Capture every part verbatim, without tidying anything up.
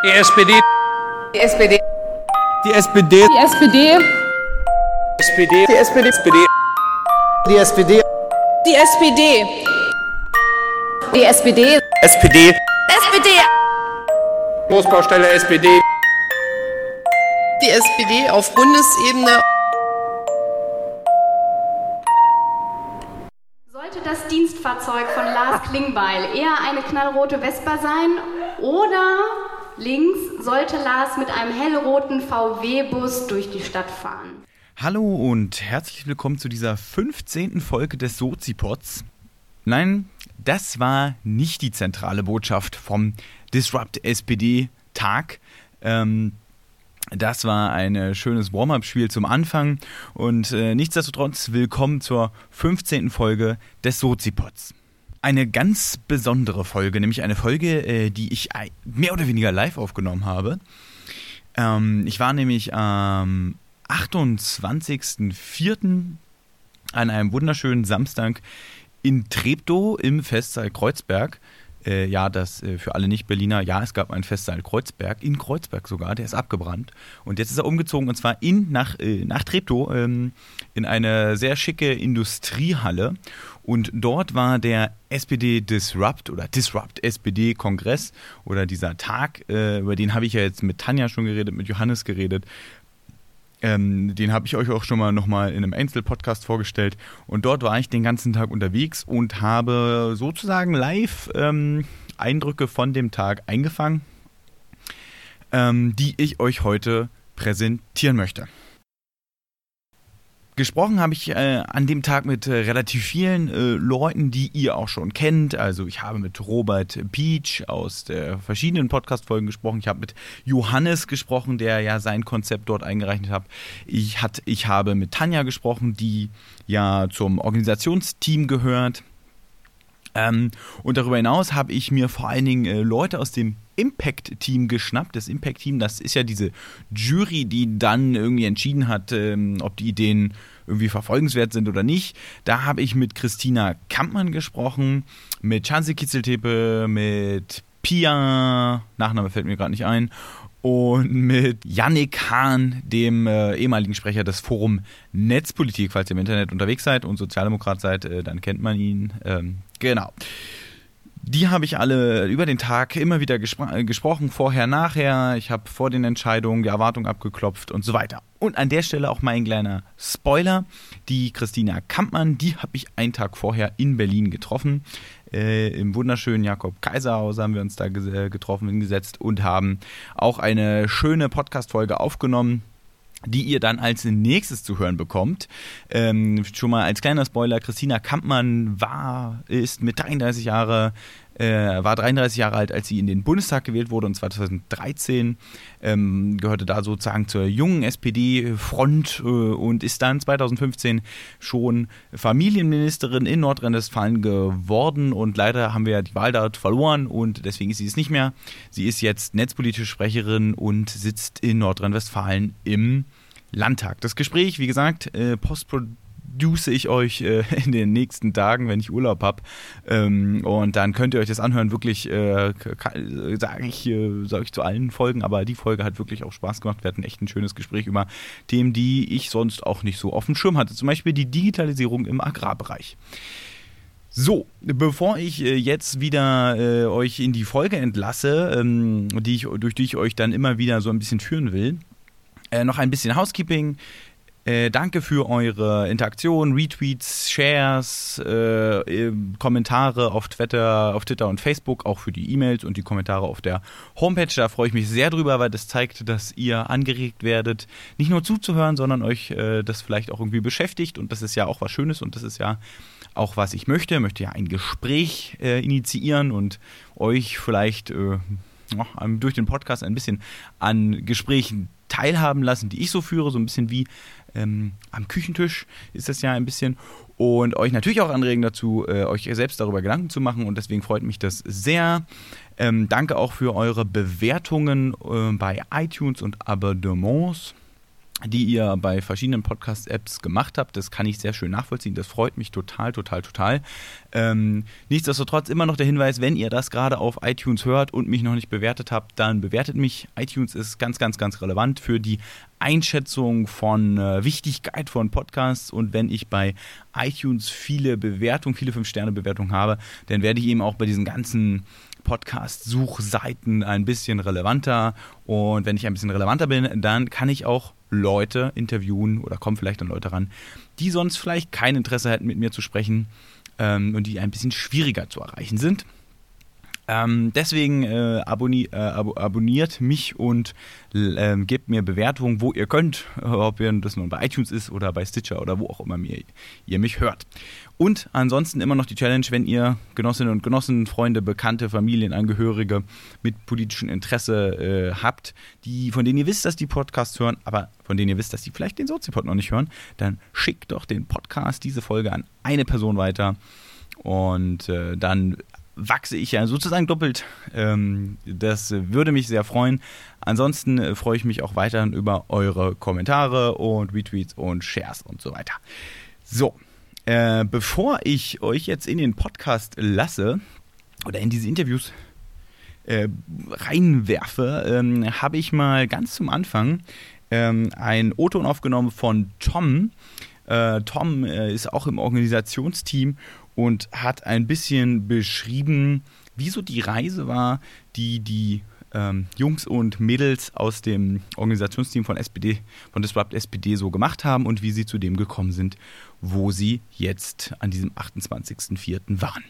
Die S P D. Die S P D. Die S P D. Die S P D. S P D. Die S P D. Die S P D. Die S P D. Die S P D. S P D. S P D. Großbaustelle S P D. Die S P D auf Bundesebene. Sollte das Dienstfahrzeug von Lars Klingbeil eher eine knallrote Vespa sein oder links sollte Lars mit einem hellroten V W-Bus durch die Stadt fahren? Hallo und herzlich willkommen zu dieser fünfzehnten Folge des Sozipods. Nein, das war nicht die zentrale Botschaft vom Disrupt S P D-Tag. Ähm, das war ein schönes Warm-up-Spiel zum Anfang und äh, nichtsdestotrotz willkommen zur fünfzehnten Folge des Sozipods. Eine ganz besondere Folge, nämlich eine Folge, äh, die ich mehr oder weniger live aufgenommen habe. Ähm, ich war nämlich am achtundzwanzigsten vierten an einem wunderschönen Samstag in Treptow im Festsaal Kreuzberg. Äh, ja, das äh, für alle Nicht-Berliner, ja, es gab einen Festsaal Kreuzberg, in Kreuzberg sogar, der ist abgebrannt. Und jetzt ist er umgezogen und zwar in, nach, äh, nach Treptow ähm, in eine sehr schicke Industriehalle. Und dort war der S P D Disrupt oder Disrupt S P D Kongress oder dieser Tag, äh, über den habe ich ja jetzt mit Tanja schon geredet, mit Johannes geredet. Ähm, den habe ich euch auch schon mal nochmal in einem Einzel-Podcast vorgestellt. Und dort war ich den ganzen Tag unterwegs und habe sozusagen live ähm, Eindrücke von dem Tag eingefangen, ähm, die ich euch heute präsentieren möchte. Gesprochen habe ich äh, an dem Tag mit äh, relativ vielen äh, Leuten, die ihr auch schon kennt. Also ich habe mit Robert Pietsch aus der verschiedenen Podcast-Folgen gesprochen. Ich habe mit Johannes gesprochen, der ja sein Konzept dort eingereicht hat. Ich, hat, ich habe mit Tanja gesprochen, die ja zum Organisationsteam gehört. Ähm, und darüber hinaus habe ich mir vor allen Dingen äh, Leute aus dem Impact-Team geschnappt. Das Impact-Team, das ist ja diese Jury, die dann irgendwie entschieden hat, ähm, ob die Ideen irgendwie verfolgenswert sind oder nicht. Da habe ich mit Christina Kampmann gesprochen, mit Chance Kitzeltepe, mit Pia, Nachname fällt mir gerade nicht ein, und mit Yannick Hahn, dem äh, ehemaligen Sprecher des Forum Netzpolitik. Falls ihr im Internet unterwegs seid und Sozialdemokrat seid, äh, dann kennt man ihn. Ähm, genau. Die habe ich alle über den Tag immer wieder gespr- äh, gesprochen, vorher, nachher. Ich habe vor den Entscheidungen die Erwartungen abgeklopft und so weiter. Und an der Stelle auch mal ein kleiner Spoiler. Die Christina Kampmann, die habe ich einen Tag vorher in Berlin getroffen. Äh, Im wunderschönen Jakob-Kaiser-Haus haben wir uns da ge- getroffen, hingesetzt und haben auch eine schöne Podcast-Folge aufgenommen, die ihr dann als nächstes zu hören bekommt. Ähm, schon mal als kleiner Spoiler, Christina Kampmann war, ist mit dreiunddreißig Jahre, äh, war dreiunddreißig Jahre alt, als sie in den Bundestag gewählt wurde, und zwar zweitausenddreizehn, ähm, gehörte da sozusagen zur jungen S P D-Front äh, und ist dann zweitausendfünfzehn schon Familienministerin in Nordrhein-Westfalen geworden, und leider haben wir ja die Wahl dort verloren und deswegen ist sie es nicht mehr. Sie ist jetzt netzpolitische Sprecherin und sitzt in Nordrhein-Westfalen im Landtag. Das Gespräch, wie gesagt, äh, postproduziert ich euch äh, in den nächsten Tagen, wenn ich Urlaub habe. Ähm, und dann könnt ihr euch das anhören. Wirklich, äh, sage ich, äh, sag ich zu allen Folgen, aber die Folge hat wirklich auch Spaß gemacht. Wir hatten echt ein schönes Gespräch über Themen, die ich sonst auch nicht so auf dem Schirm hatte. Zum Beispiel die Digitalisierung im Agrarbereich. So, bevor ich äh, jetzt wieder äh, euch in die Folge entlasse, ähm, die ich, durch die ich euch dann immer wieder so ein bisschen führen will, äh, noch ein bisschen Housekeeping. Äh, danke für eure Interaktion, Retweets, Shares, äh, äh, Kommentare auf Twitter, auf Twitter und Facebook, auch für die E-Mails und die Kommentare auf der Homepage. Da freue ich mich sehr drüber, weil das zeigt, dass ihr angeregt werdet, nicht nur zuzuhören, sondern euch äh, das vielleicht auch irgendwie beschäftigt, und das ist ja auch was Schönes und das ist ja auch, was ich möchte. Ich möchte ja ein Gespräch äh, initiieren und euch vielleicht äh, durch den Podcast ein bisschen an Gesprächen teilhaben lassen, die ich so führe, so ein bisschen wie ähm, am Küchentisch ist das ja ein bisschen, und euch natürlich auch anregen dazu, äh, euch selbst darüber Gedanken zu machen, und deswegen freut mich das sehr. Ähm, danke auch für eure Bewertungen äh, bei iTunes und Abonnements. die ihr bei verschiedenen Podcast-Apps gemacht habt. Das kann ich sehr schön nachvollziehen. Das freut mich total, total, total. Ähm, nichtsdestotrotz immer noch der Hinweis, wenn ihr das gerade auf iTunes hört und mich noch nicht bewertet habt, dann bewertet mich. iTunes ist ganz, ganz, ganz relevant für die Einschätzung von äh, Wichtigkeit von Podcasts. Und wenn ich bei iTunes viele Bewertungen, viele fünf Sterne Bewertungen habe, dann werde ich eben auch bei diesen ganzen Podcast-Suchseiten ein bisschen relevanter. Und wenn ich ein bisschen relevanter bin, dann kann ich auch Leute interviewen oder kommen vielleicht dann Leute ran, die sonst vielleicht kein Interesse hätten, mit mir zu sprechen ähm, und die ein bisschen schwieriger zu erreichen sind. Ähm, deswegen äh, abonni- äh, ab- abonniert mich und äh, gebt mir Bewertungen, wo ihr könnt, ob ihr das nun bei iTunes ist oder bei Stitcher oder wo auch immer mir, ihr mich hört. Und ansonsten immer noch die Challenge, wenn ihr Genossinnen und Genossen, Freunde, Bekannte, Familienangehörige mit politischem Interesse äh, habt, die, von denen ihr wisst, dass die Podcasts hören, aber von denen ihr wisst, dass die vielleicht den Soziopod noch nicht hören, dann schickt doch den Podcast, diese Folge an eine Person weiter und äh, dann wachse ich ja sozusagen doppelt. Ähm, das würde mich sehr freuen. Ansonsten äh, freue ich mich auch weiterhin über eure Kommentare und Retweets und Shares und so weiter. So, äh, bevor ich euch jetzt in den Podcast lasse oder in diese Interviews äh, reinwerfe, ähm, habe ich mal ganz zum Anfang ähm, ein O-Ton aufgenommen von Tom. Äh, Tom äh, ist auch im Organisationsteam und hat ein bisschen beschrieben, wie so die Reise war, die die ähm, Jungs und Mädels aus dem Organisationsteam von S P D, von Disrupt S P D so gemacht haben und wie sie zu dem gekommen sind, wo sie jetzt an diesem achtundzwanzigsten vierten waren.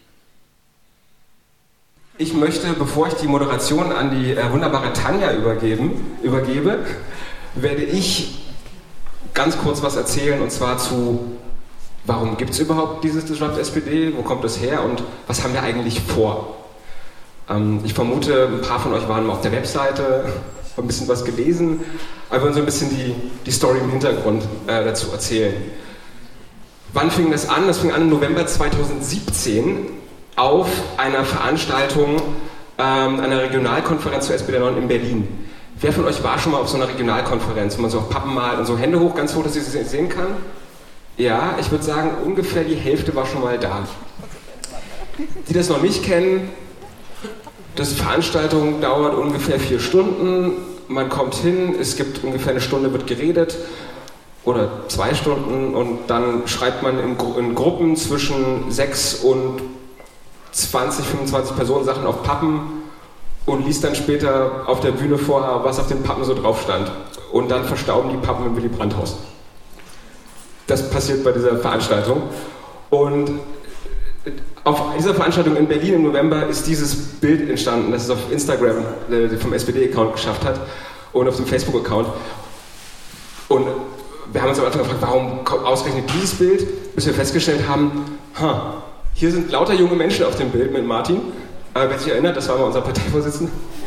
Ich möchte, bevor ich die Moderation an die äh, wunderbare Tanja übergeben, übergebe, werde ich ganz kurz was erzählen, und zwar zu, warum gibt es überhaupt dieses Disrupt S P D, wo kommt es her und was haben wir eigentlich vor? Ähm, ich vermute, ein paar von euch waren mal auf der Webseite, haben ein bisschen was gelesen, aber wir wollen so ein bisschen die, die Story im Hintergrund äh, dazu erzählen. Wann fing das an? Das fing an im November zweitausendsiebzehn auf einer Veranstaltung, ähm, einer Regionalkonferenz zur S P D neun in Berlin. Wer von euch war schon mal auf so einer Regionalkonferenz, wo man so auf Pappen malt und so Hände hoch, ganz hoch, dass ich sie sehen kann? Ja, ich würde sagen, ungefähr die Hälfte war schon mal da. Die das noch nicht kennen, das Veranstaltung dauert ungefähr vier Stunden, man kommt hin, es gibt ungefähr eine Stunde, wird geredet oder zwei Stunden und dann schreibt man in, Gru- in Gruppen zwischen sechs und zwanzig, fünfundzwanzig Personen Sachen auf Pappen und liest dann später auf der Bühne vor, was auf den Pappen so drauf stand. Und dann verstauben die Pappen im Willy Brandt-Haus. Das passiert bei dieser Veranstaltung. Und auf dieser Veranstaltung in Berlin im November ist dieses Bild entstanden, das es auf Instagram äh, vom S P D-Account geschafft hat und auf dem Facebook-Account. Und wir haben uns am Anfang gefragt, warum ausgerechnet dieses Bild, bis wir festgestellt haben, ha, hier sind lauter junge Menschen auf dem Bild mit Martin. Äh, wer sich erinnert, das war mal unser Parteivorsitzender.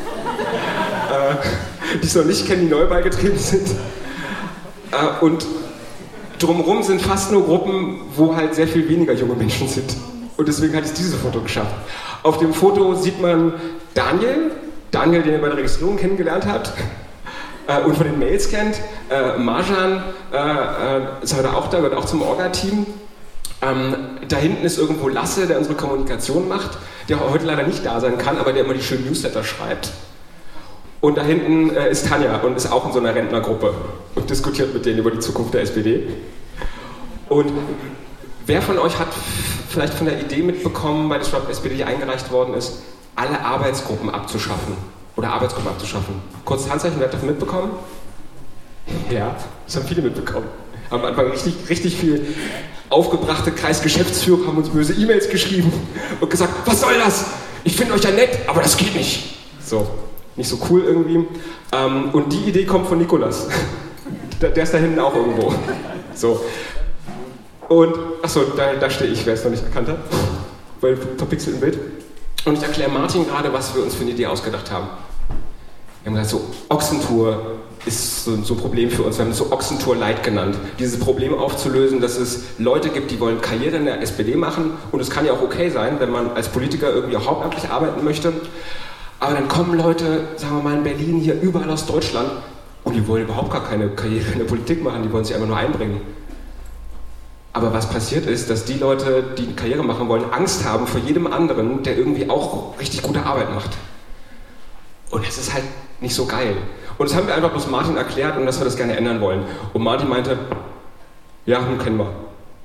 äh, die es noch nicht kennen, die neu beigetreten sind. Äh, und drumherum sind fast nur Gruppen, wo halt sehr viel weniger junge Menschen sind. Und deswegen hat es dieses Foto geschafft. Auf dem Foto sieht man Daniel, Daniel, den ihr bei der Registrierung kennengelernt habt äh, und von den Mails kennt. Äh, Marjan äh, äh, ist heute auch da, gehört auch zum Orga-Team. Ähm, da hinten ist irgendwo Lasse, der unsere Kommunikation macht, der heute leider nicht da sein kann, aber der immer die schönen Newsletter schreibt. Und da hinten äh, ist Tanja und ist auch in so einer Rentnergruppe und diskutiert mit denen über die Zukunft der S P D. Und wer von euch hat vielleicht von der Idee mitbekommen, bei Disrupt S P D eingereicht worden ist, alle Arbeitsgruppen abzuschaffen oder Arbeitsgruppen abzuschaffen? Kurzes Handzeichen, wer hat davon mitbekommen? Ja, das haben viele mitbekommen. Am Anfang richtig, richtig viel aufgebrachte Kreisgeschäftsführer haben uns böse E-Mails geschrieben und gesagt, was soll das? Ich finde euch ja nett, aber das geht nicht. So, nicht so cool irgendwie. Ähm, und die Idee kommt von Nikolas. Der, der ist da hinten auch irgendwo. So. Und, achso, da, da stehe ich, wer es noch nicht erkannt hat, weil verpixelt im Bild. Und ich erkläre Martin gerade, was wir uns für eine Idee ausgedacht haben. Wir haben gesagt, so Ochsentour ist so, so ein Problem für uns. Wir haben es so Ochsentour Light genannt. Dieses Problem aufzulösen, dass es Leute gibt, die wollen Karriere in der S P D machen. Und es kann ja auch okay sein, wenn man als Politiker irgendwie auch hauptamtlich arbeiten möchte. Aber dann kommen Leute, sagen wir mal in Berlin, hier überall aus Deutschland Und die wollen überhaupt gar keine Karriere in der Politik machen, die wollen sich einfach nur einbringen. Aber was passiert ist, dass die Leute, die eine Karriere machen wollen, Angst haben vor jedem anderen, der irgendwie auch richtig gute Arbeit macht. Und das ist halt nicht so geil. Und das haben wir einfach bloß Martin erklärt und dass wir das gerne ändern wollen. Und Martin meinte, ja, nun kennen wir.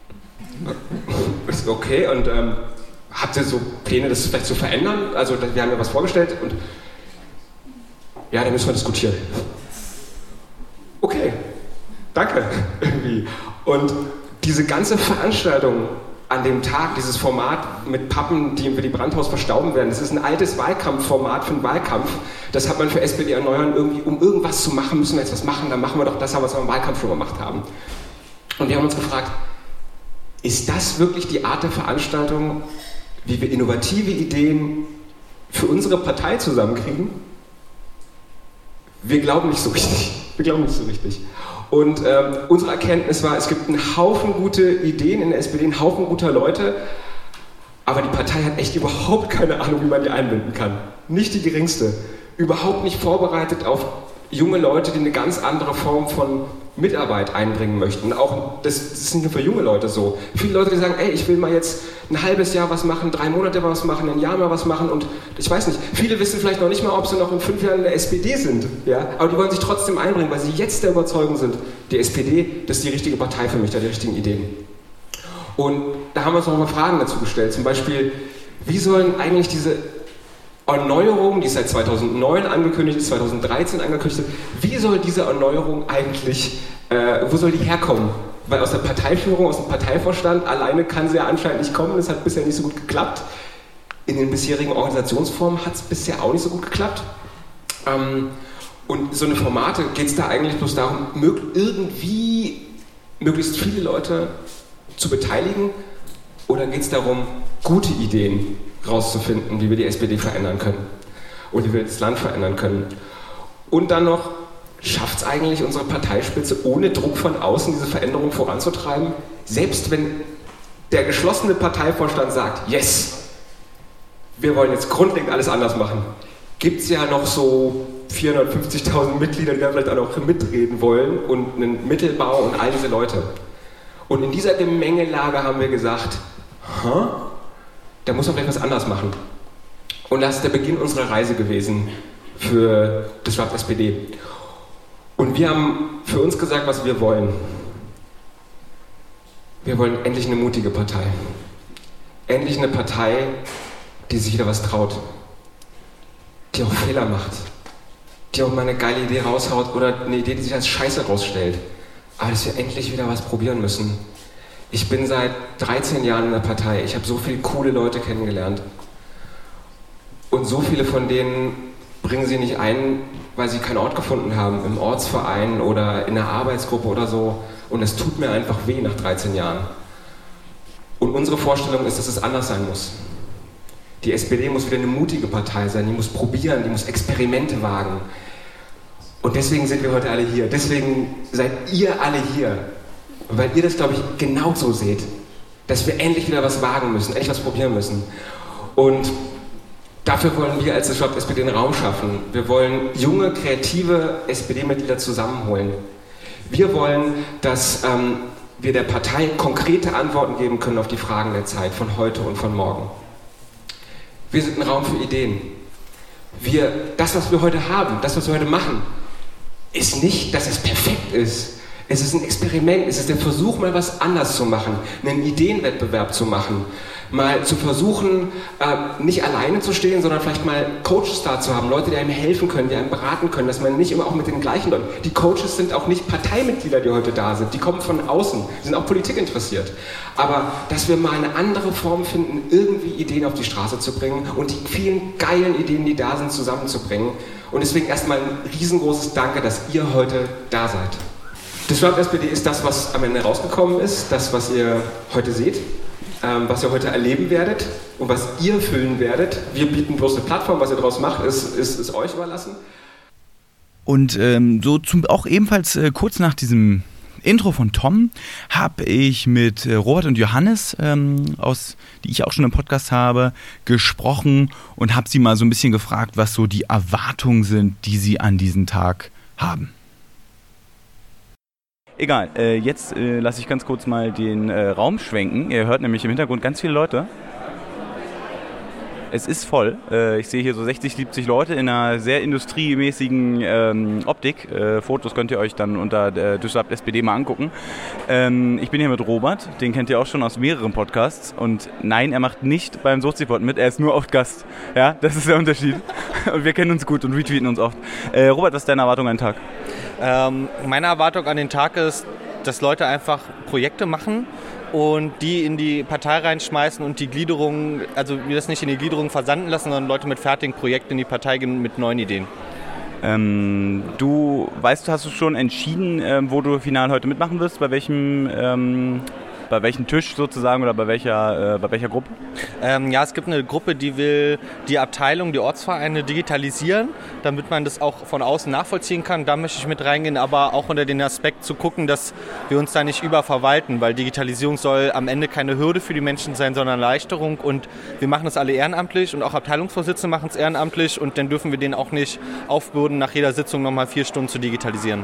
Okay, und ähm, habt ihr so Pläne, das vielleicht zu verändern? Also wir haben ja was vorgestellt und ja, da müssen wir diskutieren. Okay, danke. Irgendwie. Und diese ganze Veranstaltung an dem Tag, dieses Format mit Pappen, die im Willy Brandt-Haus verstauben werden, das ist ein altes Wahlkampfformat für einen Wahlkampf. Das hat man für S P D erneuern, irgendwie, um irgendwas zu machen, müssen wir jetzt was machen, dann machen wir doch das, was wir im Wahlkampf schon gemacht haben. Und wir haben uns gefragt, ist das wirklich die Art der Veranstaltung, wie wir innovative Ideen für unsere Partei zusammenkriegen? Wir glauben nicht so richtig. Wir glauben nicht so richtig. Und ähm, unsere Erkenntnis war, es gibt einen Haufen gute Ideen in der S P D, einen Haufen guter Leute, aber die Partei hat echt überhaupt keine Ahnung, wie man die einbinden kann. Nicht die geringste. Überhaupt nicht vorbereitet auf junge Leute, die eine ganz andere Form von Mitarbeit einbringen möchten. Auch das, das ist nicht nur für junge Leute so. Viele Leute, die sagen, ey, ich will mal jetzt ein halbes Jahr was machen, drei Monate was machen, ein Jahr mal was machen und ich weiß nicht, viele wissen vielleicht noch nicht mal, ob sie noch in fünf Jahren in der S P D sind, ja? Aber die wollen sich trotzdem einbringen, weil sie jetzt der Überzeugung sind, die S P D, das ist die richtige Partei für mich, da die richtigen Ideen. Und da haben wir uns noch mal Fragen dazu gestellt, zum Beispiel, wie sollen eigentlich diese Erneuerung, die seit zweitausendneun angekündigt ist, zweitausenddreizehn angekündigt ist, wie soll diese Erneuerung eigentlich, äh, wo soll die herkommen? Weil aus der Parteiführung, aus dem Parteivorstand alleine kann sie ja anscheinend nicht kommen, das hat bisher nicht so gut geklappt. In den bisherigen Organisationsformen hat es bisher auch nicht so gut geklappt. Ähm, und so eine Formate geht es da eigentlich bloß darum, mög- irgendwie möglichst viele Leute zu beteiligen, oder geht es darum, gute Ideen rauszufinden, wie wir die S P D verändern können und wie wir das Land verändern können. Und dann noch, schafft es eigentlich unsere Parteispitze ohne Druck von außen diese Veränderung voranzutreiben? Selbst wenn der geschlossene Parteivorstand sagt, yes, wir wollen jetzt grundlegend alles anders machen, gibt es ja noch so vierhundertfünfzigtausend Mitglieder, die da vielleicht auch noch mitreden wollen und einen Mittelbau und all diese Leute. Und in dieser Gemengelage haben wir gesagt, hä? Da muss man vielleicht was anders machen. Und das ist der Beginn unserer Reise gewesen für Disrupt S P D. Und wir haben für uns gesagt, was wir wollen. Wir wollen endlich eine mutige Partei. Endlich eine Partei, die sich wieder was traut. Die auch Fehler macht. Die auch mal eine geile Idee raushaut oder eine Idee, die sich als Scheiße rausstellt. Aber dass wir endlich wieder was probieren müssen. Ich bin seit dreizehn Jahren in der Partei. Ich habe so viele coole Leute kennengelernt. Und so viele von denen bringen sie nicht ein, weil sie keinen Ort gefunden haben, im Ortsverein oder in einer Arbeitsgruppe oder so. Und es tut mir einfach weh nach dreizehn Jahren. Und unsere Vorstellung ist, dass es anders sein muss. Die S P D muss wieder eine mutige Partei sein, die muss probieren, die muss Experimente wagen. Und deswegen sind wir heute alle hier. Deswegen seid ihr alle hier. Weil ihr das, glaube ich, genauso seht. Dass wir endlich wieder was wagen müssen, endlich was probieren müssen. Und dafür wollen wir als Disrupt S P D einen Raum schaffen. Wir wollen junge, kreative S P D-Mitglieder zusammenholen. Wir wollen, dass ähm, wir der Partei konkrete Antworten geben können auf die Fragen der Zeit, von heute und von morgen. Wir sind ein Raum für Ideen. Wir, das, was wir heute haben, das, was wir heute machen, ist nicht, dass es perfekt ist. Es ist ein Experiment, es ist der Versuch, mal was anders zu machen, einen Ideenwettbewerb zu machen, mal zu versuchen, äh, nicht alleine zu stehen, sondern vielleicht mal Coaches da zu haben, Leute, die einem helfen können, die einem beraten können, dass man nicht immer auch mit den gleichen Leuten, die Coaches sind auch nicht Parteimitglieder, die heute da sind, die kommen von außen, sind auch Politik interessiert, aber dass wir mal eine andere Form finden, irgendwie Ideen auf die Straße zu bringen und die vielen geilen Ideen, die da sind, zusammenzubringen. Und deswegen erstmal ein riesengroßes Danke, dass ihr heute da seid. Disrupt S P D ist das, was am Ende rausgekommen ist, das, was ihr heute seht, ähm, was ihr heute erleben werdet und was ihr füllen werdet. Wir bieten bloß eine Plattform, was ihr daraus macht, ist, ist, ist euch überlassen. Und ähm, so zum, auch ebenfalls äh, kurz nach diesem Intro von Tom habe ich mit äh, Robert und Johannes, ähm, aus, die ich auch schon im Podcast habe, gesprochen und habe sie mal so ein bisschen gefragt, was so die Erwartungen sind, die sie an diesen Tag haben. Egal, äh, jetzt äh, lasse ich ganz kurz mal den äh, Raum schwenken. Ihr hört nämlich im Hintergrund ganz viele Leute. Es ist voll. Äh, ich sehe hier so sechzig, siebzig Leute in einer sehr industriemäßigen ähm, Optik. Äh, Fotos könnt ihr euch dann unter äh, Düsseldorf S P D mal angucken. Ähm, ich bin hier mit Robert, den kennt ihr auch schon aus mehreren Podcasts. Und nein, er macht nicht beim Sozi-Pod mit, er ist nur oft Gast. Ja, das ist der Unterschied. Und wir kennen uns gut und retweeten uns oft. Äh, Robert, was ist deine Erwartung an den Tag? Ähm, meine Erwartung an den Tag ist, dass Leute einfach Projekte machen und die in die Partei reinschmeißen und die Gliederung, also wir das nicht in die Gliederung versanden lassen, sondern Leute mit fertigen Projekten in die Partei gehen mit neuen Ideen. Ähm, du weißt, hast du schon entschieden, ähm, wo du final heute mitmachen wirst, bei welchem, ähm, bei welchem Tisch sozusagen oder bei welcher, äh, bei welcher Gruppe? Ähm, ja, es gibt eine Gruppe, die will die Abteilung, die Ortsvereine digitalisieren, damit man das auch von außen nachvollziehen kann. Da möchte ich mit reingehen, aber auch unter den Aspekt zu gucken, dass wir uns da nicht überverwalten, weil Digitalisierung soll am Ende keine Hürde für die Menschen sein, sondern Erleichterung, und wir machen das alle ehrenamtlich und auch Abteilungsvorsitzende machen es ehrenamtlich, und dann dürfen wir denen auch nicht aufbürden, nach jeder Sitzung nochmal vier Stunden zu digitalisieren.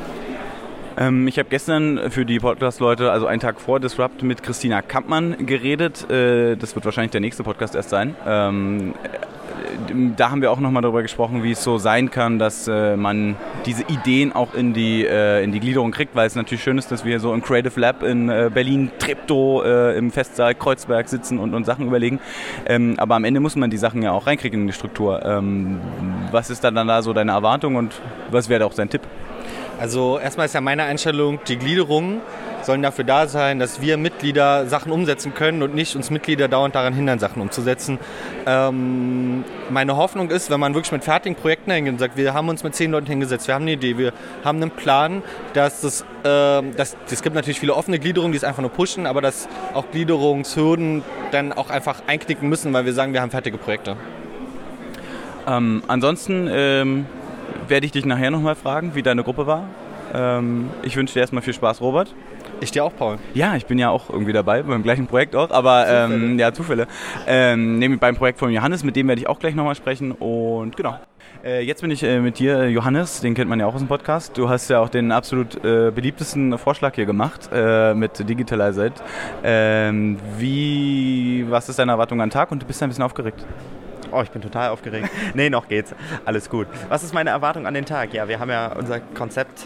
Ähm, ich habe gestern für die Podcast-Leute, also einen Tag vor Disrupt, mit Christina Kampmann geredet. Äh, das wird wahrscheinlich der nächste Podcast erst sein. Ähm, da haben wir auch nochmal darüber gesprochen, wie es so sein kann, dass äh, man diese Ideen auch in die, äh, in die Gliederung kriegt, weil es natürlich schön ist, dass wir so im Creative Lab in äh, Berlin, Treptow, äh, im Festsaal Kreuzberg sitzen und, und Sachen überlegen. Ähm, aber am Ende muss man die Sachen ja auch reinkriegen in die Struktur. Ähm, was ist dann, dann da so deine Erwartung und was wäre da auch dein Tipp? Also erstmal ist ja meine Einstellung, die Gliederungen sollen dafür da sein, dass wir Mitglieder Sachen umsetzen können und nicht uns Mitglieder dauernd daran hindern, Sachen umzusetzen. Ähm, meine Hoffnung ist, wenn man wirklich mit fertigen Projekten hingeht und sagt, wir haben uns mit zehn Leuten hingesetzt, wir haben eine Idee, wir haben einen Plan, dass das, äh, dass, es gibt natürlich viele offene Gliederungen, die es einfach nur pushen, aber dass auch Gliederungshürden dann auch einfach einknicken müssen, weil wir sagen, wir haben fertige Projekte. Ähm, ansonsten ähm werde ich dich nachher nochmal fragen, wie deine Gruppe war. Ähm, ich wünsche dir erstmal viel Spaß, Robert. Ich dir auch, Paul. Ja, ich bin ja auch irgendwie dabei, beim gleichen Projekt auch, aber Zufälle. Ähm, ja, Zufälle. Ähm, nämlich beim Projekt von Johannes, mit dem werde ich auch gleich nochmal sprechen, und genau. Äh, jetzt bin ich äh, mit dir, Johannes, den kennt man ja auch aus dem Podcast. Du hast ja auch den absolut äh, beliebtesten Vorschlag hier gemacht äh, mit Digitalize It. Ähm, wie, was ist deine Erwartung an den Tag, und du bist ein bisschen aufgeregt? Oh, ich bin total aufgeregt. Nee, noch geht's. Alles gut. Was ist meine Erwartung an den Tag? Ja, wir haben ja unser Konzept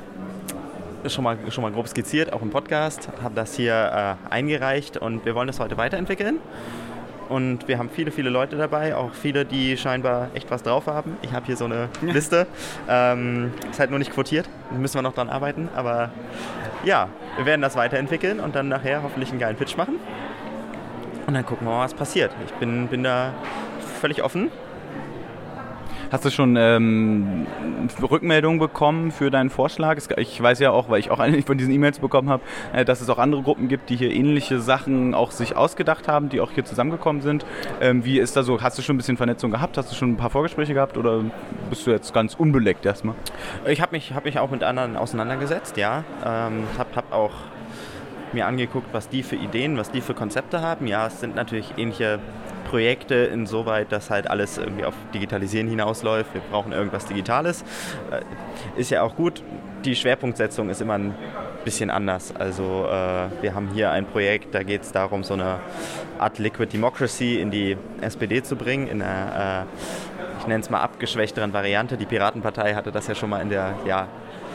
schon mal, schon mal grob skizziert, auch im Podcast, haben das hier äh, eingereicht, und wir wollen das heute weiterentwickeln. Und wir haben viele, viele Leute dabei, auch viele, die scheinbar echt was drauf haben. Ich habe hier so eine Liste. Ähm, ist halt nur nicht quotiert, da müssen wir noch dran arbeiten. Aber ja, wir werden das weiterentwickeln und dann nachher hoffentlich einen geilen Pitch machen. Und dann gucken wir mal, was passiert. Ich bin, bin da völlig offen. Hast du schon ähm, Rückmeldungen bekommen für deinen Vorschlag? Ich weiß ja auch, weil ich auch eine von diesen E-Mails bekommen habe, äh, dass es auch andere Gruppen gibt, die hier ähnliche Sachen auch sich ausgedacht haben, die auch hier zusammengekommen sind. Ähm, wie ist da so? Hast du schon ein bisschen Vernetzung gehabt? Hast du schon ein paar Vorgespräche gehabt, oder bist du jetzt ganz unbeleckt erstmal? Ich habe mich, hab mich auch mit anderen auseinandergesetzt, ja. Ähm, hab, hab auch mir angeguckt, was die für Ideen, was die für Konzepte haben. Ja, es sind natürlich ähnliche Projekte insoweit, dass halt alles irgendwie auf Digitalisieren hinausläuft. Wir brauchen irgendwas Digitales. Äh, ist ja auch gut. Die Schwerpunktsetzung ist immer ein bisschen anders. Also äh, wir haben hier ein Projekt, da geht es darum, so eine Art Liquid Democracy in die S P D zu bringen, in einer, äh, ich nenne es mal abgeschwächteren Variante. Die Piratenpartei hatte das ja schon mal in der, ja,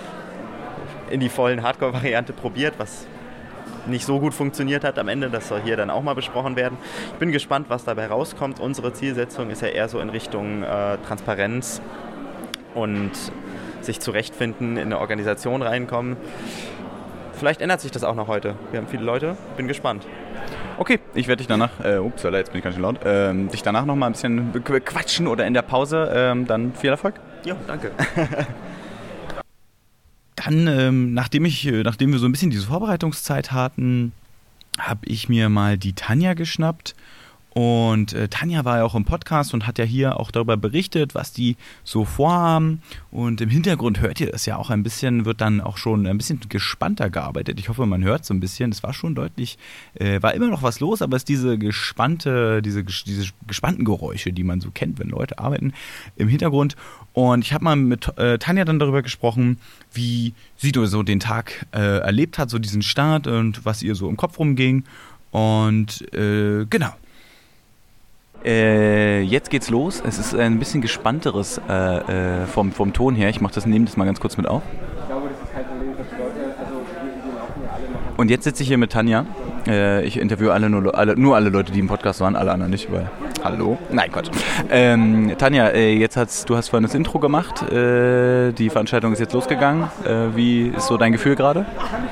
in die vollen Hardcore-Variante probiert, was nicht so gut funktioniert hat am Ende. Das soll hier dann auch mal besprochen werden. Ich bin gespannt, was dabei rauskommt. Unsere Zielsetzung ist ja eher so in Richtung äh, Transparenz und sich zurechtfinden, in eine Organisation reinkommen. Vielleicht ändert sich das auch noch heute. Wir haben viele Leute. Bin gespannt. Okay, ich werde dich danach, äh, ups, jetzt bin ich ganz schön laut, ähm, dich danach noch mal ein bisschen quatschen oder in der Pause. Ähm, dann viel Erfolg. Ja, danke. Dann, ähm, nachdem, ich, nachdem wir so ein bisschen diese Vorbereitungszeit hatten, habe ich mir mal die Tanja geschnappt Und äh, Tanja war ja auch im Podcast und hat ja hier auch darüber berichtet, was die so vorhaben. Und im Hintergrund hört ihr das ja auch ein bisschen, wird dann auch schon ein bisschen gespannter gearbeitet. Ich hoffe, man hört so ein bisschen. Es war schon deutlich, äh, war immer noch was los, aber es ist diese gespannte, diese, diese gespannten Geräusche, die man so kennt, wenn Leute arbeiten, im Hintergrund. Und ich habe mal mit äh, Tanja dann darüber gesprochen, wie sie so den Tag äh, erlebt hat, so diesen Start und was ihr so im Kopf rumging. Und äh, genau. Äh, jetzt geht's los. Es ist ein bisschen gespannteres äh, äh, vom, vom Ton her. Ich mach das, nehme das mal ganz kurz mit auf. Ich glaube, das ist kein Problem, dass die Leute, also wir, wir laufen ja alle noch. Und jetzt sitze ich hier mit Tanja. Äh, ich interviewe alle nur, alle, nur alle Leute, die im Podcast waren, alle anderen nicht, weil... Hallo? Nein, Quatsch. Ähm, Tanja, äh, jetzt hast, du hast vorhin das Intro gemacht. Äh, die Veranstaltung ist jetzt losgegangen. Äh, wie ist so dein Gefühl gerade?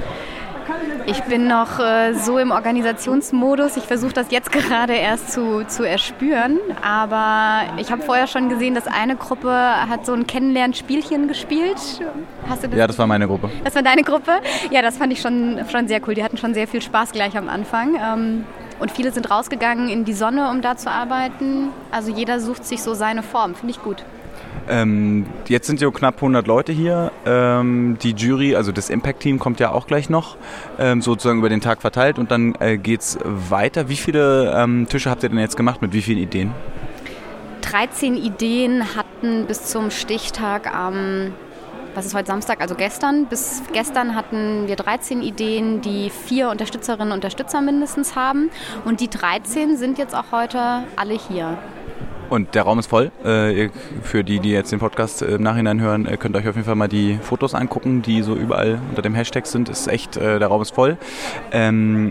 Ich bin noch äh, so im Organisationsmodus. Ich versuche das jetzt gerade erst zu, zu erspüren. Aber ich habe vorher schon gesehen, dass eine Gruppe hat so ein Kennenlernspielchen gespielt. Hast du das? Ja, das war meine Gruppe. Das war deine Gruppe? Ja, das fand ich schon, schon sehr cool. Die hatten schon sehr viel Spaß gleich am Anfang. Ähm, und viele sind rausgegangen in die Sonne, um da zu arbeiten. Also jeder sucht sich so seine Form. Finde ich gut. Ähm, jetzt sind ja knapp hundert Leute hier. Ähm, die Jury, also das Impact-Team, kommt ja auch gleich noch, ähm, sozusagen über den Tag verteilt und dann äh, geht's weiter. Wie viele ähm, Tische habt ihr denn jetzt gemacht, mit wie vielen Ideen? dreizehn Ideen hatten bis zum Stichtag am, was ist heute Samstag, also gestern. Bis gestern hatten wir dreizehn Ideen, die vier Unterstützerinnen und Unterstützer mindestens haben. Und die dreizehn sind jetzt auch heute alle hier. Und der Raum ist voll. Äh, für die, die jetzt den Podcast im Nachhinein hören, äh, könnt ihr euch auf jeden Fall mal die Fotos angucken, die so überall unter dem Hashtag sind. Ist echt, äh, der Raum ist voll. Ähm,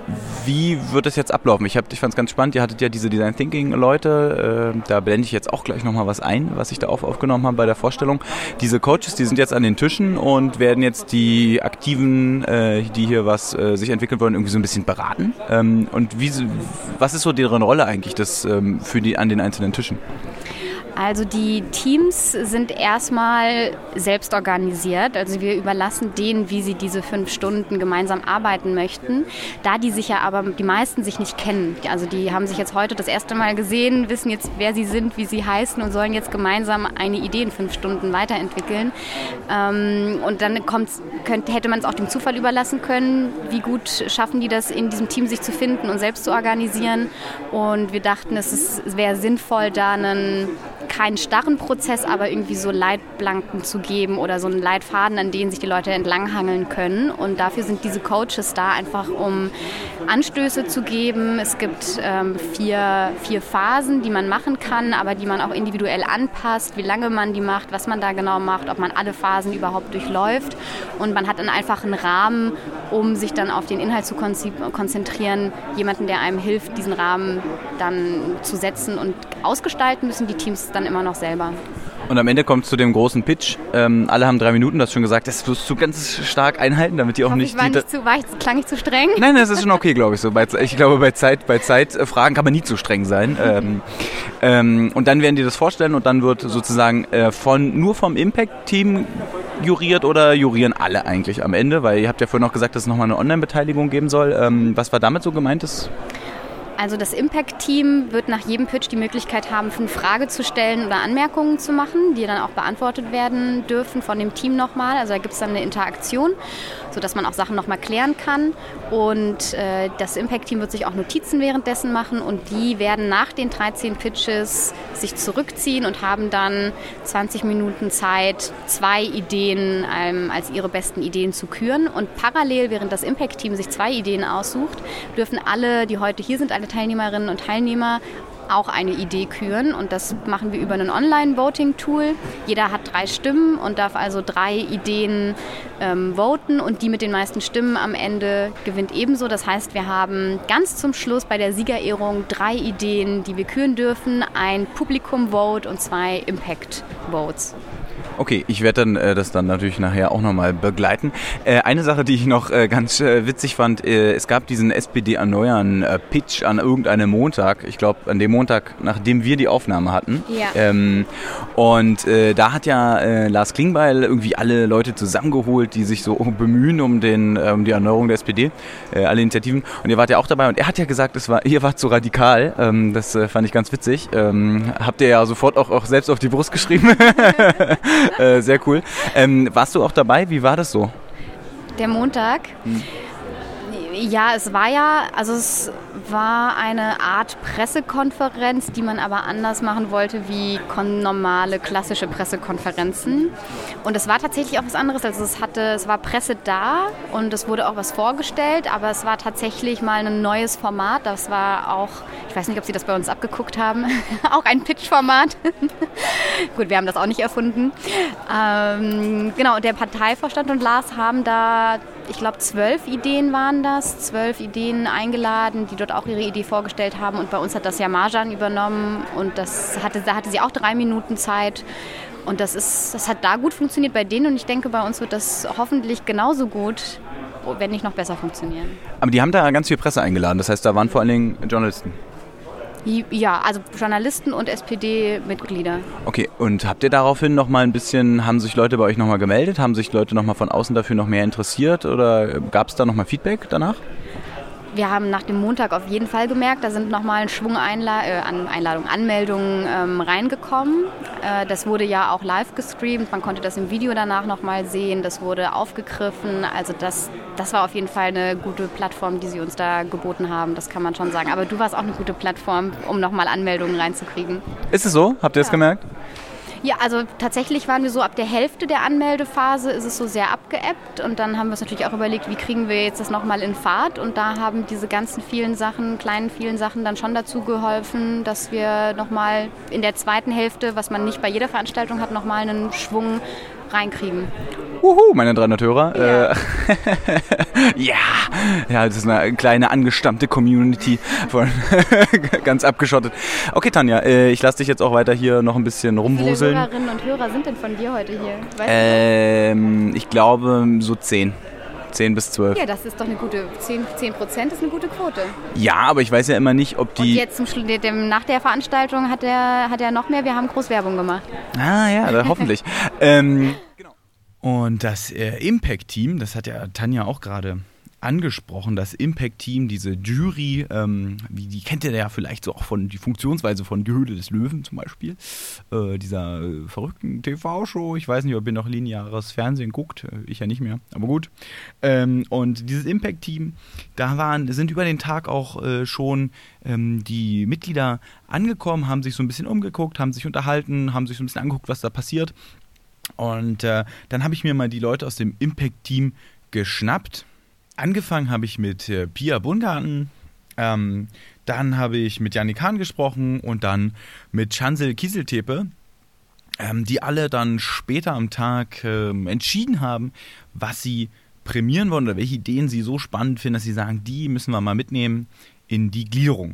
wie wird es jetzt ablaufen? Ich, hab, ich fand es ganz spannend. Ihr hattet ja diese Design Thinking Leute. Äh, da blende ich jetzt auch gleich nochmal was ein, was ich da auf, aufgenommen habe bei der Vorstellung. Diese Coaches, die sind jetzt an den Tischen und werden jetzt die Aktiven, äh, die hier was äh, sich entwickeln wollen, irgendwie so ein bisschen beraten. Ähm, und wie, was ist so deren Rolle eigentlich das, ähm, für die an den einzelnen Tischen? Also die Teams sind erstmal selbst organisiert. Also wir überlassen denen, wie sie diese fünf Stunden gemeinsam arbeiten möchten. Da die sich ja aber, die meisten sich nicht kennen. Also die haben sich jetzt heute das erste Mal gesehen, wissen jetzt, wer sie sind, wie sie heißen und sollen jetzt gemeinsam eine Idee in fünf Stunden weiterentwickeln. Und dann kommt's, könnte, hätte man es auch dem Zufall überlassen können. Wie gut schaffen die das, in diesem Team sich zu finden und selbst zu organisieren? Und wir dachten, es, ist, es wäre sinnvoll, da einen keinen starren Prozess, aber irgendwie so Leitplanken zu geben oder so einen Leitfaden, an denen sich die Leute entlanghangeln können. Und dafür sind diese Coaches da einfach, um Anstöße zu geben. Es gibt ähm, vier, vier Phasen, die man machen kann, aber die man auch individuell anpasst, wie lange man die macht, was man da genau macht, ob man alle Phasen überhaupt durchläuft. Und man hat dann einfach einen Rahmen, um sich dann auf den Inhalt zu konzentrieren, jemanden, der einem hilft, diesen Rahmen dann zu setzen, und ausgestalten müssen die Teams dann immer noch selber. Und am Ende kommt es zu dem großen Pitch. Ähm, alle haben drei Minuten, das hast schon gesagt, das wirst du ganz stark einhalten, damit die auch ich hoffe, nicht... Ich war die nicht zu, war ich, klang ich zu streng? Nein, das ist schon okay, glaube ich. So. Bei, ich glaube, bei Zeit, bei Zeitfragen kann man nie zu streng sein. Ähm, ähm, und dann werden die das vorstellen und dann wird sozusagen äh, von nur vom Impact-Team juriert, oder jurieren alle eigentlich am Ende? Weil ihr habt ja vorhin noch gesagt, dass es nochmal eine Online-Beteiligung geben soll. Ähm, was war damit so gemeint? Ist Also das Impact-Team wird nach jedem Pitch die Möglichkeit haben, eine Frage zu stellen oder Anmerkungen zu machen, die dann auch beantwortet werden dürfen von dem Team nochmal. Also da gibt es dann eine Interaktion, sodass man auch Sachen nochmal klären kann. Und äh, das Impact-Team wird sich auch Notizen währenddessen machen, und die werden nach den dreizehn Pitches sich zurückziehen und haben dann zwanzig Minuten Zeit, zwei Ideen ähm, als ihre besten Ideen zu küren. Und parallel, während das Impact-Team sich zwei Ideen aussucht, dürfen alle, die heute hier sind, alle Teilnehmerinnen und Teilnehmer, auch eine Idee küren, und das machen wir über ein Online-Voting-Tool. Jeder hat drei Stimmen und darf also drei Ideen ähm, voten, und die mit den meisten Stimmen am Ende gewinnt ebenso. Das heißt, wir haben ganz zum Schluss bei der Siegerehrung drei Ideen, die wir küren dürfen, ein Publikum-Vote und zwei Impact-Votes. Okay, ich werde dann äh, das dann natürlich nachher auch nochmal begleiten. Äh, eine Sache, die ich noch äh, ganz äh, witzig fand, äh, es gab diesen S P D erneuern äh, Pitch an irgendeinem Montag, ich glaube an dem Montag, nachdem wir die Aufnahme hatten. Ja. Ähm, und äh, da hat ja äh, Lars Klingbeil irgendwie alle Leute zusammengeholt, die sich so bemühen um, den, äh, um die Erneuerung der S P D, äh, alle Initiativen. Und ihr wart ja auch dabei und er hat ja gesagt, es war, ihr wart zu radikal. Ähm, das äh, fand ich ganz witzig. Ähm, habt ihr ja sofort auch, auch selbst auf die Brust geschrieben. Äh, sehr cool. Ähm, warst du auch dabei? Wie war das so? Der Montag? Hm. Ja, es war ja, also es war eine Art Pressekonferenz, die man aber anders machen wollte wie kon- normale klassische Pressekonferenzen. Und es war tatsächlich auch was anderes. Also es hatte, es war Presse da und es wurde auch was vorgestellt, aber es war tatsächlich mal ein neues Format. Das war auch, ich weiß nicht, ob Sie das bei uns abgeguckt haben, auch ein Pitch-Format. Gut, wir haben das auch nicht erfunden. Ähm, genau, der Parteivorstand und Lars haben da, ich glaube, zwölf Ideen waren das, zwölf Ideen eingeladen, die dort auch ihre Idee vorgestellt haben. Und bei uns hat das ja Marjan übernommen und das hatte, da hatte sie auch drei Minuten Zeit. Und das ist, das hat da gut funktioniert bei denen und ich denke, bei uns wird das hoffentlich genauso gut, wenn nicht noch besser funktionieren. Aber die haben da ganz viel Presse eingeladen, das heißt, da waren vor allen Dingen Journalisten. Ja, also Journalisten und S P D-Mitglieder. Okay, und habt ihr daraufhin noch mal ein bisschen, haben sich Leute bei euch noch mal gemeldet? Haben sich Leute noch mal von außen dafür noch mehr interessiert? Oder gab es da noch mal Feedback danach? Wir haben nach dem Montag auf jeden Fall gemerkt, da sind nochmal ein Schwung Einla- äh, Einladungen, Anmeldungen ähm, reingekommen. Äh, das wurde ja auch live gestreamt, man konnte das im Video danach nochmal sehen, das wurde aufgegriffen. Also das, das war auf jeden Fall eine gute Plattform, die sie uns da geboten haben, das kann man schon sagen. Aber du warst auch eine gute Plattform, um nochmal Anmeldungen reinzukriegen. Ist es so? Habt ihr es ja. gemerkt? Ja, also tatsächlich waren wir so ab der Hälfte der Anmeldephase ist es so sehr abgeebbt und dann haben wir uns natürlich auch überlegt, wie kriegen wir jetzt das nochmal in Fahrt und da haben diese ganzen vielen Sachen, kleinen vielen Sachen dann schon dazu geholfen, dass wir nochmal in der zweiten Hälfte, was man nicht bei jeder Veranstaltung hat, nochmal einen Schwung reinkriegen. Uhu, meine dreihundert Hörer. Ja. Äh, ja. ja, das ist eine kleine angestammte Community, von ganz abgeschottet. Okay, Tanja, äh, ich lasse dich jetzt auch weiter hier noch ein bisschen rumwuseln. Wie viele Hörerinnen und Hörer sind denn von dir heute hier? Weißt ähm, ich glaube so zehn. zehn bis zwölf. Ja, das ist doch eine gute, zehn Prozent ist eine gute Quote. Ja, aber ich weiß ja immer nicht, ob die... Und jetzt zum Schluss, dem, nach der Veranstaltung hat er, hat er noch mehr, wir haben Großwerbung gemacht. Ah ja, da, hoffentlich. ähm, genau. Und das äh, Impact-Team, das hat ja Tanja auch gerade angesprochen, das Impact-Team, diese Jury, ähm, wie, die kennt ihr ja vielleicht so auch von die Funktionsweise von Die Höhle des Löwen zum Beispiel, äh, dieser äh, verrückten T V-Show, ich weiß nicht, ob ihr noch lineares Fernsehen guckt, äh, ich ja nicht mehr, aber gut. Ähm, und dieses Impact-Team, da waren, sind über den Tag auch äh, schon ähm, die Mitglieder angekommen, haben sich so ein bisschen umgeguckt, haben sich unterhalten, haben sich so ein bisschen angeguckt, was da passiert. Und äh, dann habe ich mir mal die Leute aus dem Impact-Team geschnappt. Angefangen habe ich mit äh, Pia Bungarten, ähm, dann habe ich mit Jannik Hahn gesprochen und dann mit Chancel Kieseltepe, ähm, die alle dann später am Tag ähm, entschieden haben, was sie prämieren wollen oder welche Ideen sie so spannend finden, dass sie sagen, die müssen wir mal mitnehmen in die Gliederung.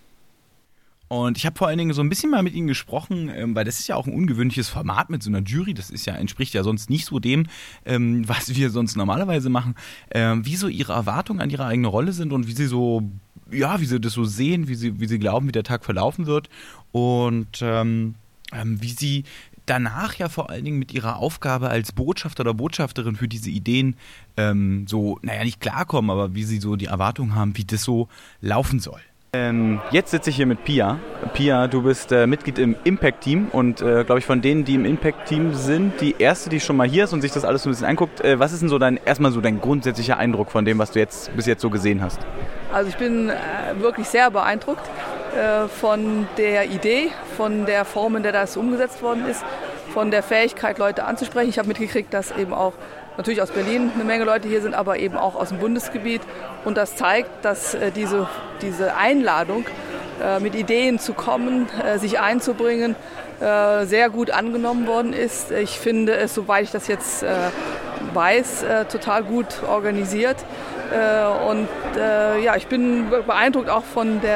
Und ich habe vor allen Dingen so ein bisschen mal mit ihnen gesprochen, ähm, weil das ist ja auch ein ungewöhnliches Format mit so einer Jury. Das ist ja, entspricht ja sonst nicht so dem, ähm, was wir sonst normalerweise machen. Ähm, wie so ihre Erwartungen an ihre eigene Rolle sind und wie sie so, ja, wie sie das so sehen, wie sie, wie sie glauben, wie der Tag verlaufen wird. Und ähm, ähm, wie sie danach ja vor allen Dingen mit ihrer Aufgabe als Botschafter oder Botschafterin für diese Ideen ähm, so, naja, nicht klarkommen, aber wie sie so die Erwartungen haben, wie das so laufen soll. Ähm, jetzt sitze ich hier mit Pia. Pia, du bist äh, Mitglied im Impact-Team und äh, glaube ich von denen, die im Impact-Team sind, die erste, die schon mal hier ist und sich das alles so ein bisschen anguckt. Äh, was ist denn so dein, erstmal so dein grundsätzlicher Eindruck von dem, was du jetzt bis jetzt so gesehen hast? Also ich bin äh, wirklich sehr beeindruckt äh, von der Idee, von der Form, in der das umgesetzt worden ist, von der Fähigkeit, Leute anzusprechen. Ich habe mitgekriegt, dass eben auch natürlich aus Berlin eine Menge Leute hier sind, aber eben auch aus dem Bundesgebiet. Und das zeigt, dass äh, diese, diese Einladung, äh, mit Ideen zu kommen, äh, sich einzubringen, äh, sehr gut angenommen worden ist. Ich finde es, soweit ich das jetzt äh, weiß, äh, total gut organisiert. Äh, und äh, ja, ich bin beeindruckt auch von der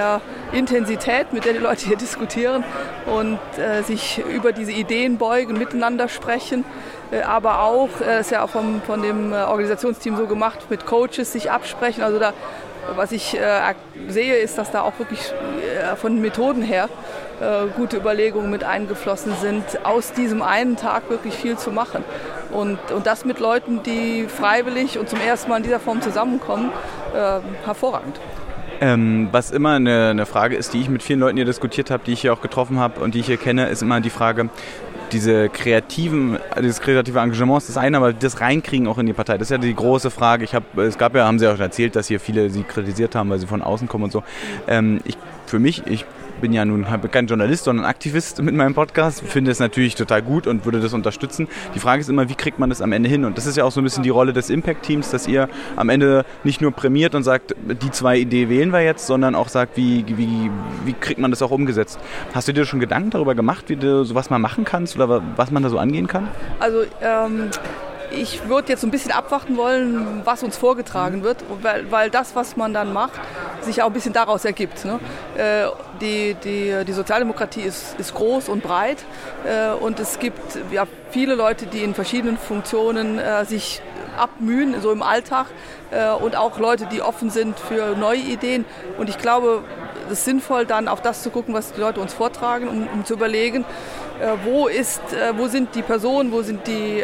Intensität, mit der die Leute hier diskutieren und äh, sich über diese Ideen beugen, miteinander sprechen, äh, aber auch, das äh, ist ja auch vom, von dem Organisationsteam so gemacht, mit Coaches sich absprechen. Also da, was ich äh, sehe, ist, dass da auch wirklich äh, von Methoden her äh, gute Überlegungen mit eingeflossen sind, aus diesem einen Tag wirklich viel zu machen. Und, und das mit Leuten, die freiwillig und zum ersten Mal in dieser Form zusammenkommen, äh, hervorragend. Ähm, was immer eine, eine Frage ist, die ich mit vielen Leuten hier diskutiert habe, die ich hier auch getroffen habe und die ich hier kenne, ist immer die Frage, diese kreativen, dieses kreative Engagement ist das eine, aber das Reinkriegen auch in die Partei, das ist ja die große Frage. Ich habe, es gab ja, haben Sie auch schon erzählt, dass hier viele Sie kritisiert haben, weil Sie von außen kommen und so. Ähm, ich, für mich, ich bin ja nun kein Journalist, sondern Aktivist mit meinem Podcast, finde es natürlich total gut und würde das unterstützen. Die Frage ist immer, wie kriegt man das am Ende hin? Und das ist ja auch so ein bisschen die Rolle des Impact-Teams, dass ihr am Ende nicht nur prämiert und sagt, die zwei Ideen wählen wir jetzt, sondern auch sagt, wie, wie, wie kriegt man das auch umgesetzt? Hast du dir schon Gedanken darüber gemacht, wie du sowas mal machen kannst oder was man da so angehen kann? Also ähm ich würde jetzt so ein bisschen abwarten wollen, was uns vorgetragen wird, weil, weil das, was man dann macht, sich auch ein bisschen daraus ergibt. Ne? Äh, die, die, die Sozialdemokratie ist, ist groß und breit äh, und es gibt ja viele Leute, die in verschiedenen Funktionen äh, sich abmühen, so im Alltag äh, und auch Leute, die offen sind für neue Ideen. Und ich glaube, es ist sinnvoll, dann auf das zu gucken, was die Leute uns vortragen, um, um zu überlegen, Äh, wo, ist, äh, wo sind die Personen, wo sind die äh,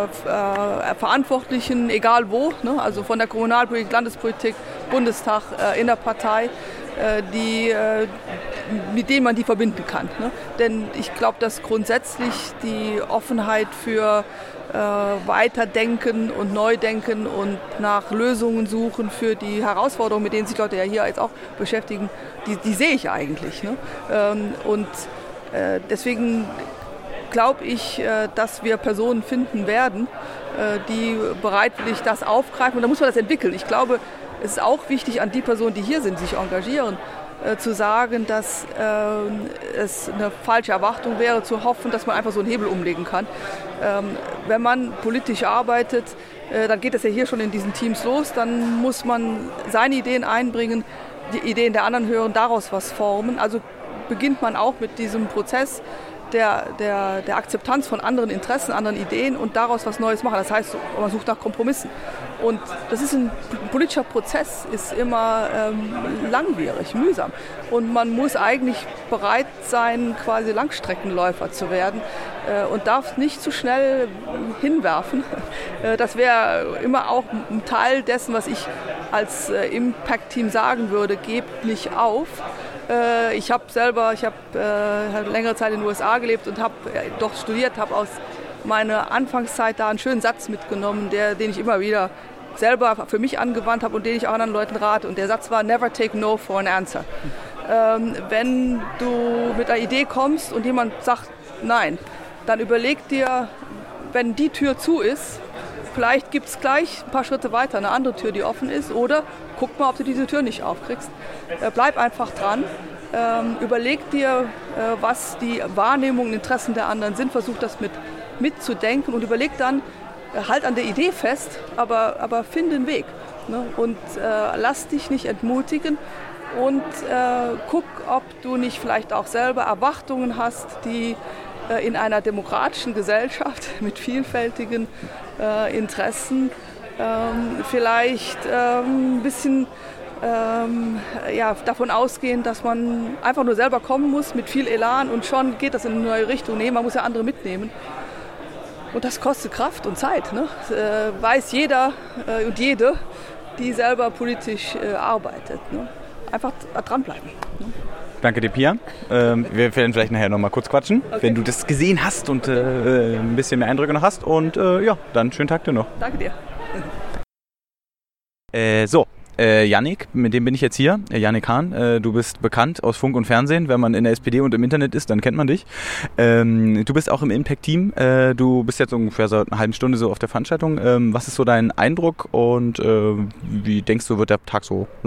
äh, Verantwortlichen, egal wo, ne? Also von der Kommunalpolitik, Landespolitik, Bundestag, äh, in der Partei, äh, die, äh, mit denen man die verbinden kann. Ne? Denn ich glaube, dass grundsätzlich die Offenheit für äh, Weiterdenken und Neudenken und nach Lösungen suchen für die Herausforderungen, mit denen sich Leute ja hier jetzt auch beschäftigen, die, die sehe ich eigentlich. Ne? Ähm, und Deswegen glaube ich, dass wir Personen finden werden, die bereitwillig das aufgreifen. Und da muss man das entwickeln. Ich glaube, es ist auch wichtig, an die Personen, die hier sind, sich engagieren, zu sagen, dass es eine falsche Erwartung wäre, zu hoffen, dass man einfach so einen Hebel umlegen kann. Wenn man politisch arbeitet, dann geht es ja hier schon in diesen Teams los. Dann muss man seine Ideen einbringen, die Ideen der anderen hören, daraus was formen. Also beginnt man auch mit diesem Prozess der, der, der Akzeptanz von anderen Interessen, anderen Ideen und daraus was Neues machen. Das heißt, man sucht nach Kompromissen. Und das ist ein, ein politischer Prozess, ist immer ähm, langwierig, mühsam. Und man muss eigentlich bereit sein, quasi Langstreckenläufer zu werden äh, und darf nicht zu schnell hinwerfen. Äh, das wäre immer auch ein Teil dessen, was ich als äh, Impact-Team sagen würde, gebt nicht auf. Ich habe selber, ich habe äh, längere Zeit in den U S A gelebt und habe äh, dort studiert, habe aus meiner Anfangszeit da einen schönen Satz mitgenommen, der, den ich immer wieder selber für mich angewandt habe und den ich auch anderen Leuten rate. Und der Satz war, never take no for an answer. Ähm, wenn du mit einer Idee kommst und jemand sagt nein, dann überleg dir, wenn die Tür zu ist, vielleicht gibt es gleich ein paar Schritte weiter eine andere Tür, die offen ist, oder guck mal, ob du diese Tür nicht aufkriegst. Äh, bleib einfach dran, ähm, überleg dir, äh, was die Wahrnehmungen und Interessen der anderen sind, versuch das mit mitzudenken und überleg dann, äh, halt an der Idee fest, aber, aber finde einen Weg. Ne? Und äh, lass dich nicht entmutigen und äh, guck, ob du nicht vielleicht auch selber Erwartungen hast, die äh, in einer demokratischen Gesellschaft mit vielfältigen äh, Interessen ähm, vielleicht ähm, ein bisschen ähm, ja, davon ausgehen, dass man einfach nur selber kommen muss mit viel Elan und schon geht das in eine neue Richtung. Nee, man muss ja andere mitnehmen. Und das kostet Kraft und Zeit. Ne? Das, äh, weiß jeder äh, und jede, die selber politisch äh, arbeitet. Ne? Einfach dranbleiben. Ne? Danke dir, Pia. Ähm, wir werden vielleicht nachher noch mal kurz quatschen, okay, wenn du das gesehen hast und äh, ein bisschen mehr Eindrücke noch hast. Und äh, ja, dann schönen Tag dir noch. Danke dir. Äh, so. Äh, Yannick, mit dem bin ich jetzt hier. Äh, Yannick Hahn, äh, du bist bekannt aus Funk und Fernsehen. Wenn man in der S P D und im Internet ist, dann kennt man dich. Ähm, du bist auch im Impact-Team. Äh, du bist jetzt ungefähr seit einer halben Stunde so auf der Veranstaltung. Ähm, was ist so dein Eindruck und äh, wie denkst du, wird der Tag so laufen?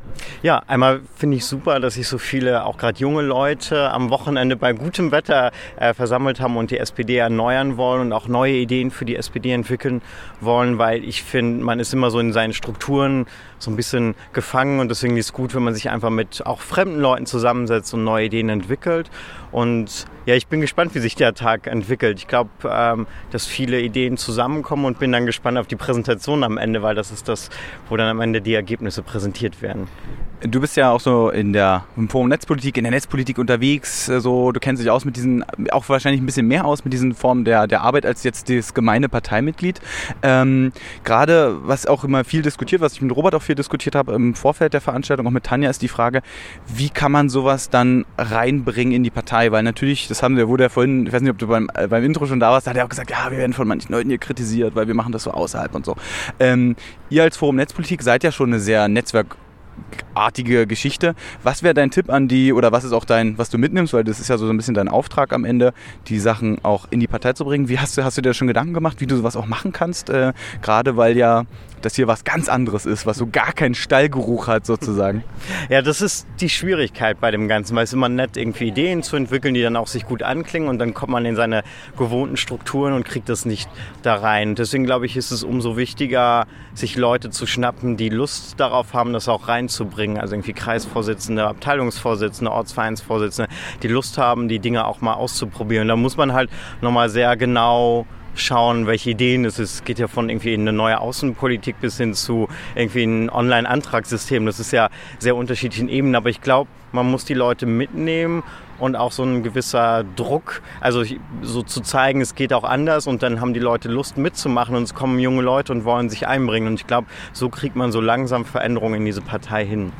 Ja, einmal finde ich super, dass sich so viele, auch gerade junge Leute, am Wochenende bei gutem Wetter äh, versammelt haben und die S P D erneuern wollen und auch neue Ideen für die S P D entwickeln wollen, weil ich finde, man ist immer so in seinen Strukturen so ein bisschen gefangen und deswegen ist es gut, wenn man sich einfach mit auch fremden Leuten zusammensetzt und neue Ideen entwickelt. Und ja, ich bin gespannt, wie sich der Tag entwickelt. Ich glaube, ähm, dass viele Ideen zusammenkommen und bin dann gespannt auf die Präsentation am Ende, weil das ist das, wo dann am Ende die Ergebnisse präsentiert werden. Du bist ja auch so in der im Forum Netzpolitik, in der Netzpolitik unterwegs. So, du kennst dich aus mit diesen, auch wahrscheinlich ein bisschen mehr aus mit diesen Formen der, der Arbeit als jetzt das gemeine Parteimitglied. Ähm, Gerade, was auch immer viel diskutiert, was ich mit Robert auch viel diskutiert habe im Vorfeld der Veranstaltung, auch mit Tanja, ist die Frage, wie kann man sowas dann reinbringen in die Partei? Weil natürlich, das haben wir, wurde ja vorhin, ich weiß nicht, ob du beim, beim Intro schon da warst, da hat er auch gesagt, ja, wir werden von manchen Leuten hier kritisiert, weil wir machen das so außerhalb und so. Ähm, ihr als Forum Netzpolitik seid ja schon eine sehr Netzwerk artige Geschichte. Was wäre dein Tipp an die, oder was ist auch dein, was du mitnimmst, weil das ist ja so ein bisschen dein Auftrag am Ende, die Sachen auch in die Partei zu bringen. Wie hast du, hast du dir schon Gedanken gemacht, wie du sowas auch machen kannst? Äh, gerade weil ja das hier was ganz anderes ist, was so gar keinen Stallgeruch hat sozusagen. Ja, das ist die Schwierigkeit bei dem Ganzen, weil es ist immer nett, irgendwie Ideen zu entwickeln, die dann auch sich gut anklingen und dann kommt man in seine gewohnten Strukturen und kriegt das nicht da rein. Deswegen glaube ich, ist es umso wichtiger, sich Leute zu schnappen, die Lust darauf haben, das auch reinzubringen. Also irgendwie Kreisvorsitzende, Abteilungsvorsitzende, Ortsvereinsvorsitzende, die Lust haben, die Dinge auch mal auszuprobieren. Da muss man halt nochmal sehr genau schauen, welche Ideen es ist. Es geht ja von irgendwie eine neue Außenpolitik bis hin zu irgendwie ein Online-Antragssystem. Das ist ja sehr unterschiedlichen Ebenen, aber ich glaube, man muss die Leute mitnehmen und auch so ein gewisser Druck, also so zu zeigen, es geht auch anders und dann haben die Leute Lust mitzumachen und es kommen junge Leute und wollen sich einbringen und ich glaube, so kriegt man so langsam Veränderungen in diese Partei hin.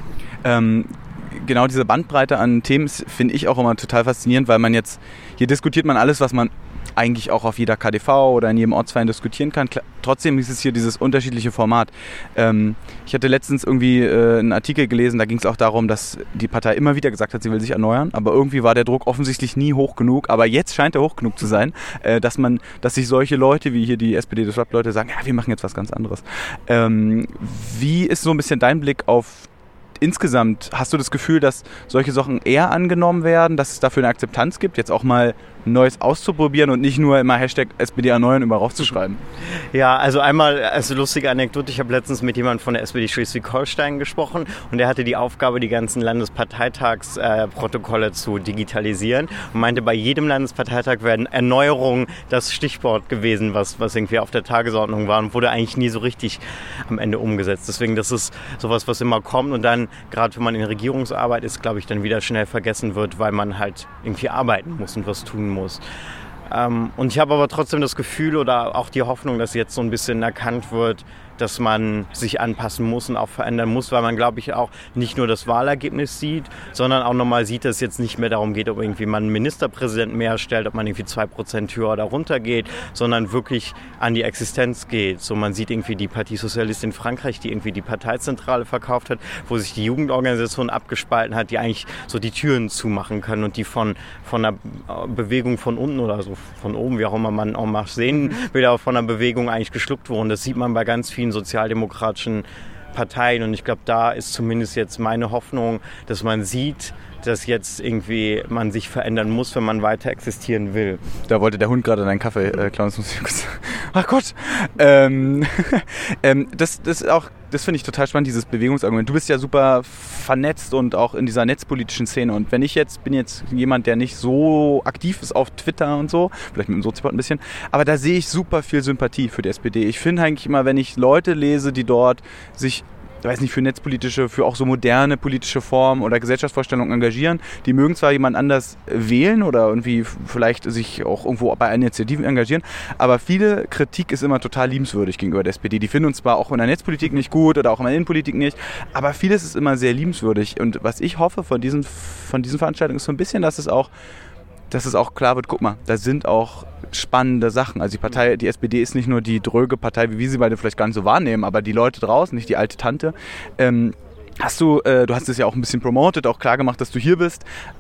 Ähm Genau diese Bandbreite an Themen finde ich auch immer total faszinierend, weil man jetzt, hier diskutiert man alles, was man eigentlich auch auf jeder K D V oder in jedem Ortsverein diskutieren kann. Trotzdem ist es hier dieses unterschiedliche Format. Ähm, ich hatte letztens irgendwie äh, einen Artikel gelesen, da ging es auch darum, dass die Partei immer wieder gesagt hat, sie will sich erneuern, aber irgendwie war der Druck offensichtlich nie hoch genug, aber jetzt scheint er hoch genug zu sein, äh, dass man, dass sich solche Leute wie hier die S P D-Disrupt-Leute sagen, ja, wir machen jetzt was ganz anderes. Ähm, wie ist so ein bisschen dein Blick auf insgesamt, hast du das Gefühl, dass solche Sachen eher angenommen werden, dass es dafür eine Akzeptanz gibt, jetzt auch mal Neues auszuprobieren und nicht nur immer Hashtag S P D erneuern über raufzuschreiben? Ja, also einmal, also lustige Anekdote, ich habe letztens mit jemandem von der S P D Schleswig-Holstein gesprochen und der hatte die Aufgabe, die ganzen Landesparteitagsprotokolle äh, zu digitalisieren und meinte, bei jedem Landesparteitag werden Erneuerungen das Stichwort gewesen, was, was irgendwie auf der Tagesordnung war und wurde eigentlich nie so richtig am Ende umgesetzt. Deswegen, das ist sowas, was immer kommt und dann, gerade wenn man in Regierungsarbeit ist, glaube ich, dann wieder schnell vergessen wird, weil man halt irgendwie arbeiten muss und was tun muss. Ähm, und ich habe aber trotzdem das Gefühl oder auch die Hoffnung, dass jetzt so ein bisschen erkannt wird, dass man sich anpassen muss und auch verändern muss, weil man, glaube ich, auch nicht nur das Wahlergebnis sieht, sondern auch nochmal sieht, dass es jetzt nicht mehr darum geht, ob irgendwie man einen Ministerpräsidenten mehr stellt, ob man irgendwie zwei Prozent höher oder runter geht, sondern wirklich an die Existenz geht. So, man sieht irgendwie die Partie Socialiste in Frankreich, die irgendwie die Parteizentrale verkauft hat, wo sich die Jugendorganisation abgespalten hat, die eigentlich so die Türen zumachen können und die von, von einer Bewegung von unten oder so von oben, wie auch immer man auch mal sehen will, auch von einer Bewegung eigentlich geschluckt wurden. Das sieht man bei ganz vielen sozialdemokratischen Parteien und ich glaube, da ist zumindest jetzt meine Hoffnung, dass man sieht, dass jetzt irgendwie man sich verändern muss, wenn man weiter existieren will. Da wollte der Hund gerade deinen Kaffee äh, klauen. Das muss ich kurz. Ach Gott. Ähm, ähm, das, das ist auch, das finde ich total spannend, dieses Bewegungsargument. Du bist ja super vernetzt und auch in dieser netzpolitischen Szene. Und wenn ich jetzt, bin jetzt jemand, der nicht so aktiv ist auf Twitter und so, vielleicht mit dem Soziopod ein bisschen, aber da sehe ich super viel Sympathie für die S P D. Ich finde eigentlich immer, wenn ich Leute lese, die dort sich, ich weiß nicht, für netzpolitische, für auch so moderne politische Formen oder Gesellschaftsvorstellungen engagieren. Die mögen zwar jemand anders wählen oder irgendwie vielleicht sich auch irgendwo bei Initiativen engagieren, aber viele Kritik ist immer total liebenswürdig gegenüber der S P D. Die finden uns zwar auch in der Netzpolitik nicht gut oder auch in der Innenpolitik nicht, aber vieles ist immer sehr liebenswürdig. Und was ich hoffe von diesen, von diesen Veranstaltungen ist so ein bisschen, dass es auch dass es auch klar wird, guck mal, da sind auch spannende Sachen. Also die Partei, die S P D ist nicht nur die dröge Partei, wie wir sie beide vielleicht gar nicht so wahrnehmen, aber die Leute draußen, nicht die alte Tante. Ähm, hast du, äh, du hast es ja auch ein bisschen promotet, auch klar gemacht, dass du hier bist.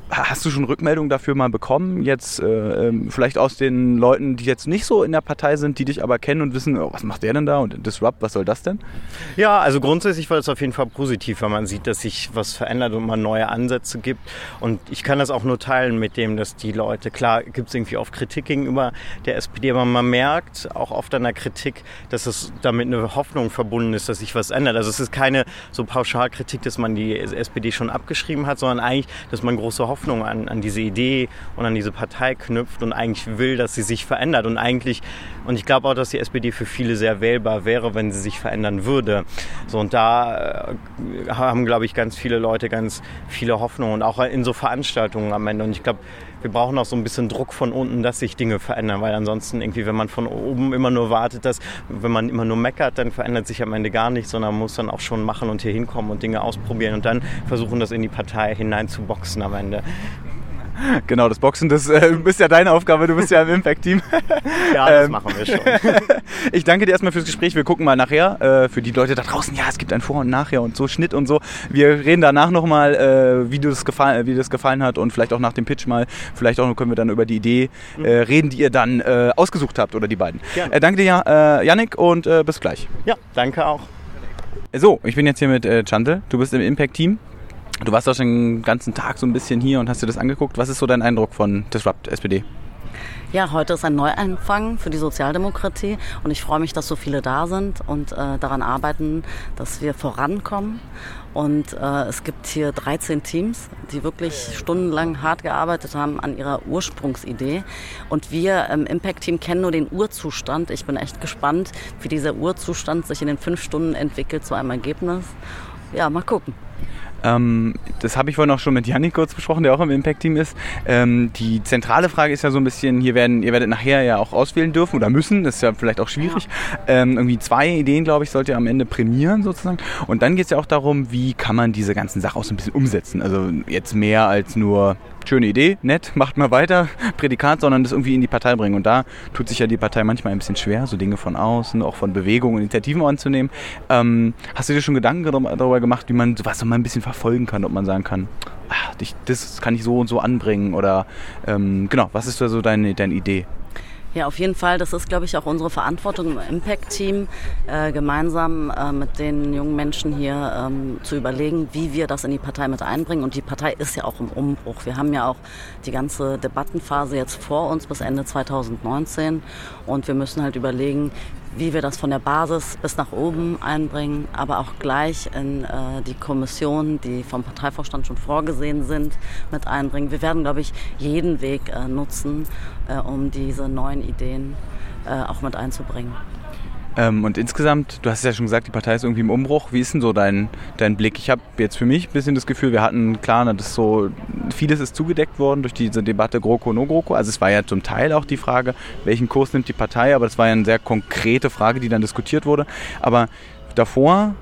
hast du schon Rückmeldungen dafür mal bekommen? Jetzt äh, vielleicht aus den Leuten, die jetzt nicht so in der Partei sind, die dich aber kennen und wissen, oh, was macht der denn da und Disrupt, was soll das denn? Ja, also grundsätzlich war es auf jeden Fall positiv, weil man sieht, dass sich was verändert und man neue Ansätze gibt. Und ich kann das auch nur teilen mit dem, dass die Leute, klar gibt es irgendwie oft Kritik gegenüber der S P D, aber man merkt auch oft an der Kritik, dass es damit eine Hoffnung verbunden ist, dass sich was ändert. Also es ist keine so Pauschalkritik, dass man die S P D schon abgeschrieben hat, sondern eigentlich, dass man große Hoffnung an, an diese Idee und an diese Partei knüpft und eigentlich will, dass sie sich verändert. Und eigentlich, und ich glaube auch, dass die S P D für viele sehr wählbar wäre, wenn sie sich verändern würde. So, und da äh, haben, glaube ich, ganz viele Leute ganz viele Hoffnungen und auch in so Veranstaltungen am Ende. Und ich glaube, wir brauchen auch so ein bisschen Druck von unten, dass sich Dinge verändern, weil ansonsten irgendwie, wenn man von oben immer nur wartet, dass, wenn man immer nur meckert, dann verändert sich am Ende gar nichts, sondern man muss dann auch schon machen und hier hinkommen und Dinge ausprobieren und dann versuchen, das in die Partei hineinzuboxen am Ende. Genau, das Boxen, das äh, ist ja deine Aufgabe, du bist ja im Impact-Team. Ja, das ähm, machen wir schon. Ich danke dir erstmal fürs Gespräch, wir gucken mal nachher, äh, für die Leute da draußen, ja, es gibt ein Vor- und Nachher und so Schnitt und so. Wir reden danach nochmal, äh, wie, dir das gefallen, wie dir das gefallen hat und vielleicht auch nach dem Pitch mal, vielleicht auch können wir dann über die Idee äh, reden, die ihr dann äh, ausgesucht habt oder die beiden. Äh, danke dir, äh, Yannick, und äh, bis gleich. Ja, danke auch. So, ich bin jetzt hier mit äh, Chantal, du bist im Impact-Team. Du warst doch schon den ganzen Tag so ein bisschen hier und hast dir das angeguckt. Was ist so dein Eindruck von Disrupt S P D? Ja, heute ist ein Neuanfang für die Sozialdemokratie und ich freue mich, dass so viele da sind und äh, daran arbeiten, dass wir vorankommen. Und äh, es gibt hier dreizehn Teams, die wirklich stundenlang hart gearbeitet haben an ihrer Ursprungsidee. Und wir im Impact-Team kennen nur den Urzustand. Ich bin echt gespannt, wie dieser Urzustand sich in den fünf Stunden entwickelt zu einem Ergebnis. Ja, mal gucken. Ähm, das habe ich vorhin auch schon mit Yannick kurz besprochen, der auch im Impact-Team ist. Ähm, die zentrale Frage ist ja so ein bisschen, hier werden, ihr werdet nachher ja auch auswählen dürfen oder müssen, das ist ja vielleicht auch schwierig. Ja. Ähm, irgendwie zwei Ideen, glaube ich, sollt ihr am Ende prämieren sozusagen. Und dann geht es ja auch darum, wie kann man diese ganzen Sachen auch so ein bisschen umsetzen. Also jetzt mehr als nur schöne Idee, nett, macht mal weiter, Prädikat, sondern das irgendwie in die Partei bringen. Und da tut sich ja die Partei manchmal ein bisschen schwer, so Dinge von außen, auch von Bewegungen und Initiativen anzunehmen. Ähm, hast du dir schon Gedanken darüber gemacht, wie man sowas noch mal ein bisschen verfolgen kann, ob man sagen kann, ach, das kann ich so und so anbringen oder ähm, genau, was ist da so deine, deine Idee? Ja, auf jeden Fall. Das ist, glaube ich, auch unsere Verantwortung im Impact-Team, äh, gemeinsam äh, mit den jungen Menschen hier ähm, zu überlegen, wie wir das in die Partei mit einbringen. Und die Partei ist ja auch im Umbruch. Wir haben ja auch die ganze Debattenphase jetzt vor uns bis Ende zweitausendneunzehn. Und wir müssen halt überlegen, wie wir das von der Basis bis nach oben einbringen, aber auch gleich in äh, die Kommissionen, die vom Parteivorstand schon vorgesehen sind, mit einbringen. Wir werden, glaube ich, jeden Weg äh, nutzen, äh, um diese neuen Ideen äh, auch mit einzubringen. Ähm, und insgesamt, du hast es ja schon gesagt, die Partei ist irgendwie im Umbruch. Wie ist denn so dein, dein Blick? Ich habe jetzt für mich ein bisschen das Gefühl, wir hatten, klar, das ist so, vieles ist zugedeckt worden durch diese Debatte GroKo, no GroKo. Also es war ja zum Teil auch die Frage, welchen Kurs nimmt die Partei, aber das war ja eine sehr konkrete Frage, die dann diskutiert wurde. Aber davor,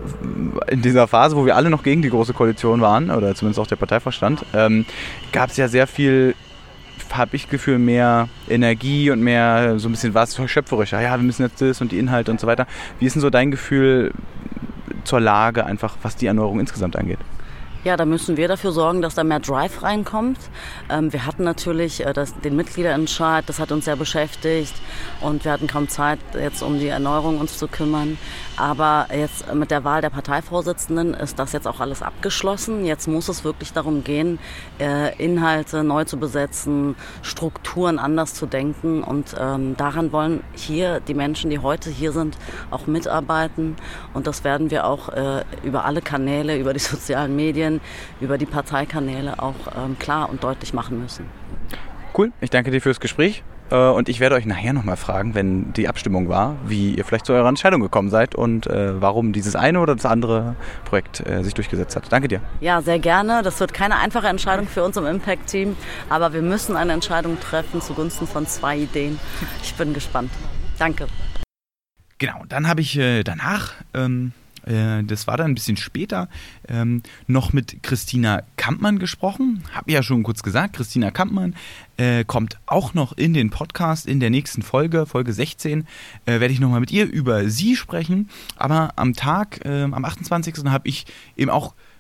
in dieser Phase, wo wir alle noch gegen die Große Koalition waren, oder zumindest auch der Parteivorstand, ähm, gab es ja sehr viel, habe ich das Gefühl, mehr Energie und mehr so ein bisschen was schöpferischer. Ja, wir müssen jetzt das und die Inhalte und so weiter. Wie ist denn so dein Gefühl zur Lage, einfach was die Erneuerung insgesamt angeht? Ja, da müssen wir dafür sorgen, dass da mehr Drive reinkommt. Ähm, wir hatten natürlich äh, das, den Mitgliederentscheid, das hat uns sehr beschäftigt und wir hatten kaum Zeit, jetzt um die Erneuerung uns zu kümmern. Aber jetzt mit der Wahl der Parteivorsitzenden ist das jetzt auch alles abgeschlossen. Jetzt muss es wirklich darum gehen, äh, Inhalte neu zu besetzen, Strukturen anders zu denken und ähm, daran wollen hier die Menschen, die heute hier sind, auch mitarbeiten und das werden wir auch äh, über alle Kanäle, über die sozialen Medien, über die Parteikanäle auch ähm, klar und deutlich machen müssen. Cool, ich danke dir fürs Gespräch und ich werde euch nachher nochmal fragen, wenn die Abstimmung war, wie ihr vielleicht zu eurer Entscheidung gekommen seid und äh, warum dieses eine oder das andere Projekt äh, sich durchgesetzt hat. Danke dir. Ja, sehr gerne. Das wird keine einfache Entscheidung für uns im Impact-Team, aber wir müssen eine Entscheidung treffen zugunsten von zwei Ideen. Ich bin gespannt. Danke. Genau, dann habe ich äh, danach... Ähm Das war dann ein bisschen später, ähm, noch mit Christina Kampmann gesprochen. Habe ja schon kurz gesagt, Christina Kampmann äh, kommt auch noch in den Podcast in der nächsten Folge, Folge sechzehn, äh, werde ich nochmal mit ihr über sie sprechen. Aber am Tag, äh, am achtundzwanzigsten habe ich eben auch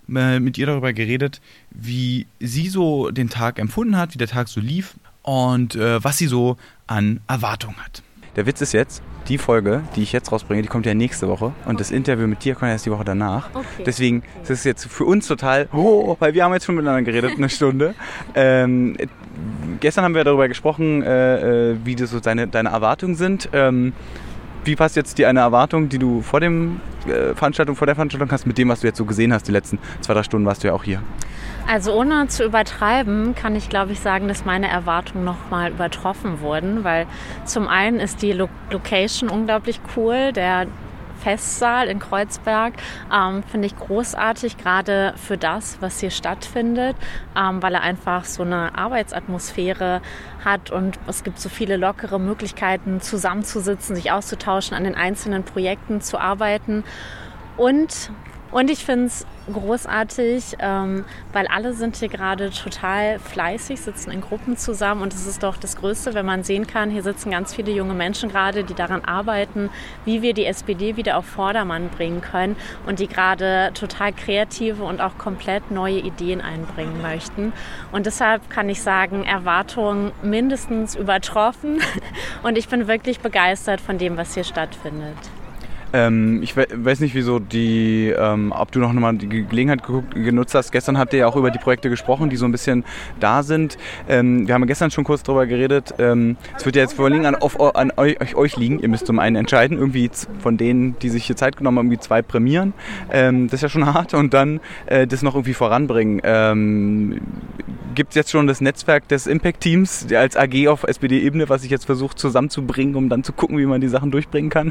äh, mit ihr darüber geredet, wie sie so den Tag empfunden hat, wie der Tag so lief und äh, was sie so an Erwartungen hat. Der Witz ist jetzt, die Folge, die ich jetzt rausbringe, die kommt ja nächste Woche und das Interview mit dir kommt erst die Woche danach. Okay. Deswegen ist es jetzt für uns total, oh, weil wir haben jetzt schon miteinander geredet, eine Stunde. Ähm, gestern haben wir darüber gesprochen, äh, wie das so deine, deine Erwartungen sind. Ähm, wie passt jetzt die eine Erwartung, die du vor dem äh, Veranstaltung, vor der Veranstaltung hast, mit dem, was du jetzt so gesehen hast, die letzten zwei, drei Stunden warst du ja auch hier? Also ohne zu übertreiben, kann ich glaube ich sagen, dass meine Erwartungen nochmal übertroffen wurden, weil zum einen ist die Lo- Location unglaublich cool, der Festsaal in Kreuzberg ähm, finde ich großartig, gerade für das, was hier stattfindet, ähm, weil er einfach so eine Arbeitsatmosphäre hat und es gibt so viele lockere Möglichkeiten, zusammenzusitzen, sich auszutauschen, an den einzelnen Projekten zu arbeiten und Und ich finde es großartig, ähm, weil alle sind hier gerade total fleißig, sitzen in Gruppen zusammen und es ist doch das Größte, wenn man sehen kann, hier sitzen ganz viele junge Menschen gerade, die daran arbeiten, wie wir die S P D wieder auf Vordermann bringen können und die gerade total kreative und auch komplett neue Ideen einbringen möchten. Und deshalb kann ich sagen, Erwartungen mindestens übertroffen und ich bin wirklich begeistert von dem, was hier stattfindet. Ähm, ich we- weiß nicht, wieso die, ähm, ob du noch mal die Gelegenheit geguckt, genutzt hast. Gestern habt ihr ja auch über die Projekte gesprochen, die so ein bisschen da sind. Ähm, wir haben gestern schon kurz darüber geredet. Ähm, es wird ja jetzt vor allem an, auf, an euch, euch liegen. Ihr müsst zum einen entscheiden, irgendwie von denen, die sich hier Zeit genommen haben, irgendwie zwei prämieren. Ähm, das ist ja schon hart. Und dann äh, das noch irgendwie voranbringen. Ähm, Gibt es jetzt schon das Netzwerk des Impact-Teams als A G auf S P D-Ebene, was ich jetzt versucht zusammenzubringen, um dann zu gucken, wie man die Sachen durchbringen kann?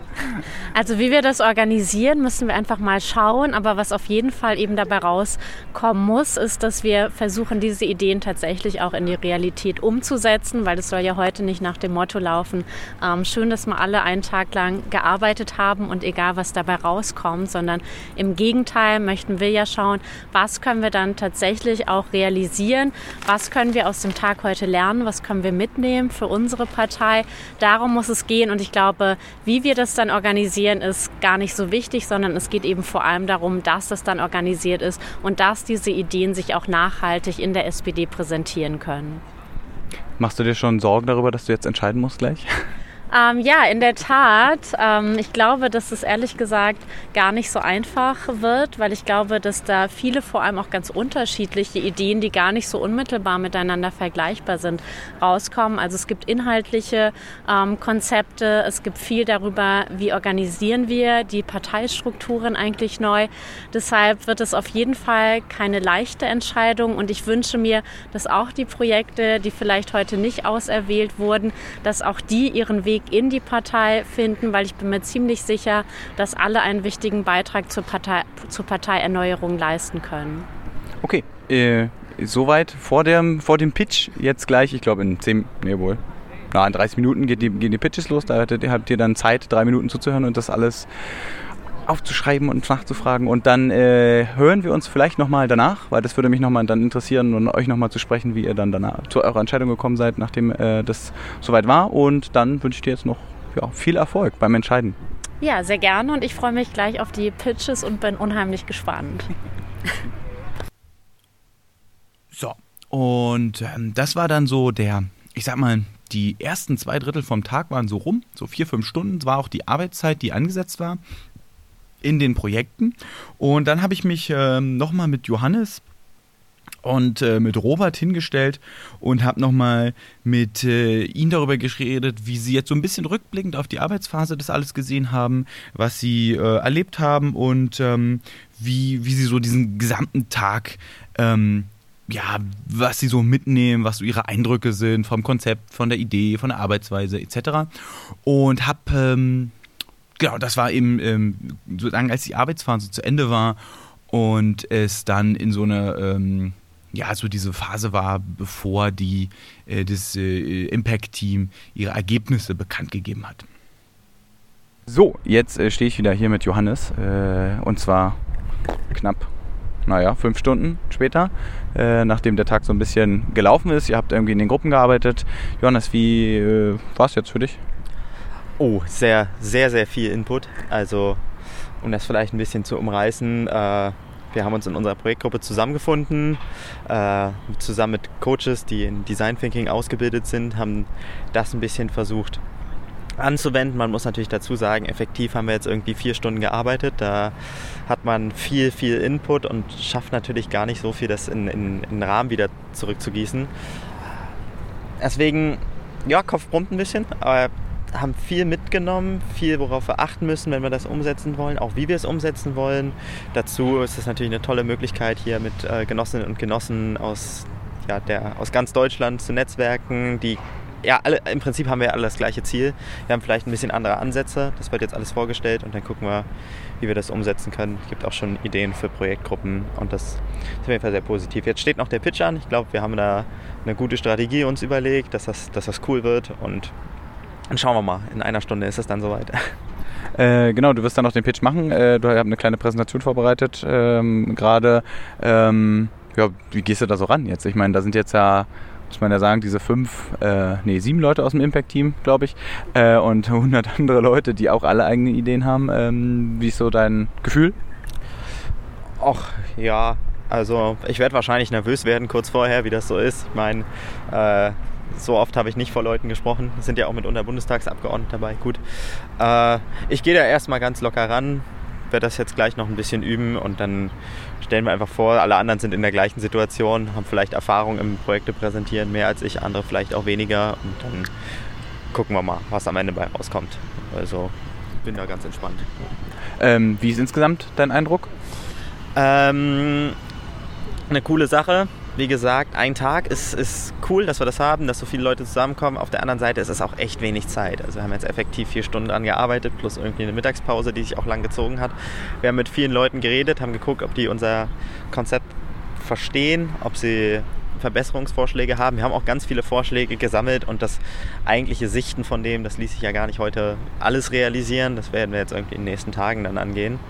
Also wie wir das organisieren, müssen wir einfach mal schauen. Aber was auf jeden Fall eben dabei rauskommen muss, ist, dass wir versuchen, diese Ideen tatsächlich auch in die Realität umzusetzen, weil das soll ja heute nicht nach dem Motto laufen, ähm, schön, dass wir alle einen Tag lang gearbeitet haben und egal, was dabei rauskommt, sondern im Gegenteil möchten wir ja schauen, was können wir dann tatsächlich auch realisieren, was können wir aus dem Tag heute lernen, was können wir mitnehmen für unsere Partei. Darum muss es gehen und ich glaube, wie wir das dann organisieren, ist gar nicht so wichtig, sondern es geht eben vor allem darum, dass das dann organisiert ist und dass diese Ideen sich auch nachhaltig in der S P D präsentieren können. Machst du dir schon Sorgen darüber, dass du jetzt entscheiden musst gleich? Ähm, ja, in der Tat. Ähm, ich glaube, dass es ehrlich gesagt gar nicht so einfach wird, weil ich glaube, dass da viele, vor allem auch ganz unterschiedliche Ideen, die gar nicht so unmittelbar miteinander vergleichbar sind, rauskommen. Also es gibt inhaltliche ähm, Konzepte, es gibt viel darüber, wie organisieren wir die Parteistrukturen eigentlich neu. Deshalb wird es auf jeden Fall keine leichte Entscheidung und ich wünsche mir, dass auch die Projekte, die vielleicht heute nicht auserwählt wurden, dass auch die ihren Weg in die Partei finden, weil ich bin mir ziemlich sicher, dass alle einen wichtigen Beitrag zur Partei, zur Parteierneuerung leisten können. Okay, äh, soweit vor dem, vor dem Pitch, jetzt gleich, ich glaube in zehn, nee wohl, na, in dreißig Minuten geht die, gehen die Pitches los, da habt ihr, habt ihr dann Zeit, drei Minuten zuzuhören und das alles aufzuschreiben und nachzufragen und dann äh, hören wir uns vielleicht nochmal danach, weil das würde mich nochmal dann interessieren und euch nochmal zu sprechen, wie ihr dann danach zu eurer Entscheidung gekommen seid, nachdem äh, das soweit war und dann wünsche ich dir jetzt noch ja, viel Erfolg beim Entscheiden. Ja, sehr gerne und ich freue mich gleich auf die Pitches und bin unheimlich gespannt. So, und ähm, das war dann so der, ich sag mal, die ersten zwei Drittel vom Tag waren so rum, so vier, fünf Stunden, das war auch die Arbeitszeit, die angesetzt war in den Projekten. Und dann habe ich mich ähm, nochmal mit Johannes und äh, mit Robert hingestellt und habe nochmal mit äh, ihnen darüber geredet, wie sie jetzt so ein bisschen rückblickend auf die Arbeitsphase das alles gesehen haben, was sie äh, erlebt haben und ähm, wie, wie sie so diesen gesamten Tag, ähm, ja, was sie so mitnehmen, was so ihre Eindrücke sind vom Konzept, von der Idee, von der Arbeitsweise et cetera. Und habe ähm, Genau, das war eben ähm, sozusagen, als die Arbeitsphase zu Ende war und es dann in so eine, ähm, ja, so diese Phase war, bevor die, äh, das äh, Impact-Team ihre Ergebnisse bekannt gegeben hat. So, jetzt äh, stehe ich wieder hier mit Johannes äh, und zwar knapp, naja, fünf Stunden später, äh, nachdem der Tag so ein bisschen gelaufen ist. Ihr habt irgendwie in den Gruppen gearbeitet. Johannes, wie äh, war es jetzt für dich? Oh, sehr, sehr, sehr viel Input. Also, um das vielleicht ein bisschen zu umreißen, äh, wir wir haben uns in unserer Projektgruppe zusammengefunden, äh, zusammen mit Coaches, die in Design Thinking ausgebildet sind, haben das ein bisschen versucht anzuwenden. Man muss natürlich dazu sagen, effektiv haben wir jetzt irgendwie vier Stunden gearbeitet. Da hat man viel, viel Input und schafft natürlich gar nicht so viel, das in, in, in den Rahmen wieder zurückzugießen. Deswegen, ja, Kopf brummt ein bisschen, aber haben viel mitgenommen, viel, worauf wir achten müssen, wenn wir das umsetzen wollen, auch wie wir es umsetzen wollen. Dazu ist es natürlich eine tolle Möglichkeit, hier mit äh, Genossinnen und Genossen aus, ja, der, aus ganz Deutschland zu netzwerken, die ja, alle, im Prinzip haben wir alle das gleiche Ziel. Wir haben vielleicht ein bisschen andere Ansätze. Das wird jetzt alles vorgestellt und dann gucken wir, wie wir das umsetzen können. Es gibt auch schon Ideen für Projektgruppen und das ist auf jeden Fall sehr positiv. Jetzt steht noch der Pitch an. Ich glaube, wir haben da eine gute Strategie uns überlegt, dass das, dass das cool wird und dann schauen wir mal. In einer Stunde ist es dann soweit. Äh, genau, du wirst dann noch den Pitch machen. Äh, du hast eine kleine Präsentation vorbereitet ähm, gerade. Ähm, ja, wie gehst du da so ran jetzt? Ich meine, da sind jetzt ja, muss man ja sagen, diese fünf, äh, nee, sieben Leute aus dem Impact-Team, glaube ich, äh, und hundert andere Leute, die auch alle eigene Ideen haben. Ähm, wie ist so dein Gefühl? Ach, ja, also ich werde wahrscheinlich nervös werden kurz vorher, wie das so ist. Ich meine, äh, so oft habe ich nicht vor Leuten gesprochen. Es sind ja auch mitunter Bundestagsabgeordnete dabei. Gut. Äh, ich gehe da erstmal ganz locker ran, werde das jetzt gleich noch ein bisschen üben und dann stellen wir einfach vor, alle anderen sind in der gleichen Situation, haben vielleicht Erfahrung im Projekte präsentieren, mehr als ich, andere vielleicht auch weniger und dann gucken wir mal, was am Ende bei rauskommt. Also bin da ganz entspannt. Ähm, wie ist insgesamt dein Eindruck? Ähm, eine coole Sache. Wie gesagt, ein Tag ist, ist cool, dass wir das haben, dass so viele Leute zusammenkommen. Auf der anderen Seite ist es auch echt wenig Zeit. Also wir haben jetzt effektiv vier Stunden dran gearbeitet, plus irgendwie eine Mittagspause, die sich auch lang gezogen hat. Wir haben mit vielen Leuten geredet, haben geguckt, ob die unser Konzept verstehen, ob sie Verbesserungsvorschläge haben. Wir haben auch ganz viele Vorschläge gesammelt und das eigentliche Sichten von dem, das ließ sich ja gar nicht heute alles realisieren. Das werden wir jetzt irgendwie in den nächsten Tagen dann angehen.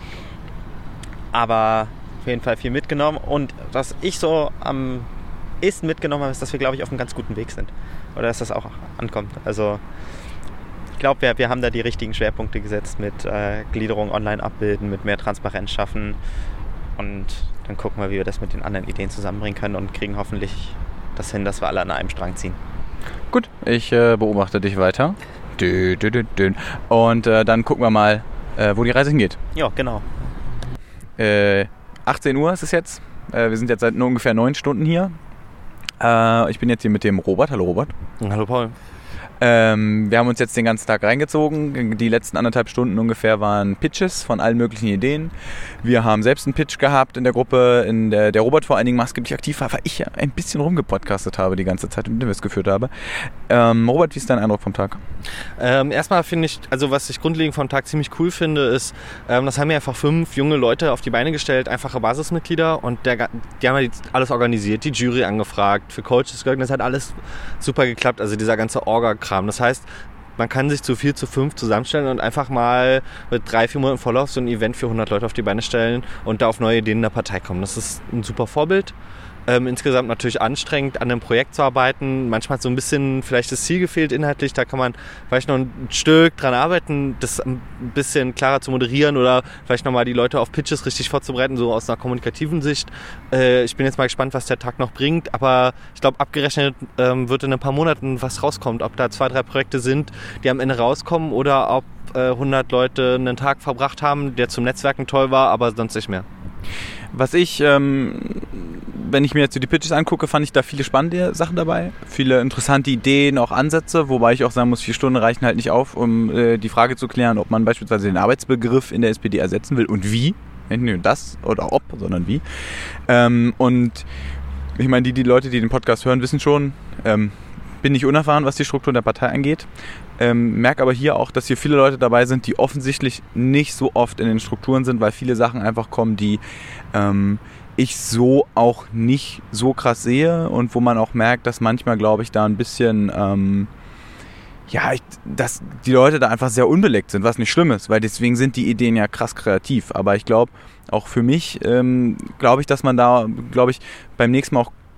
Aber auf jeden Fall viel mitgenommen und was ich so am ehesten mitgenommen habe, ist, dass wir, glaube ich, auf einem ganz guten Weg sind oder dass das auch ankommt. Also ich glaube, wir, wir haben da die richtigen Schwerpunkte gesetzt mit äh, Gliederung online abbilden, mit mehr Transparenz schaffen und dann gucken wir, wie wir das mit den anderen Ideen zusammenbringen können und kriegen hoffentlich das hin, dass wir alle an einem Strang ziehen. Gut, ich äh, beobachte dich weiter. Dö, dö, dö, dö. Und äh, dann gucken wir mal, äh, wo die Reise hingeht. Ja, genau. Äh, achtzehn Uhr ist es jetzt. Äh, wir sind jetzt seit nur ungefähr neun Stunden hier. Äh, ich bin jetzt hier mit dem Robert. Hallo Robert. Hallo Paul. Ähm, wir haben uns jetzt den ganzen Tag reingezogen. Die letzten anderthalb Stunden ungefähr waren Pitches von allen möglichen Ideen. Wir haben selbst einen Pitch gehabt in der Gruppe, in der der Robert vor allen Dingen maßgeblich aktiv war, weil ich ja ein bisschen rumgepodcastet habe die ganze Zeit und Interviews geführt habe. Ähm, Robert, wie ist dein Eindruck vom Tag? Ähm, erstmal finde ich, also was ich grundlegend vom Tag ziemlich cool finde, ist, ähm, das haben ja einfach fünf junge Leute auf die Beine gestellt, einfache Basismitglieder und der, die haben ja alles organisiert, die Jury angefragt, für Coaches gesorgt, das hat alles super geklappt, also dieser ganze Orga-Kram. Das heißt, man kann sich zu vier, zu fünf zusammenstellen und einfach mal mit drei, vier Monaten Vorlauf so ein Event für hundert Leute auf die Beine stellen und da auf neue Ideen in der Partei kommen. Das ist ein super Vorbild. Ähm, insgesamt natürlich anstrengend, an einem Projekt zu arbeiten. Manchmal hat so ein bisschen vielleicht das Ziel gefehlt inhaltlich. Da kann man vielleicht noch ein Stück dran arbeiten, das ein bisschen klarer zu moderieren oder vielleicht nochmal die Leute auf Pitches richtig vorzubereiten, so aus einer kommunikativen Sicht. Äh, ich bin jetzt mal gespannt, was der Tag noch bringt. Aber ich glaube, abgerechnet ähm, wird in ein paar Monaten was rauskommt. Ob da zwei, drei Projekte sind, die am Ende rauskommen oder ob äh, hundert Leute einen Tag verbracht haben, der zum Netzwerken toll war, aber sonst nicht mehr. Was ich, ähm, wenn ich mir jetzt so die Pitches angucke, fand ich da viele spannende Sachen dabei. Viele interessante Ideen, auch Ansätze, wobei ich auch sagen muss, vier Stunden reichen halt nicht auf, um äh, die Frage zu klären, ob man beispielsweise den Arbeitsbegriff in der S P D ersetzen will und wie. Nicht nur das oder ob, sondern wie. Ähm, und ich meine, die, die Leute, die den Podcast hören, wissen schon, ähm, bin nicht unerfahren, was die Struktur der Partei angeht. Ähm, merke aber hier auch, dass hier viele Leute dabei sind, die offensichtlich nicht so oft in den Strukturen sind, weil viele Sachen einfach kommen, die ähm, ich so auch nicht so krass sehe und wo man auch merkt, dass manchmal, glaube ich, da ein bisschen, ähm, ja, ich, dass die Leute da einfach sehr unbelegt sind, was nicht schlimm ist, weil deswegen sind die Ideen ja krass kreativ. Aber ich glaube, auch für mich, ähm, glaube ich, dass man da, glaube ich, beim nächsten Mal auch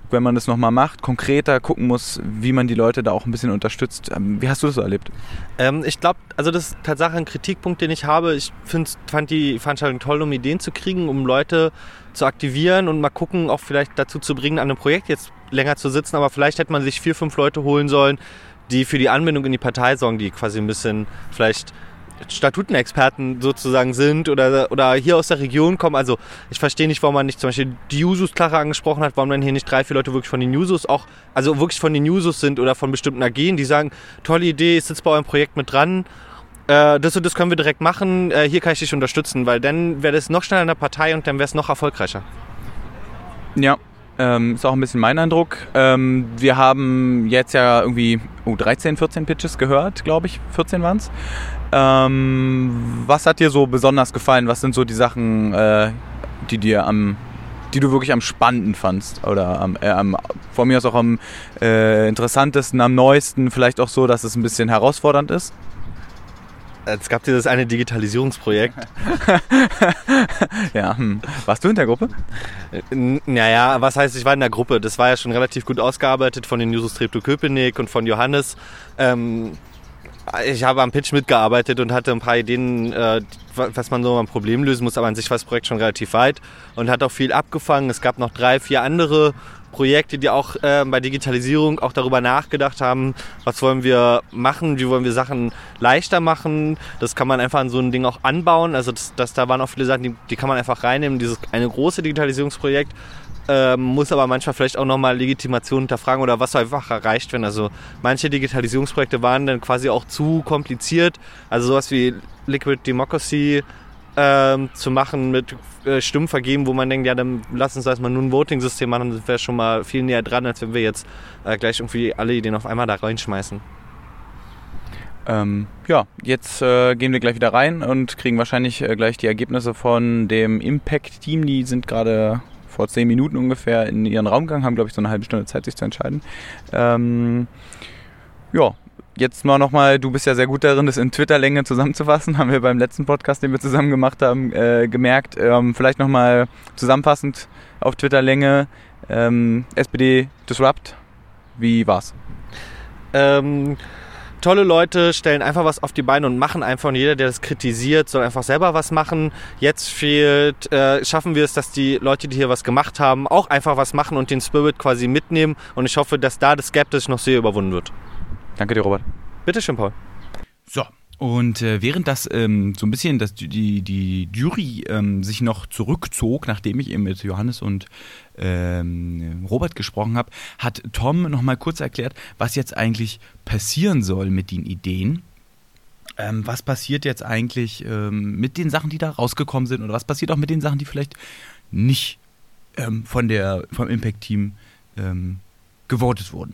wenn man das nochmal macht, konkreter gucken muss, wie man die Leute da auch ein bisschen unterstützt. Wie hast du das so erlebt? Ähm, ich glaube, also das ist tatsächlich ein Kritikpunkt, den ich habe. Ich find, fand die Veranstaltung toll, um Ideen zu kriegen, um Leute zu aktivieren und mal gucken, auch vielleicht dazu zu bringen, an einem Projekt jetzt länger zu sitzen. Aber vielleicht hätte man sich vier, fünf Leute holen sollen, die für die Anbindung in die Partei sorgen, die quasi ein bisschen vielleicht Statutenexperten sozusagen sind oder, oder hier aus der Region kommen. Also ich verstehe nicht, warum man nicht zum Beispiel die Jusos-Klare angesprochen hat, warum dann hier nicht drei, vier Leute wirklich von den Jusos auch, also wirklich von den Jusos sind oder von bestimmten A G, die sagen, tolle Idee, ich sitze bei eurem Projekt mit dran, äh, das und das können wir direkt machen, äh, hier kann ich dich unterstützen, weil dann wäre das noch schneller in der Partei und dann wäre es noch erfolgreicher. Ja. Ähm, ist auch ein bisschen mein Eindruck. Ähm, wir haben jetzt ja irgendwie oh, dreizehn, vierzehn Pitches gehört, glaube ich. vierzehn waren es. Ähm, was hat dir so besonders gefallen? Was sind so die Sachen, äh, die dir am, die du wirklich am spannendsten fandst? Oder am, äh, am, von mir aus auch am äh, interessantesten, am neuesten? Vielleicht auch so, dass es ein bisschen herausfordernd ist? Es gab dieses eine Digitalisierungsprojekt. Ja, hm. Warst du in der Gruppe? Naja, was heißt, ich war in der Gruppe? Das war ja schon relativ gut ausgearbeitet von den Jusos Treptow-Köpenick und von Johannes. Ähm, ich habe am Pitch mitgearbeitet und hatte ein paar Ideen, äh, was man so ein Problem lösen muss, aber an sich war das Projekt schon relativ weit und hat auch viel abgefangen. Es gab noch drei, vier andere Projekte, die auch äh, bei Digitalisierung auch darüber nachgedacht haben, was wollen wir machen, wie wollen wir Sachen leichter machen. Das kann man einfach an so ein Ding auch anbauen. Also das, das, da waren auch viele Sachen, die, die kann man einfach reinnehmen. Dieses eine große Digitalisierungsprojekt äh, muss aber manchmal vielleicht auch nochmal Legitimation hinterfragen oder was einfach erreicht werden. Also manche Digitalisierungsprojekte waren dann quasi auch zu kompliziert. Also sowas wie Liquid Democracy Ähm, zu machen mit äh, Stimmen vergeben, wo man denkt, ja, dann lass uns erstmal nur ein Voting-System machen, dann wäre schon mal viel näher dran, als wenn wir jetzt äh, gleich irgendwie alle Ideen auf einmal da reinschmeißen. Ähm, ja, jetzt äh, gehen wir gleich wieder rein und kriegen wahrscheinlich äh, gleich die Ergebnisse von dem Impact-Team. Die sind gerade vor zehn Minuten ungefähr in ihren Raum gegangen, haben, glaube ich, so eine halbe Stunde Zeit, sich zu entscheiden. Ähm, ja, jetzt mal nochmal, du bist ja sehr gut darin, das in Twitter-Länge zusammenzufassen, haben wir beim letzten Podcast, den wir zusammen gemacht haben, äh, gemerkt. Ähm, vielleicht nochmal zusammenfassend auf Twitter-Länge, ähm, S P D Disrupt, wie war's? Ähm, tolle Leute stellen einfach was auf die Beine und machen einfach, und jeder, der das kritisiert, soll einfach selber was machen. Jetzt fehlt, äh, schaffen wir es, dass die Leute, die hier was gemacht haben, auch einfach was machen und den Spirit quasi mitnehmen, und ich hoffe, dass da das Skeptisch noch sehr überwunden wird. Danke dir, Robert. Bitte schön, Paul. So, und äh, während das ähm, so ein bisschen das, die, die Jury ähm, sich noch zurückzog, nachdem ich eben mit Johannes und ähm, Robert gesprochen habe, hat Tom noch mal kurz erklärt, was jetzt eigentlich passieren soll mit den Ideen. Ähm, was passiert jetzt eigentlich ähm, mit den Sachen, die da rausgekommen sind, oder was passiert auch mit den Sachen, die vielleicht nicht ähm, von der, vom Impact-Team ähm, gewotet wurden.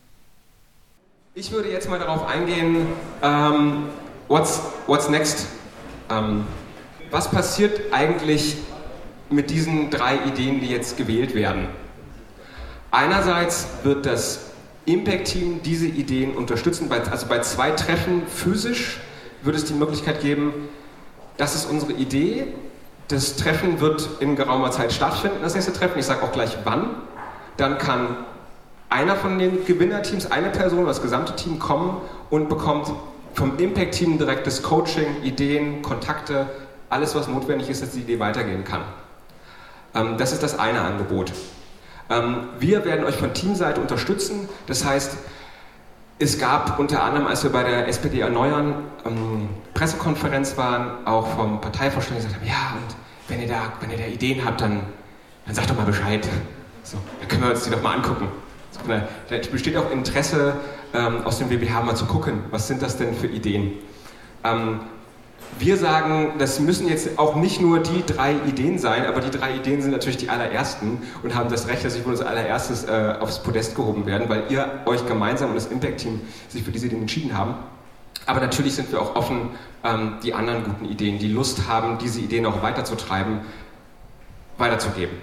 Ich würde jetzt mal darauf eingehen, ähm, what's, what's next? Ähm, was passiert eigentlich mit diesen drei Ideen, die jetzt gewählt werden? Einerseits wird das Impact-Team diese Ideen unterstützen, bei, also bei zwei Treffen physisch wird es die Möglichkeit geben, das ist unsere Idee, das Treffen wird in geraumer Zeit stattfinden, das nächste Treffen, ich sage auch gleich wann, dann kann einer von den Gewinnerteams, eine Person, das gesamte Team kommen und bekommt vom Impact-Team direktes Coaching, Ideen, Kontakte, alles, was notwendig ist, dass die Idee weitergehen kann. Ähm, das ist das eine Angebot. Ähm, wir werden euch von Teamseite unterstützen. Das heißt, es gab unter anderem, als wir bei der S P D Erneuern ähm, Pressekonferenz waren, auch vom Parteivorstand, die gesagt haben, ja, und wenn ihr da, wenn ihr da Ideen habt, dann, dann sagt doch mal Bescheid. So, dann können wir uns die doch mal angucken. Da besteht auch Interesse, ähm, aus dem W B H mal zu gucken, was sind das denn für Ideen. Ähm, wir sagen, das müssen jetzt auch nicht nur die drei Ideen sein, aber die drei Ideen sind natürlich die allerersten und haben das Recht, dass sie von uns allererstes äh, aufs Podest gehoben werden, weil ihr euch gemeinsam und das Impact-Team sich für diese Ideen entschieden haben. Aber natürlich sind wir auch offen, ähm, die anderen guten Ideen, die Lust haben, diese Ideen auch weiterzutreiben, weiterzugeben.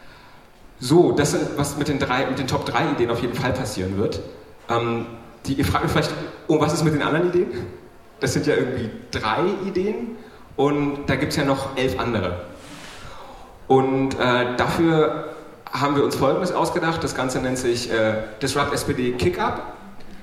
So, das ist, was mit den, drei, mit den Top drei Ideen auf jeden Fall passieren wird. Ähm, die, ihr fragt mich vielleicht, oh, was ist mit den anderen Ideen? Das sind ja irgendwie drei Ideen und da gibt es ja noch elf andere. Und äh, dafür haben wir uns Folgendes ausgedacht. Das Ganze nennt sich äh, Disrupt S P D Kick-Up.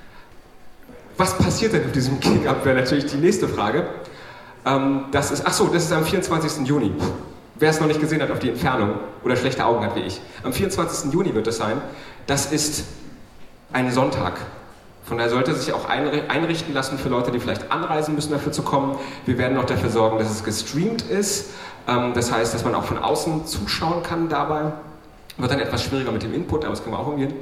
Was passiert denn auf diesem Kick-Up, wäre natürlich die nächste Frage. Ähm, das ist, ach so, das ist am vierundzwanzigsten Juni. Wer es noch nicht gesehen hat auf die Entfernung oder schlechte Augen hat wie ich. Am vierundzwanzigsten Juni wird es sein. Das ist ein Sonntag. Von daher sollte es sich auch einrichten lassen für Leute, die vielleicht anreisen müssen, dafür zu kommen. Wir werden noch dafür sorgen, dass es gestreamt ist. Ähm, das heißt, dass man auch von außen zuschauen kann dabei. Wird dann etwas schwieriger mit dem Input, aber das können wir auch umgehen.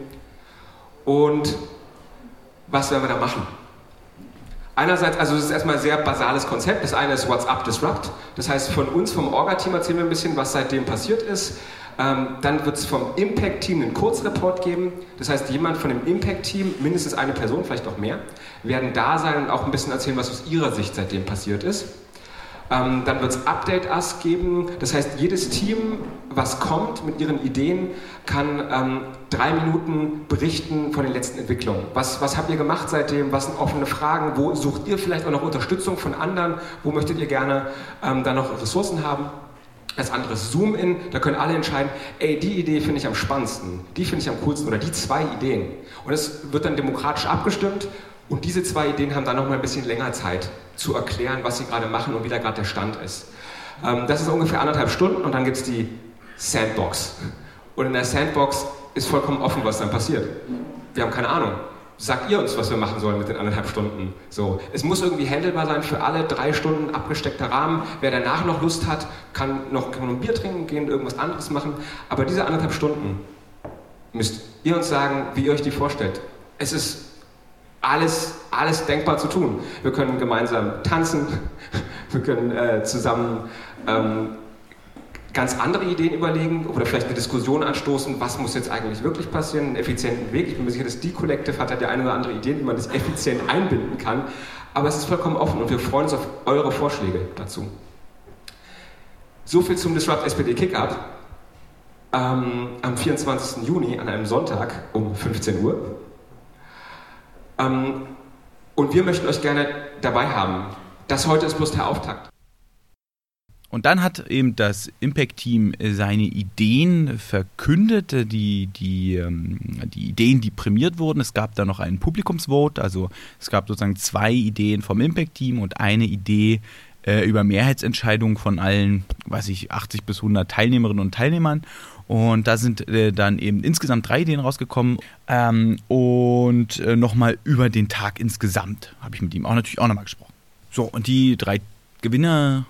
Und was werden wir da machen? Einerseits, also es ist erstmal ein sehr basales Konzept. Das eine ist WhatsApp Disrupt. Das heißt, von uns, vom Orga-Team erzählen wir ein bisschen, was seitdem passiert ist. Ähm, dann wird es vom Impact-Team einen Kurzreport geben. Das heißt, jemand von dem Impact-Team, mindestens eine Person, vielleicht auch mehr, werden da sein und auch ein bisschen erzählen, was aus ihrer Sicht seitdem passiert ist. Ähm, dann wird es Update Us geben. Das heißt, jedes Team, was kommt mit ihren Ideen, kann ähm, drei Minuten berichten von den letzten Entwicklungen. Was, was habt ihr gemacht seitdem? Was sind offene Fragen? Wo sucht ihr vielleicht auch noch Unterstützung von anderen? Wo möchtet ihr gerne ähm, da noch Ressourcen haben? Das andere ist Zoom-In. Da können alle entscheiden, ey, die Idee finde ich am spannendsten, die finde ich am coolsten oder die zwei Ideen. Und es wird dann demokratisch abgestimmt. Und diese zwei Ideen haben dann noch mal ein bisschen länger Zeit zu erklären, was sie gerade machen und wie da gerade der Stand ist. Ähm, das ist ungefähr anderthalb Stunden und dann gibt es die Sandbox. Und in der Sandbox ist vollkommen offen, was dann passiert. Wir haben keine Ahnung. Sagt ihr uns, was wir machen sollen mit den anderthalb Stunden? So. Es muss irgendwie handelbar sein für alle, drei Stunden abgesteckter Rahmen. Wer danach noch Lust hat, kann noch, kann noch ein Bier trinken gehen, irgendwas anderes machen. Aber diese anderthalb Stunden müsst ihr uns sagen, wie ihr euch die vorstellt. Es ist Alles, alles denkbar zu tun. Wir können gemeinsam tanzen, wir können äh, zusammen ähm, ganz andere Ideen überlegen oder vielleicht eine Diskussion anstoßen, was muss jetzt eigentlich wirklich passieren, einen effizienten Weg. Ich bin mir sicher, dass die Collective hat ja die eine oder andere Idee, wie man das effizient einbinden kann, aber es ist vollkommen offen und wir freuen uns auf eure Vorschläge dazu. So viel zum Disrupt S P D Kick-Up ähm, am vierundzwanzigsten Juni an einem Sonntag um fünfzehn Uhr. Ähm, und wir möchten euch gerne dabei haben. Das heute ist bloß der Auftakt. Und dann hat eben das Impact-Team seine Ideen verkündet, die, die, die Ideen, die prämiert wurden. Es gab da noch einen Publikumsvote, also es gab sozusagen zwei Ideen vom Impact-Team und eine Idee äh, über Mehrheitsentscheidungen von allen, weiß ich, achtzig bis hundert Teilnehmerinnen und Teilnehmern. Und da sind äh, dann eben insgesamt drei Ideen rausgekommen. Ähm, und äh, nochmal über den Tag insgesamt habe ich mit ihm auch natürlich auch nochmal gesprochen. So, und die drei Gewinner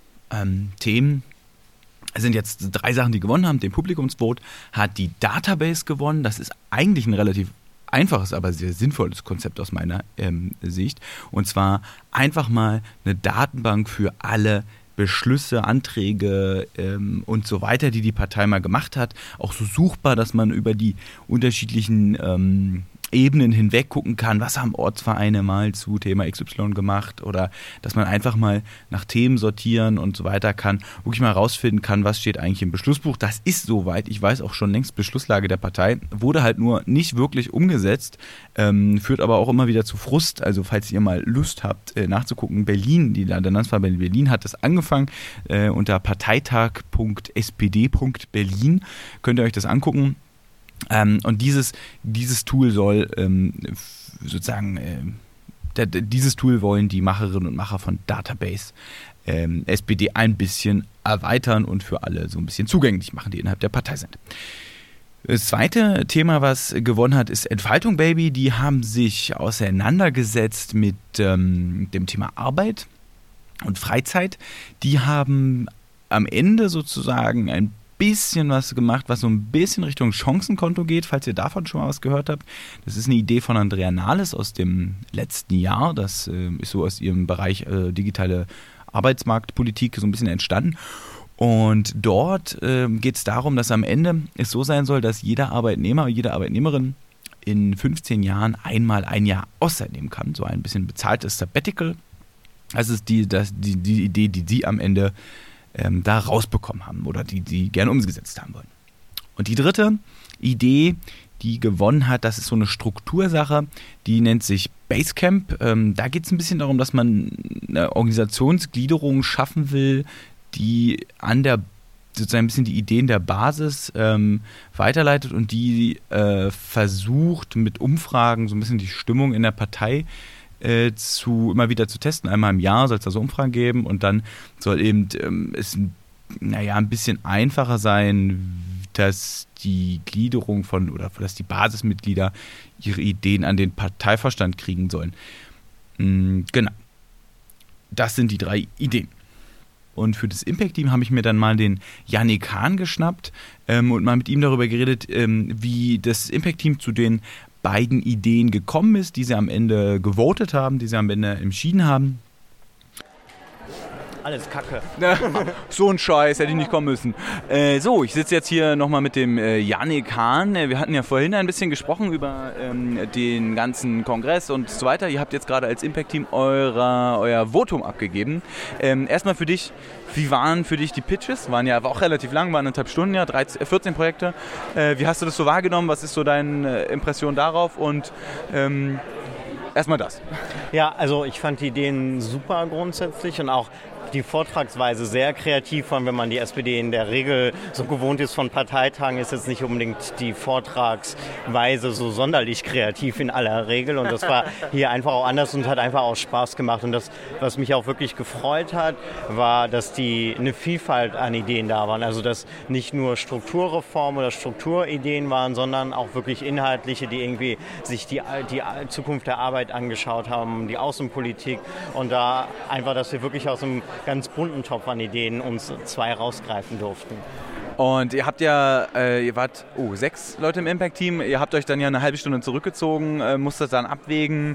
ähm, Themen sind jetzt drei Sachen, die gewonnen haben. Den Publikumsvote hat die Database gewonnen. Das ist eigentlich ein relativ einfaches, aber sehr sinnvolles Konzept aus meiner ähm, Sicht. Und zwar einfach mal eine Datenbank für alle Beschlüsse, Anträge ähm, und so weiter, die die Partei mal gemacht hat, auch so suchbar, dass man über die unterschiedlichen ähm, Ebenen hinweg gucken kann, was haben Ortsvereine mal zu Thema X Y gemacht oder dass man einfach mal nach Themen sortieren und so weiter kann, wirklich mal rausfinden kann, was steht eigentlich im Beschlussbuch. Das ist soweit, ich weiß auch schon längst Beschlusslage der Partei, wurde halt nur nicht wirklich umgesetzt, ähm, führt aber auch immer wieder zu Frust. Also falls ihr mal Lust habt äh, nachzugucken, Berlin, die Landesverband Berlin hat das angefangen, äh, unter parteitag punkt s p d punkt berlin könnt ihr euch das angucken. Ähm, und dieses, dieses Tool soll ähm, sozusagen, äh, der, dieses Tool wollen die Macherinnen und Macher von Database ähm, S P D ein bisschen erweitern und für alle so ein bisschen zugänglich machen, die innerhalb der Partei sind. Das zweite Thema, was gewonnen hat, ist Entfaltung Baby. Die haben sich auseinandergesetzt mit ähm, dem Thema Arbeit und Freizeit. Die haben am Ende sozusagen ein bisschen was gemacht, was so ein bisschen Richtung Chancenkonto geht, falls ihr davon schon mal was gehört habt. Das ist eine Idee von Andrea Nahles aus dem letzten Jahr. Das äh, ist so aus ihrem Bereich äh, digitale Arbeitsmarktpolitik so ein bisschen entstanden. Und dort äh, geht es darum, dass am Ende es so sein soll, dass jeder Arbeitnehmer, jede Arbeitnehmerin in fünfzehn Jahren einmal ein Jahr Auszeit nehmen kann. So ein bisschen bezahltes Sabbatical. Das ist die, das, die, die Idee, die sie am Ende Ähm, da rausbekommen haben oder die die gerne umgesetzt haben wollen. Und die dritte Idee, die gewonnen hat, das ist so eine Struktursache, die nennt sich Basecamp. Ähm, da geht es ein bisschen darum, dass man eine Organisationsgliederung schaffen will, die an der sozusagen ein bisschen die Ideen der Basis ähm, weiterleitet und die äh, versucht mit Umfragen so ein bisschen die Stimmung in der Partei äh, zu immer wieder zu testen. Einmal im Jahr soll es da so Umfragen geben und dann soll eben ähm, es naja, ein bisschen einfacher sein, dass die Gliederung von oder dass die Basismitglieder ihre Ideen an den Parteivorstand kriegen sollen. Mhm, genau. Das sind die drei Ideen. Und für das Impact-Team habe ich mir dann mal den Yannick Hahn geschnappt ähm, und mal mit ihm darüber geredet, ähm, wie das Impact-Team zu den beiden Ideen gekommen ist, die sie am Ende gewotet haben, die sie am Ende entschieden haben. Alles Kacke. So ein Scheiß, hätte ich nicht kommen müssen. Äh, so, ich sitze jetzt hier nochmal mit dem äh, Yannick Hahn. Wir hatten ja vorhin ein bisschen gesprochen über ähm, den ganzen Kongress und so weiter. Ihr habt jetzt gerade als Impact-Team euer, euer Votum abgegeben. Ähm, erstmal für dich, wie waren für dich die Pitches? Waren ja auch relativ lang, waren eineinhalb Stunden, ja, dreizehn, vierzehn Projekte. Äh, wie hast du das so wahrgenommen? Was ist so deine Impression darauf? Und ähm, erstmal das. Ja, also ich fand die Ideen super grundsätzlich und auch die Vortragsweise sehr kreativ, vor allem wenn man die S P D in der Regel so gewohnt ist von Parteitagen, ist jetzt nicht unbedingt die Vortragsweise so sonderlich kreativ in aller Regel und das war hier einfach auch anders und hat einfach auch Spaß gemacht und das, was mich auch wirklich gefreut hat, war, dass die eine Vielfalt an Ideen da waren, also dass nicht nur Strukturreformen oder Strukturideen waren, sondern auch wirklich inhaltliche, die irgendwie sich die, die Zukunft der Arbeit angeschaut haben, die Außenpolitik und da einfach, dass wir wirklich aus einem ganz bunten Topf an Ideen uns zwei rausgreifen durften. Und ihr habt ja, äh, ihr wart oh, sechs Leute im Impact-Team, ihr habt euch dann ja eine halbe Stunde zurückgezogen, äh, musstet dann abwägen.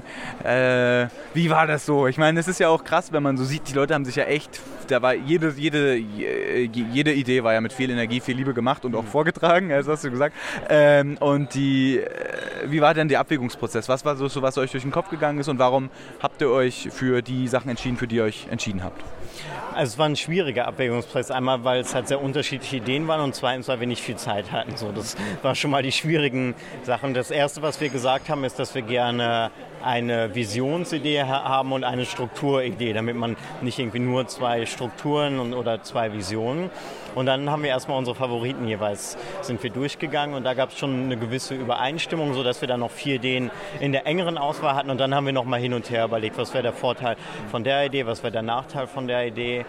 Äh, wie war das so? Ich meine, es ist ja auch krass, wenn man so sieht, die Leute haben sich ja echt, da war jede, jede, jede Idee war ja mit viel Energie, viel Liebe gemacht und auch vorgetragen, also hast du gesagt. Ähm, und die, äh, wie war denn der Abwägungsprozess? Was war so, so, was euch durch den Kopf gegangen ist und warum habt ihr euch für die Sachen entschieden, für die ihr euch entschieden habt? Also es war ein schwieriger Abwägungsprozess, einmal weil es halt sehr unterschiedliche Ideen waren und zweitens, weil wir nicht viel Zeit hatten. So, das war schon mal die schwierigen Sachen. Das Erste, was wir gesagt haben, ist, dass wir gerne eine Visionsidee haben und eine Strukturidee, damit man nicht irgendwie nur zwei Strukturen und, oder zwei Visionen. Und dann haben wir erstmal unsere Favoriten jeweils, sind wir durchgegangen und da gab es schon eine gewisse Übereinstimmung, sodass wir dann noch vier Ideen in der engeren Auswahl hatten und dann haben wir nochmal hin und her überlegt, was wäre der Vorteil von der Idee, was wäre der Nachteil von der Idee.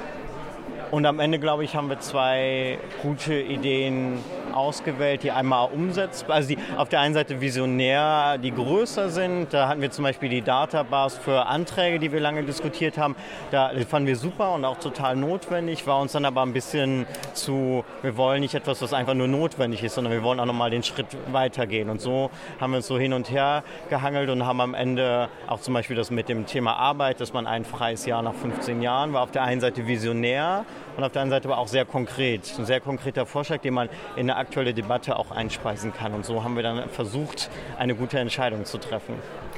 Und am Ende, glaube ich, haben wir zwei gute Ideen ausgewählt, die einmal umsetzbar, also die auf der einen Seite visionär, die größer sind. Da hatten wir zum Beispiel die Database für Anträge, die wir lange diskutiert haben. Da fanden wir super und auch total notwendig, war uns dann aber ein bisschen zu, wir wollen nicht etwas, was einfach nur notwendig ist, sondern wir wollen auch nochmal den Schritt weitergehen. Und so haben wir uns so hin und her gehangelt und haben am Ende auch zum Beispiel das mit dem Thema Arbeit, dass man ein freies Jahr nach fünfzehn Jahren war, auf der einen Seite visionär und auf der anderen Seite aber auch sehr konkret. Ein sehr konkreter Vorschlag, den man in eine aktuelle Debatte auch einspeisen kann. Und so haben wir dann versucht, eine gute Entscheidung zu treffen.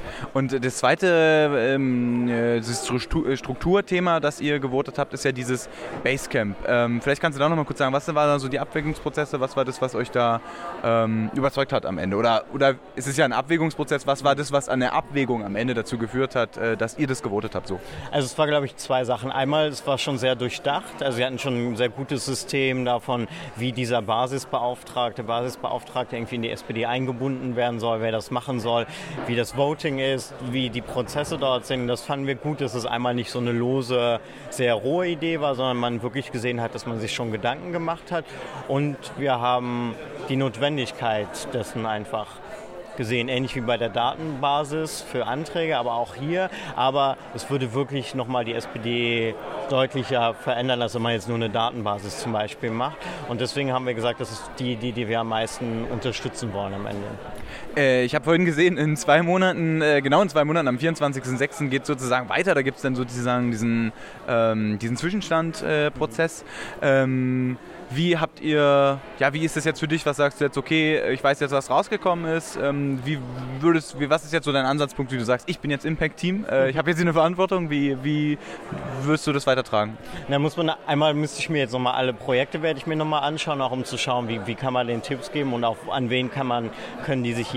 Und das zweite ähm, das Strukturthema, das ihr gewotet habt, ist ja dieses Basecamp. Ähm, vielleicht kannst du da noch mal kurz sagen, was waren da so die Abwägungsprozesse, was war das, was euch da ähm, überzeugt hat am Ende? Oder, oder ist es ja ein Abwägungsprozess, was war das, was an der Abwägung am Ende dazu geführt hat, äh, dass ihr das gewotet habt? So? Also es war, glaube ich, zwei Sachen. Einmal, es war schon sehr durchdacht, also wir hatten schon ein sehr gutes System davon, wie dieser Basisbeauftragte, Basisbeauftragte irgendwie in die S P D eingebunden werden soll, wer das machen soll, wie das Voting ist, wie die Prozesse dort sind. Das fanden wir gut, dass es einmal nicht so eine lose, sehr rohe Idee war, sondern man wirklich gesehen hat, dass man sich schon Gedanken gemacht hat. Und wir haben die Notwendigkeit dessen einfach gesehen, ähnlich wie bei der Datenbasis für Anträge, aber auch hier. Aber es würde wirklich nochmal die S P D deutlicher verändern, als wenn man jetzt nur eine Datenbasis zum Beispiel macht. Und deswegen haben wir gesagt, das ist die Idee, die wir am meisten unterstützen wollen am Ende. Äh, ich habe vorhin gesehen, in zwei Monaten, äh, genau in zwei Monaten, am vierundzwanzigsten sechsten geht es sozusagen weiter. Da gibt es dann sozusagen diesen, ähm, diesen Zwischenstandprozess. Äh, ähm, Wie habt ihr, ja, wie ist das jetzt für dich? Was sagst du jetzt, okay, ich weiß jetzt, was rausgekommen ist. Ähm, wie würdest, wie, was ist jetzt so dein Ansatzpunkt, wie du sagst, ich bin jetzt Impact-Team, äh, ich habe jetzt hier eine Verantwortung. Wie, wie wirst du das weitertragen? Da muss man, einmal müsste ich mir jetzt nochmal alle Projekte, werde ich mir nochmal anschauen, auch um zu schauen, wie, wie kann man den Tipps geben und auch an wen kann man, können die sich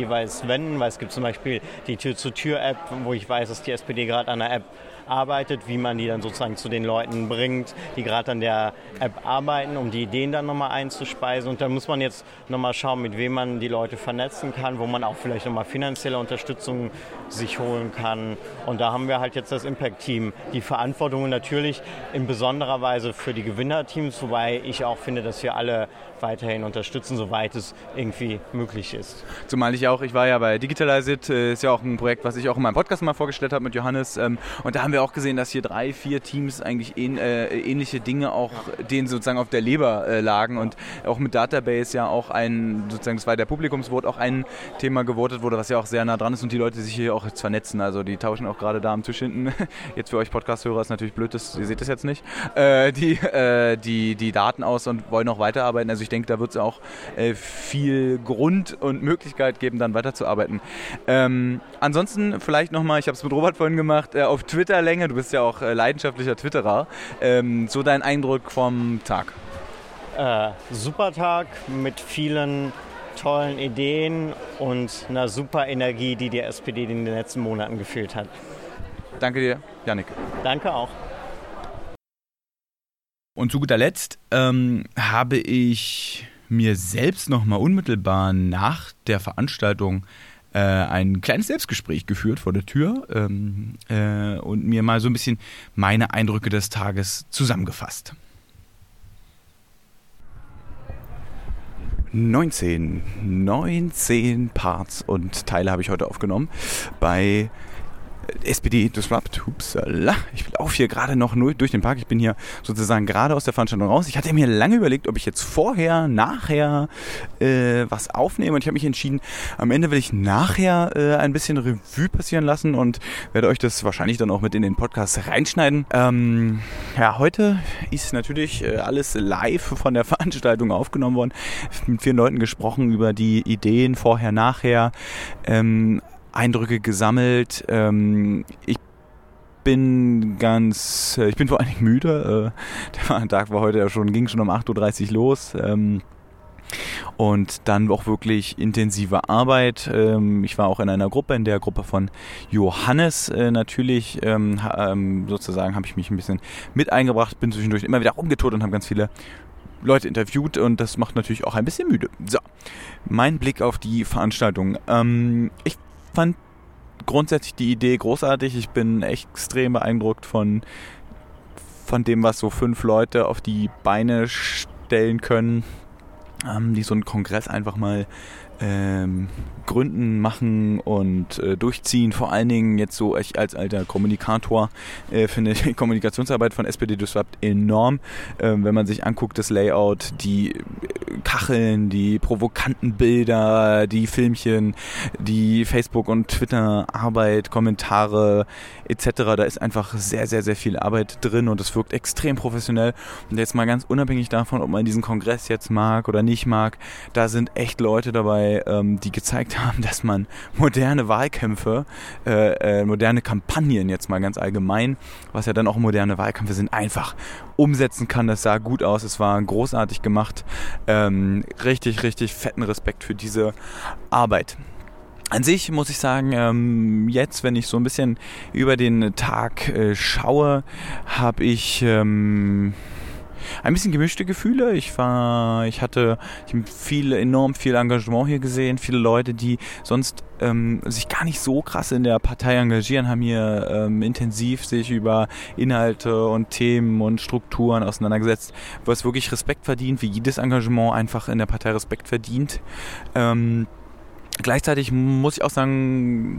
jeweils wenden, weil es gibt zum Beispiel die Tür-zu-Tür-App, wo ich weiß, dass die S P D gerade an der App arbeitet, wie man die dann sozusagen zu den Leuten bringt, die gerade an der App arbeiten, um die Ideen dann nochmal einzuspeisen. Und dann muss man jetzt nochmal schauen, mit wem man die Leute vernetzen kann, wo man auch vielleicht nochmal finanzielle Unterstützung sich holen kann. Und da haben wir halt jetzt das Impact-Team. Die Verantwortung natürlich in besonderer Weise für die Gewinnerteams, wobei ich auch finde, dass wir alle weiterhin unterstützen, soweit es irgendwie möglich ist. Zumal ich auch, ich war ja bei Digitalize It, ist ja auch ein Projekt, was ich auch in meinem Podcast mal vorgestellt habe mit Johannes. Und da haben wir auch gesehen, dass hier drei, vier Teams eigentlich ähn, äh, ähnliche Dinge auch denen sozusagen auf der Leber äh, lagen. Und auch mit Database ja auch ein, sozusagen, das war der Publikumsvote, auch ein Thema gewotet wurde, was ja auch sehr nah dran ist und die Leute sich hier auch jetzt vernetzen. Also die tauschen auch gerade da am Tisch hinten. Jetzt für euch Podcast-Hörer ist natürlich blöd, das, ihr seht das jetzt nicht. Äh, die, äh, die, die Daten aus und wollen noch weiterarbeiten. Also ich denke, da wird es auch äh, viel Grund und Möglichkeit geben, dann weiterzuarbeiten. Ähm, ansonsten vielleicht nochmal, ich habe es mit Robert vorhin gemacht, äh, auf Twitter-Länge, du bist ja auch äh, leidenschaftlicher Twitterer, ähm, so dein Eindruck vom Tag? Äh, super Tag mit vielen tollen Ideen und einer super Energie, die der S P D in den letzten Monaten gefehlt hat. Danke dir, Jannik. Danke auch. Und zu guter Letzt ähm, habe ich mir selbst nochmal unmittelbar nach der Veranstaltung äh, ein kleines Selbstgespräch geführt vor der Tür ähm, äh, und mir mal so ein bisschen meine Eindrücke des Tages zusammengefasst. neunzehn, neunzehn Parts und Teile habe ich heute aufgenommen bei S P D Disrupt. Upsala. Ich laufe hier gerade noch nur durch den Park. Ich bin hier sozusagen gerade aus der Veranstaltung raus. Ich hatte mir lange überlegt, ob ich jetzt vorher, nachher äh, was aufnehme. Und ich habe mich entschieden, am Ende will ich nachher äh, ein bisschen Revue passieren lassen und werde euch das wahrscheinlich dann auch mit in den Podcast reinschneiden. Ähm, ja, heute ist natürlich äh, alles live von der Veranstaltung aufgenommen worden. Mit vielen Leuten gesprochen über die Ideen vorher, nachher. Ähm, Eindrücke gesammelt. Ähm, ich bin ganz, äh, ich bin vor allen Dingen müde. Äh, der Tag war heute ja schon, ging schon um acht Uhr dreißig los. Ähm, und dann auch wirklich intensive Arbeit. Ähm, ich war auch in einer Gruppe, in der Gruppe von Johannes äh, natürlich. Ähm, ha, ähm, sozusagen habe ich mich ein bisschen mit eingebracht, bin zwischendurch immer wieder rumgetourt und habe ganz viele Leute interviewt und das macht natürlich auch ein bisschen müde. So, mein Blick auf die Veranstaltung. Ähm, ich fand grundsätzlich die Idee großartig. Ich bin extrem beeindruckt von, von dem, was so fünf Leute auf die Beine stellen können, ähm, die so einen Kongress einfach mal ähm, gründen, machen und äh, durchziehen. Vor allen Dingen jetzt so, ich als alter Kommunikator äh, finde ich die Kommunikationsarbeit von S P D Disrupt enorm. Ähm, wenn man sich anguckt, das Layout, die Kacheln, die provokanten Bilder, die Filmchen, die Facebook- und Twitter-Arbeit, Kommentare et cetera. Da ist einfach sehr, sehr, sehr viel Arbeit drin und es wirkt extrem professionell. Und jetzt mal ganz unabhängig davon, ob man diesen Kongress jetzt mag oder nicht mag, da sind echt Leute dabei, ähm, die gezeigt haben, dass man moderne Wahlkämpfe, äh, äh, moderne Kampagnen jetzt mal ganz allgemein, was ja dann auch moderne Wahlkämpfe sind, einfach umsetzen kann. Das sah gut aus, es war großartig gemacht. Ähm, richtig, richtig fetten Respekt für diese Arbeit. An sich muss ich sagen, ähm, jetzt, wenn ich so ein bisschen über den Tag äh, schaue, habe ich ähm, ein bisschen gemischte Gefühle. Ich war, ich hatte ich habe viel, enorm viel Engagement hier gesehen. Viele Leute, die sonst ähm, sich gar nicht so krass in der Partei engagieren, haben hier ähm, intensiv sich über Inhalte und Themen und Strukturen auseinandergesetzt, was wirklich Respekt verdient, wie jedes Engagement einfach in der Partei Respekt verdient. Ähm, Gleichzeitig muss ich auch sagen,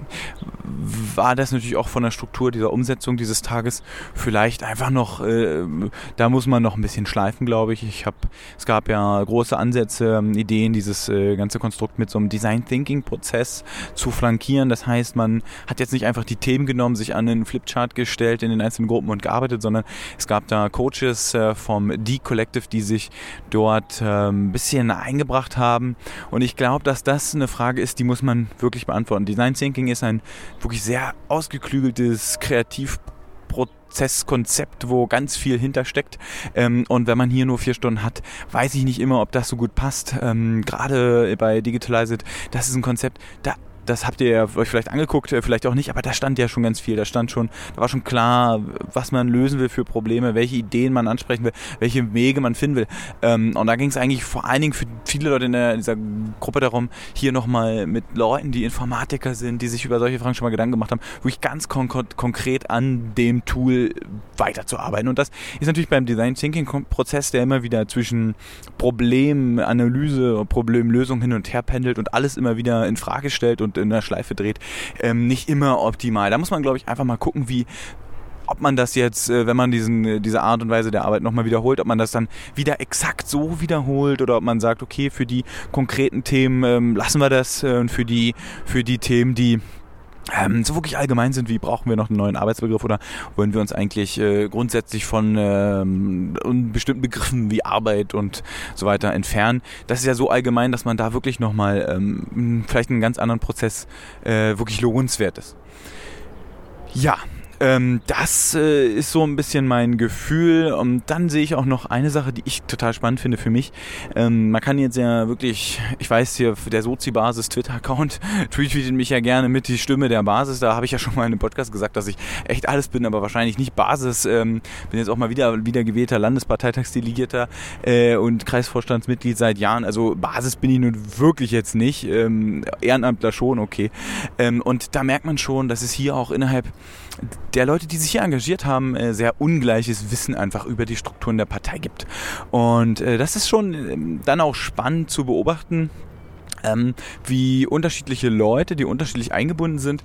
war das natürlich auch von der Struktur dieser Umsetzung dieses Tages vielleicht einfach noch, äh, da muss man noch ein bisschen schleifen, glaube ich. Ich habe, es gab ja große Ansätze, Ideen, dieses äh, ganze Konstrukt mit so einem Design-Thinking-Prozess zu flankieren. Das heißt, man hat jetzt nicht einfach die Themen genommen, sich an einen Flipchart gestellt in den einzelnen Gruppen und gearbeitet, sondern es gab da Coaches äh, vom D-Collective, die sich dort äh, ein bisschen eingebracht haben. Und ich glaube, dass das eine Frage ist, ist, die muss man wirklich beantworten. Design Thinking ist ein wirklich sehr ausgeklügeltes Kreativprozess Prozesskonzept, wo ganz viel hintersteckt. Ähm, und wenn man hier nur vier Stunden hat, weiß ich nicht immer, ob das so gut passt. Ähm, gerade bei Digitalized, das ist ein Konzept, da das habt ihr euch vielleicht angeguckt, vielleicht auch nicht, aber da stand ja schon ganz viel. Da stand schon, da war schon klar, was man lösen will für Probleme, welche Ideen man ansprechen will, welche Wege man finden will. Ähm, und da ging es eigentlich vor allen Dingen für viele Leute in, der, in dieser Gruppe darum, hier nochmal mit Leuten, die Informatiker sind, die sich über solche Fragen schon mal Gedanken gemacht haben, wirklich ganz kon- konkret an dem Tool weiterzuarbeiten. Und das ist natürlich beim Design Thinking Prozess, der immer wieder zwischen Problemanalyse und Problemlösung hin und her pendelt und alles immer wieder in Frage stellt und in der Schleife dreht, ähm, nicht immer optimal. Da muss man, glaube ich, einfach mal gucken, wie ob man das jetzt, wenn man diesen, diese Art und Weise der Arbeit nochmal wiederholt, ob man das dann wieder exakt so wiederholt oder ob man sagt, okay, für die konkreten Themen ähm, lassen wir das äh, und für die, für die Themen, die Ähm, so wirklich allgemein sind, wie brauchen wir noch einen neuen Arbeitsbegriff oder wollen wir uns eigentlich äh, grundsätzlich von ähm, bestimmten Begriffen wie Arbeit und so weiter entfernen. Das ist ja so allgemein, dass man da wirklich nochmal ähm, vielleicht einen ganz anderen Prozess äh, wirklich lohnenswert ist. Ja, Ähm, das äh, ist so ein bisschen mein Gefühl. Und dann sehe ich auch noch eine Sache, die ich total spannend finde für mich. Ähm, man kann jetzt ja wirklich, ich weiß hier, der Sozi-Basis Twitter-Account tweetet mich ja gerne mit die Stimme der Basis. Da habe ich ja schon mal in einem Podcast gesagt, dass ich echt alles bin, aber wahrscheinlich nicht Basis. Ähm, bin jetzt auch mal wieder, wieder gewählter Landesparteitagsdelegierter äh, und Kreisvorstandsmitglied seit Jahren. Also Basis bin ich nun wirklich jetzt nicht. Ähm, Ehrenamtler schon, okay. Ähm, und da merkt man schon, dass es hier auch innerhalb der Leute, die sich hier engagiert haben, äh, sehr ungleiches Wissen einfach über die Strukturen der Partei gibt. Und äh, das ist schon äh, dann auch spannend zu beobachten, ähm, wie unterschiedliche Leute, die unterschiedlich eingebunden sind,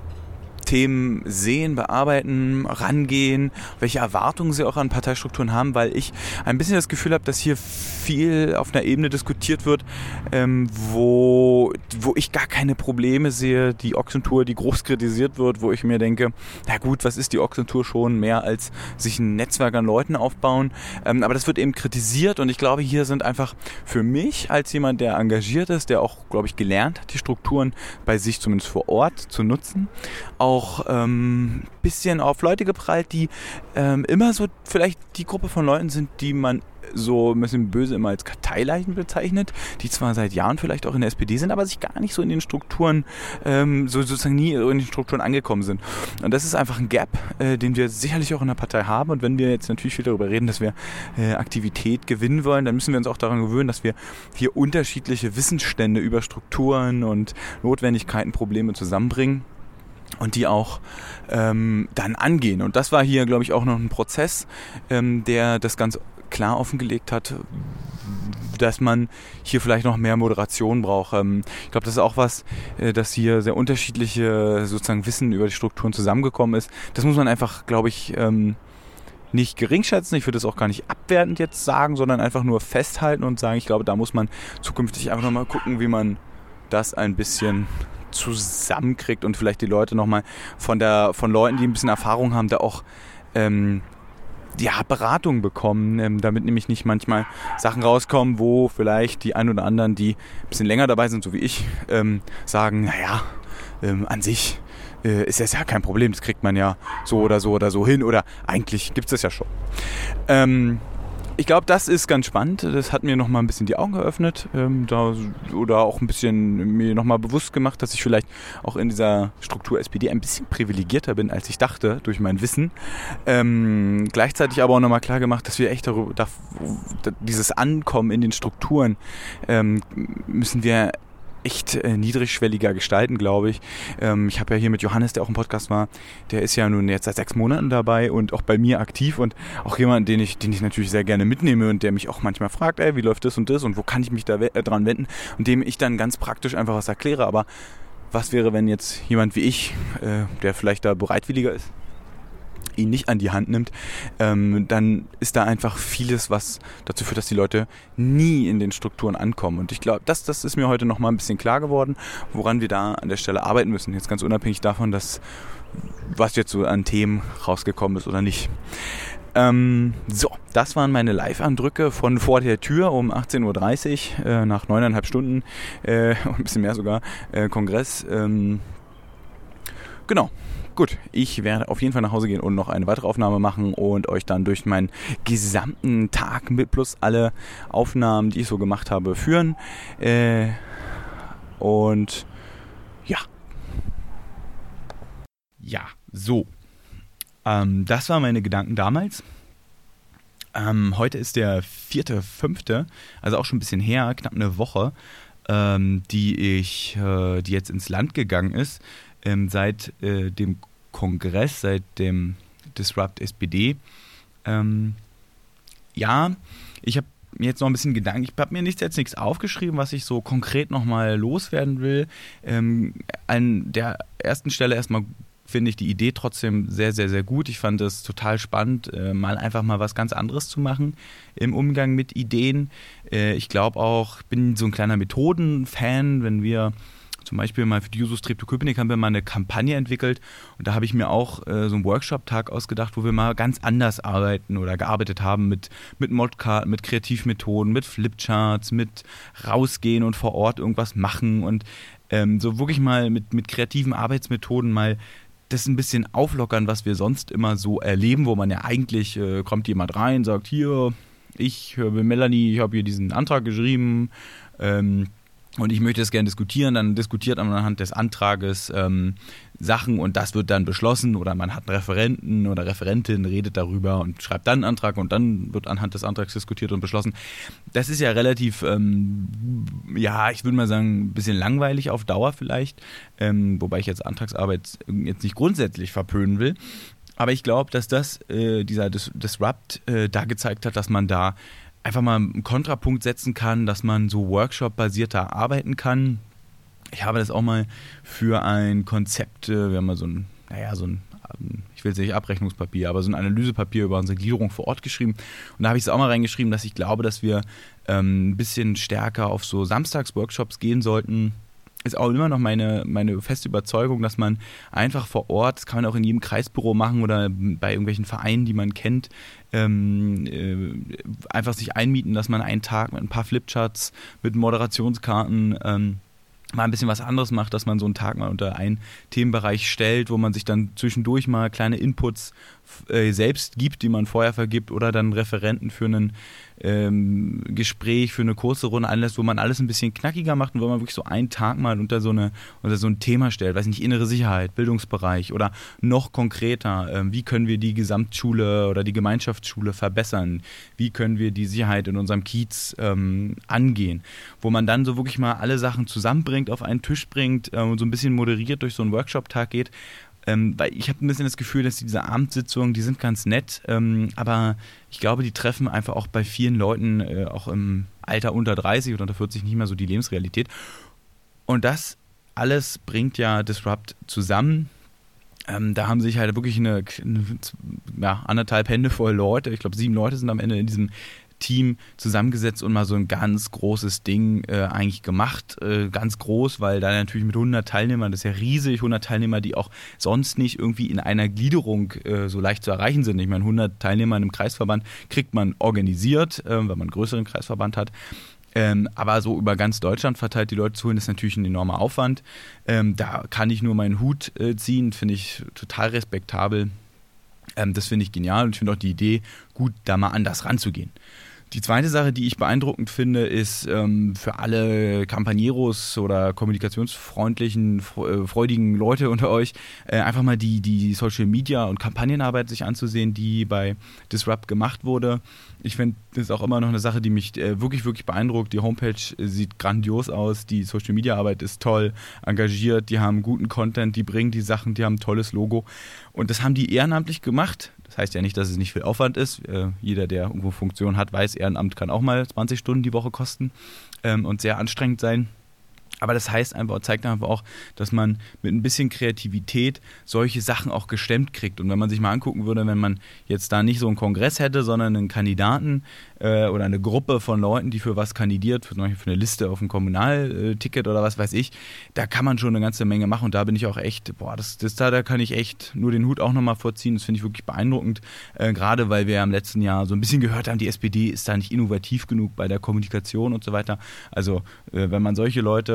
Themen sehen, bearbeiten, rangehen, welche Erwartungen sie auch an Parteistrukturen haben, weil ich ein bisschen das Gefühl habe, dass hier viel auf einer Ebene diskutiert wird, ähm, wo, wo ich gar keine Probleme sehe, die Ochsentour, die groß kritisiert wird, wo ich mir denke, na gut, was ist die Ochsentour schon mehr als sich ein Netzwerk an Leuten aufbauen, ähm, aber das wird eben kritisiert und ich glaube, hier sind einfach für mich als jemand, der engagiert ist, der auch, glaube ich, gelernt hat, die Strukturen bei sich zumindest vor Ort zu nutzen, auch auch ähm, bisschen auf Leute geprallt, die ähm, immer so vielleicht die Gruppe von Leuten sind, die man so ein bisschen böse immer als Karteileichen bezeichnet, die zwar seit Jahren vielleicht auch in der S P D sind, aber sich gar nicht so in den Strukturen, ähm, so sozusagen nie in den Strukturen angekommen sind. Und das ist einfach ein Gap, äh, den wir sicherlich auch in der Partei haben. Und wenn wir jetzt natürlich viel darüber reden, dass wir äh, Aktivität gewinnen wollen, dann müssen wir uns auch daran gewöhnen, dass wir hier unterschiedliche Wissensstände über Strukturen und Notwendigkeiten, Probleme zusammenbringen und die auch ähm, dann angehen. Und das war hier, glaube ich, auch noch ein Prozess, ähm, der das ganz klar offengelegt hat, dass man hier vielleicht noch mehr Moderation braucht. Ähm, ich glaube, das ist auch was, äh, dass hier sehr unterschiedliche sozusagen Wissen über die Strukturen zusammengekommen ist. Das muss man einfach, glaube ich, ähm, nicht geringschätzen. Ich würde das auch gar nicht abwertend jetzt sagen, sondern einfach nur festhalten und sagen, ich glaube, da muss man zukünftig einfach nochmal gucken, wie man das ein bisschen zusammenkriegt und vielleicht die Leute nochmal von der von Leuten, die ein bisschen Erfahrung haben, da auch ähm, ja, Beratung bekommen, ähm, damit nämlich nicht manchmal Sachen rauskommen, wo vielleicht die ein oder anderen, die ein bisschen länger dabei sind, so wie ich, ähm, sagen, naja, ähm, an sich äh, ist das ja kein Problem, das kriegt man ja so oder so oder so hin oder eigentlich gibt es das ja schon. Ähm, Ich glaube, das ist ganz spannend. Das hat mir nochmal ein bisschen die Augen geöffnet ähm, da, oder auch ein bisschen mir nochmal bewusst gemacht, dass ich vielleicht auch in dieser Struktur S P D ein bisschen privilegierter bin, als ich dachte, durch mein Wissen. Ähm, gleichzeitig aber auch nochmal klar gemacht, dass wir echt darüber, da, dieses Ankommen in den Strukturen ähm, müssen wir echt äh, niedrigschwelliger gestalten, glaube ich. Ähm, ich habe ja hier mit Johannes, der auch im Podcast war, der ist ja nun jetzt seit sechs Monaten dabei und auch bei mir aktiv und auch jemand, den ich, den ich natürlich sehr gerne mitnehme und der mich auch manchmal fragt, ey, wie läuft das und das und wo kann ich mich da we- äh, dran wenden und dem ich dann ganz praktisch einfach was erkläre. Aber was wäre, wenn jetzt jemand wie ich, äh, der vielleicht da bereitwilliger ist, ihn nicht an die Hand nimmt, ähm, dann ist da einfach vieles, was dazu führt, dass die Leute nie in den Strukturen ankommen. Und ich glaube, das, das ist mir heute noch mal ein bisschen klar geworden, woran wir da an der Stelle arbeiten müssen. Jetzt ganz unabhängig davon, dass was jetzt so an Themen rausgekommen ist oder nicht. Ähm, so, das waren meine Live-Andrücke von vor der Tür um achtzehn Uhr dreißig äh, nach neuneinhalb Stunden, äh, ein bisschen mehr sogar, äh, Kongress. Ähm, genau. Gut, ich werde auf jeden Fall nach Hause gehen und noch eine weitere Aufnahme machen und euch dann durch meinen gesamten Tag mit plus alle Aufnahmen, die ich so gemacht habe, führen. Äh, und ja. Ja, so. Ähm, das waren meine Gedanken damals. Ähm, heute ist der vierte fünfte, also auch schon ein bisschen her, knapp eine Woche, ähm, die ich, äh, die jetzt ins Land gegangen ist. Ähm, seit äh, dem Kongress, seit dem Disrupt S P D. Ähm, ja, ich habe mir jetzt noch ein bisschen Gedanken, ich habe mir nicht, jetzt nichts aufgeschrieben, was ich so konkret nochmal loswerden will. Ähm, an der ersten Stelle erstmal finde ich die Idee trotzdem sehr, sehr, sehr gut. Ich fand es total spannend, äh, mal einfach mal was ganz anderes zu machen im Umgang mit Ideen. Äh, ich glaube auch, ich bin so ein kleiner Methoden-Fan, wenn wir zum Beispiel mal für die Jusos Treptow-Köpenick haben wir mal eine Kampagne entwickelt und da habe ich mir auch äh, so einen Workshop-Tag ausgedacht, wo wir mal ganz anders arbeiten oder gearbeitet haben mit, mit Modkarten, mit Kreativmethoden, mit Flipcharts, mit rausgehen und vor Ort irgendwas machen und ähm, so wirklich mal mit, mit kreativen Arbeitsmethoden mal das ein bisschen auflockern, was wir sonst immer so erleben, wo man ja eigentlich, äh, kommt jemand rein, sagt, hier, ich höre Melanie, ich habe hier diesen Antrag geschrieben, ähm, und ich möchte das gerne diskutieren, dann diskutiert man anhand des Antrages ähm, Sachen und das wird dann beschlossen oder man hat einen Referenten oder Referentin, redet darüber und schreibt dann einen Antrag und dann wird anhand des Antrags diskutiert und beschlossen. Das ist ja relativ, ähm, ja, ich würde mal sagen, ein bisschen langweilig auf Dauer vielleicht, ähm, wobei ich jetzt Antragsarbeit jetzt nicht grundsätzlich verpönen will. Aber ich glaube, dass das, äh, dieser Dis- Disrupt äh, da gezeigt hat, dass man da einfach mal einen Kontrapunkt setzen kann, dass man so Workshop-basierter arbeiten kann. Ich habe das auch mal für ein Konzept, wir haben mal so ein, naja, so ein, ich will es nicht Abrechnungspapier, aber so ein Analysepapier über unsere Gliederung vor Ort geschrieben. Und da habe ich es auch mal reingeschrieben, dass ich glaube, dass wir ähm, ein bisschen stärker auf so Samstags-Workshops gehen sollten. Ist auch immer noch meine, meine feste Überzeugung, dass man einfach vor Ort, das kann man auch in jedem Kreisbüro machen oder bei irgendwelchen Vereinen, die man kennt, ähm, äh, einfach sich einmieten, dass man einen Tag mit ein paar Flipcharts, mit Moderationskarten ähm, mal ein bisschen was anderes macht, dass man so einen Tag mal unter einen Themenbereich stellt, wo man sich dann zwischendurch mal kleine Inputs äh, selbst gibt, die man vorher vergibt oder dann Referenten für ein ähm, Gespräch, für eine kurze Runde anlässt, wo man alles ein bisschen knackiger macht und wo man wirklich so einen Tag mal unter so, eine, unter so ein Thema stellt, weiß nicht, innere Sicherheit, Bildungsbereich oder noch konkreter, äh, wie können wir die Gesamtschule oder die Gemeinschaftsschule verbessern, wie können wir die Sicherheit in unserem Kiez ähm, angehen, wo man dann so wirklich mal alle Sachen zusammenbringt, auf einen Tisch bringt äh, und so ein bisschen moderiert durch so einen Workshop-Tag geht. Ähm, weil ich habe ein bisschen das Gefühl, dass diese Abendsitzungen, die sind ganz nett, ähm, aber ich glaube, die treffen einfach auch bei vielen Leuten, äh, auch im Alter unter dreißig oder unter vierzig, nicht mehr so die Lebensrealität. Und das alles bringt ja Disrupt zusammen. Ähm, da haben sich halt wirklich eine, eine ja, anderthalb Hände voll Leute, ich glaube sieben Leute sind am Ende in diesem Team zusammengesetzt und mal so ein ganz großes Ding äh, eigentlich gemacht. Äh, ganz groß, weil da natürlich mit hundert Teilnehmern, das ist ja riesig, hundert Teilnehmer, die auch sonst nicht irgendwie in einer Gliederung äh, so leicht zu erreichen sind. Ich meine, hundert Teilnehmer in einem Kreisverband kriegt man organisiert, äh, wenn man einen größeren Kreisverband hat. Ähm, aber so über ganz Deutschland verteilt die Leute zu holen, ist natürlich ein enormer Aufwand. Ähm, da kann ich nur meinen Hut äh, ziehen, finde ich total respektabel. Ähm, das finde ich genial und ich finde auch die Idee gut, da mal anders ranzugehen. Die zweite Sache, die ich beeindruckend finde, ist ähm, für alle Campaneros oder kommunikationsfreundlichen, freudigen Leute unter euch, äh, einfach mal die, die Social Media und Kampagnenarbeit sich anzusehen, die bei Disrupt gemacht wurde. Ich finde, das ist auch immer noch eine Sache, die mich äh, wirklich, wirklich beeindruckt. Die Homepage äh, sieht grandios aus, die Social Media Arbeit ist toll, engagiert, die haben guten Content, die bringen die Sachen, die haben ein tolles Logo. Und das haben die ehrenamtlich gemacht. Das heißt ja nicht, dass es nicht viel Aufwand ist. Äh, jeder, der irgendwo Funktion hat, weiß, Ehrenamt kann auch mal zwanzig Stunden die Woche kosten ähm, und sehr anstrengend sein. Aber das heißt einfach, zeigt einfach auch, dass man mit ein bisschen Kreativität solche Sachen auch gestemmt kriegt. Und wenn man sich mal angucken würde, wenn man jetzt da nicht so einen Kongress hätte, sondern einen Kandidaten äh, oder eine Gruppe von Leuten, die für was kandidiert, für, zum Beispiel für eine Liste auf ein Kommunalticket oder was weiß ich, da kann man schon eine ganze Menge machen. Und da bin ich auch echt, boah, das, das da, da kann ich echt nur den Hut auch nochmal vorziehen. Das finde ich wirklich beeindruckend, äh, gerade weil wir ja im letzten Jahr so ein bisschen gehört haben, die S P D ist da nicht innovativ genug bei der Kommunikation und so weiter. Also äh, wenn man solche Leute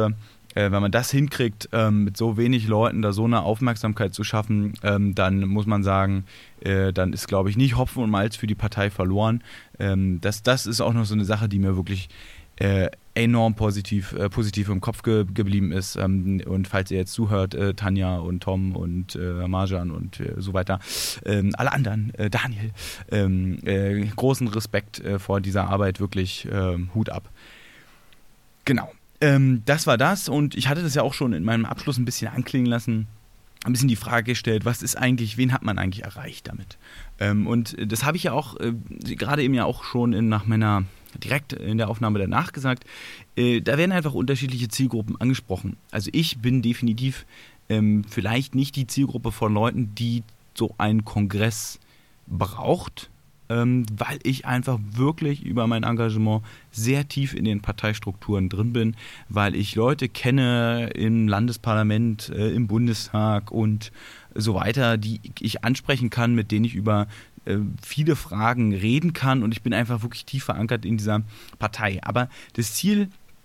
äh, wenn man das hinkriegt, ähm, mit so wenig Leuten da so eine Aufmerksamkeit zu schaffen, ähm, dann muss man sagen, äh, dann ist, glaube ich, nicht Hopfen und Malz für die Partei verloren. Ähm, das, das ist auch noch so eine Sache, die mir wirklich äh, enorm positiv, äh, positiv im Kopf ge- geblieben ist. Ähm, und falls ihr jetzt zuhört, äh, Tanja und Tom und äh, Marjan und äh, so weiter, ähm, alle anderen, äh, Daniel, ähm, äh, großen Respekt äh, vor dieser Arbeit, wirklich äh, Hut ab. Genau, ähm, das war das und ich hatte das ja auch schon in meinem Abschluss ein bisschen anklingen lassen, ein bisschen die Frage gestellt, was ist eigentlich, wen hat man eigentlich erreicht damit? Ähm, und das habe ich ja auch äh, gerade eben ja auch schon in, nach meiner direkt in der Aufnahme danach gesagt, äh, da werden einfach unterschiedliche Zielgruppen angesprochen. Also ich bin definitiv ähm, vielleicht nicht die Zielgruppe von Leuten, die so einen Kongress braucht, ähm, weil ich einfach wirklich über mein Engagement sehr tief in den Parteistrukturen drin bin, weil ich Leute kenne im Landesparlament, äh, im Bundestag und so weiter, die ich ansprechen kann, mit denen ich über viele Fragen reden kann und ich bin einfach wirklich tief verankert in dieser Partei. Aber das Ziel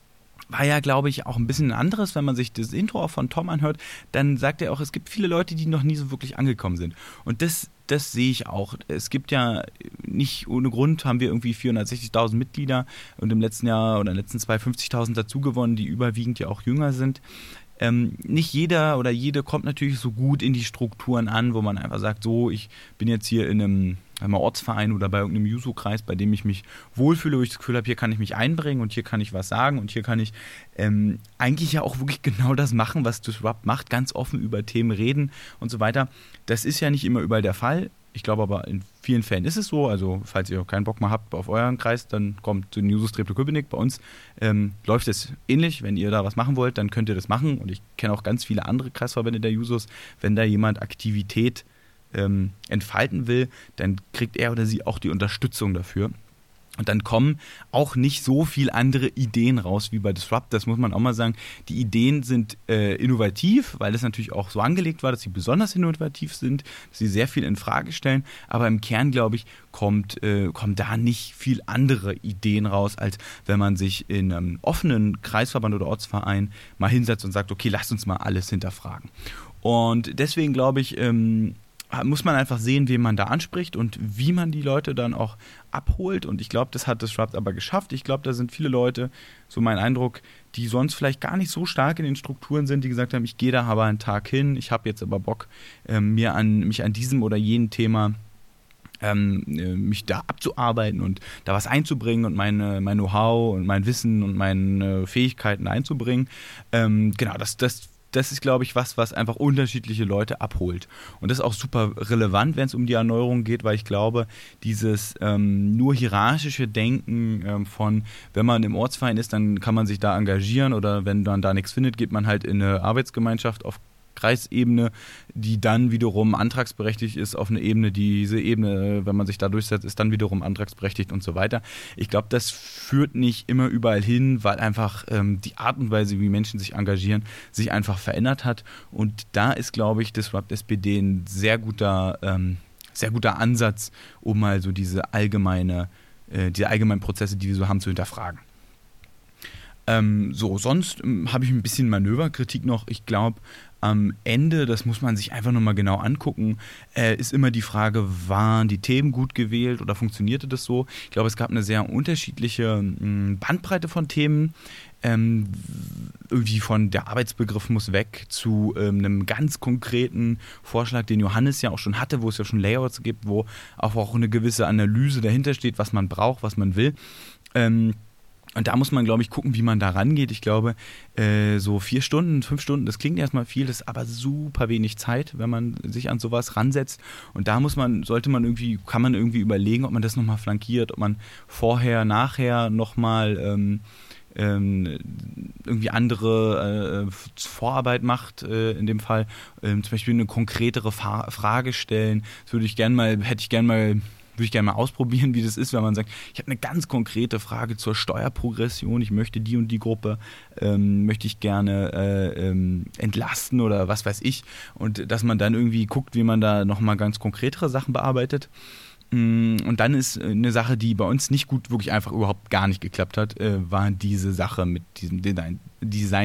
war ja, glaube ich, auch ein bisschen ein anderes. Wenn man sich das Intro auch von Tom anhört, dann sagt er auch, es gibt viele Leute, die noch nie so wirklich angekommen sind. Und das, das sehe ich auch. Es gibt ja nicht ohne Grund, haben wir irgendwie vierhundertsechzigtausend Mitglieder und im letzten Jahr oder in den letzten zwei fünfzigtausend dazugewonnen, die überwiegend ja auch jünger sind. Ähm, nicht jeder oder jede kommt natürlich so gut in die Strukturen an, wo man einfach sagt, so, ich bin jetzt hier in einem, einem Ortsverein oder bei irgendeinem Juso-Kreis, bei dem ich mich wohlfühle, wo ich das Gefühl habe, hier kann ich mich einbringen und hier kann ich was sagen und hier kann ich ähm, eigentlich ja auch wirklich genau das machen, was Disrupt macht, ganz offen über Themen reden und so weiter. Das ist ja nicht immer überall der Fall. Ich glaube aber, in vielen Fällen ist es so. Also, falls ihr keinen Bock mehr habt auf euren Kreis, dann kommt zu den Jusos Treptow-Köpenick. Bei uns ähm, läuft es ähnlich. Wenn ihr da was machen wollt, dann könnt ihr das machen. Und ich kenne auch ganz viele andere Kreisverbände der Jusos. Wenn da jemand Aktivität ähm, entfalten will, dann kriegt er oder sie auch die Unterstützung dafür. Und dann kommen auch nicht so viel andere Ideen raus wie bei Disrupt. Das muss man auch mal sagen. Die Ideen sind äh, innovativ, weil es natürlich auch so angelegt war, dass sie besonders innovativ sind, dass sie sehr viel in Frage stellen. Aber im Kern, glaube ich, kommt, äh, kommen da nicht viel andere Ideen raus, als wenn man sich in einem offenen Kreisverband oder Ortsverein mal hinsetzt und sagt, okay, lasst uns mal alles hinterfragen. Und deswegen glaube ich, ähm, muss man einfach sehen, wen man da anspricht und wie man die Leute dann auch abholt. Und ich glaube, das hat Disrupt aber geschafft. Ich glaube, da sind viele Leute, so mein Eindruck, die sonst vielleicht gar nicht so stark in den Strukturen sind, die gesagt haben, ich gehe da aber einen Tag hin, ich habe jetzt aber Bock, ähm, mir an, mich an diesem oder jenem Thema ähm, mich da abzuarbeiten und da was einzubringen und meine, mein Know-how und mein Wissen und meine Fähigkeiten einzubringen. Ähm, genau, das, das Das ist, glaube ich, was, was einfach unterschiedliche Leute abholt. Und das ist auch super relevant, wenn es um die Erneuerung geht, weil ich glaube, dieses ähm, nur hierarchische Denken ähm, von, wenn man im Ortsverein ist, dann kann man sich da engagieren oder wenn man da nichts findet, geht man halt in eine Arbeitsgemeinschaft auf Kreisebene, die dann wiederum antragsberechtigt ist auf eine Ebene, diese Ebene, wenn man sich da durchsetzt, ist dann wiederum antragsberechtigt und so weiter. Ich glaube, das führt nicht immer überall hin, weil einfach ähm, die Art und Weise, wie Menschen sich engagieren, sich einfach verändert hat. Und da ist, glaube ich, Disrupt S P D ein sehr guter, ähm, sehr guter Ansatz, um mal so diese allgemeine, äh, diese allgemeinen Prozesse, die wir so haben, zu hinterfragen. Ähm, so, sonst ähm, habe ich ein bisschen Manöverkritik noch. Ich glaube, am Ende, das muss man sich einfach nochmal genau angucken, äh, ist immer die Frage, waren die Themen gut gewählt oder funktionierte das so? Ich glaube, es gab eine sehr unterschiedliche mh, Bandbreite von Themen. Ähm, irgendwie von der Arbeitsbegriff muss weg zu ähm, einem ganz konkreten Vorschlag, den Johannes ja auch schon hatte, wo es ja schon Layouts gibt, wo auch, auch eine gewisse Analyse dahinter steht, was man braucht, was man will. Ähm, Und da muss man, glaube ich, gucken, wie man da rangeht. Ich glaube, äh, so vier Stunden, fünf Stunden, das klingt erstmal viel, das ist aber super wenig Zeit, wenn man sich an sowas ransetzt. Und da muss man, sollte man irgendwie, kann man irgendwie überlegen, ob man das nochmal flankiert, ob man vorher, nachher nochmal ähm, ähm, irgendwie andere äh, Vorarbeit macht, äh, in dem Fall. Ähm, zum Beispiel eine konkretere Fa- Frage stellen. Das würde ich gerne mal, hätte ich gerne mal würde ich gerne mal ausprobieren, wie das ist, wenn man sagt, ich habe eine ganz konkrete Frage zur Steuerprogression, ich möchte die und die Gruppe, ähm, möchte ich gerne äh, ähm, entlasten oder was weiß ich. Und dass man dann irgendwie guckt, wie man da nochmal ganz konkretere Sachen bearbeitet. Und dann ist eine Sache, die bei uns nicht gut, wirklich einfach überhaupt gar nicht geklappt hat, äh, war diese Sache mit diesem Design, Design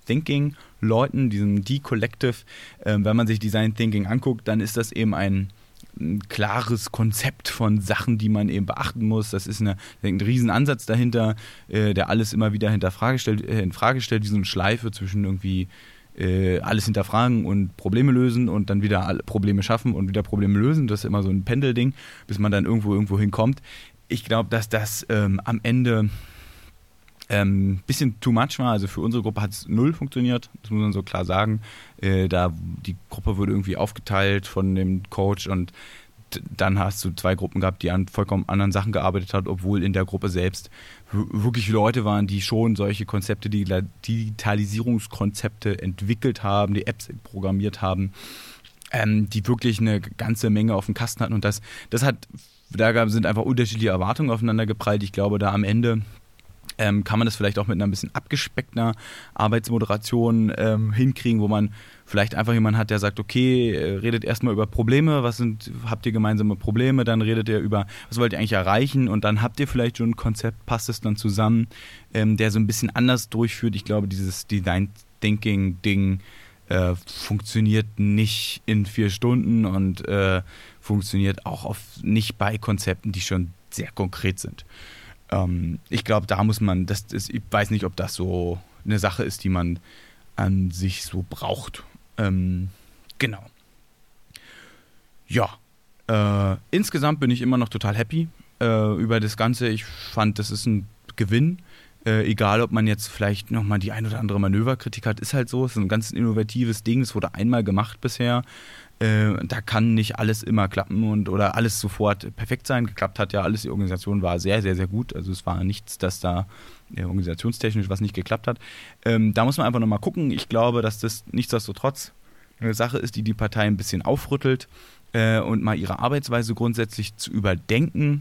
Thinking Leuten, diesem D-Collective. Äh, wenn man sich Design Thinking anguckt, dann ist das eben ein, ein klares Konzept von Sachen, die man eben beachten muss. Das ist eine, ein Riesenansatz dahinter, äh, der alles immer wieder hinterfrage stellt, äh, in Frage stellt, wie so eine Schleife zwischen irgendwie äh, alles hinterfragen und Probleme lösen und dann wieder alle Probleme schaffen und wieder Probleme lösen. Das ist immer so ein Pendelding, bis man dann irgendwo irgendwo hinkommt. Ich glaube, dass das ähm, am Ende ein ähm, bisschen too much war. Also für unsere Gruppe hat es null funktioniert, das muss man so klar sagen. Äh, da die Gruppe wurde irgendwie aufgeteilt von dem Coach und d- dann hast du zwei Gruppen gehabt, die an vollkommen anderen Sachen gearbeitet haben, obwohl in der Gruppe selbst w- wirklich Leute waren, die schon solche Konzepte, die Digitalisierungskonzepte entwickelt haben, die Apps programmiert haben, ähm, die wirklich eine ganze Menge auf dem Kasten hatten und das, das hat, da sind einfach unterschiedliche Erwartungen aufeinander geprallt. Ich glaube, da am Ende Ähm, kann man das vielleicht auch mit einer ein bisschen abgespeckter Arbeitsmoderation ähm, hinkriegen, wo man vielleicht einfach jemanden hat, der sagt, okay, äh, redet erstmal über Probleme, was sind, habt ihr gemeinsame Probleme, dann redet ihr über, was wollt ihr eigentlich erreichen und dann habt ihr vielleicht schon ein Konzept, passt es dann zusammen, ähm, der so ein bisschen anders durchführt. Ich glaube, dieses Design Thinking Ding äh, funktioniert nicht in vier Stunden und äh, funktioniert auch oft nicht bei Konzepten, die schon sehr konkret sind. Ähm, ich glaube, da muss man, das ist, ich weiß nicht, ob das so eine Sache ist, die man an sich so braucht. Ähm, genau. Ja, äh, insgesamt bin ich immer noch total happy äh, über das Ganze. Ich fand, das ist ein Gewinn. Äh, egal, ob man jetzt vielleicht nochmal die ein oder andere Manöverkritik hat, ist halt so. Es ist ein ganz innovatives Ding, das wurde einmal gemacht bisher. Äh, da kann nicht alles immer klappen und oder alles sofort perfekt sein. Geklappt hat ja alles, die Organisation war sehr, sehr, sehr gut. Also es war nichts, dass da äh, organisationstechnisch was nicht geklappt hat. Ähm, da muss man einfach nochmal gucken. Ich glaube, dass das nichtsdestotrotz eine Sache ist, die die Partei ein bisschen aufrüttelt äh, und mal ihre Arbeitsweise grundsätzlich zu überdenken.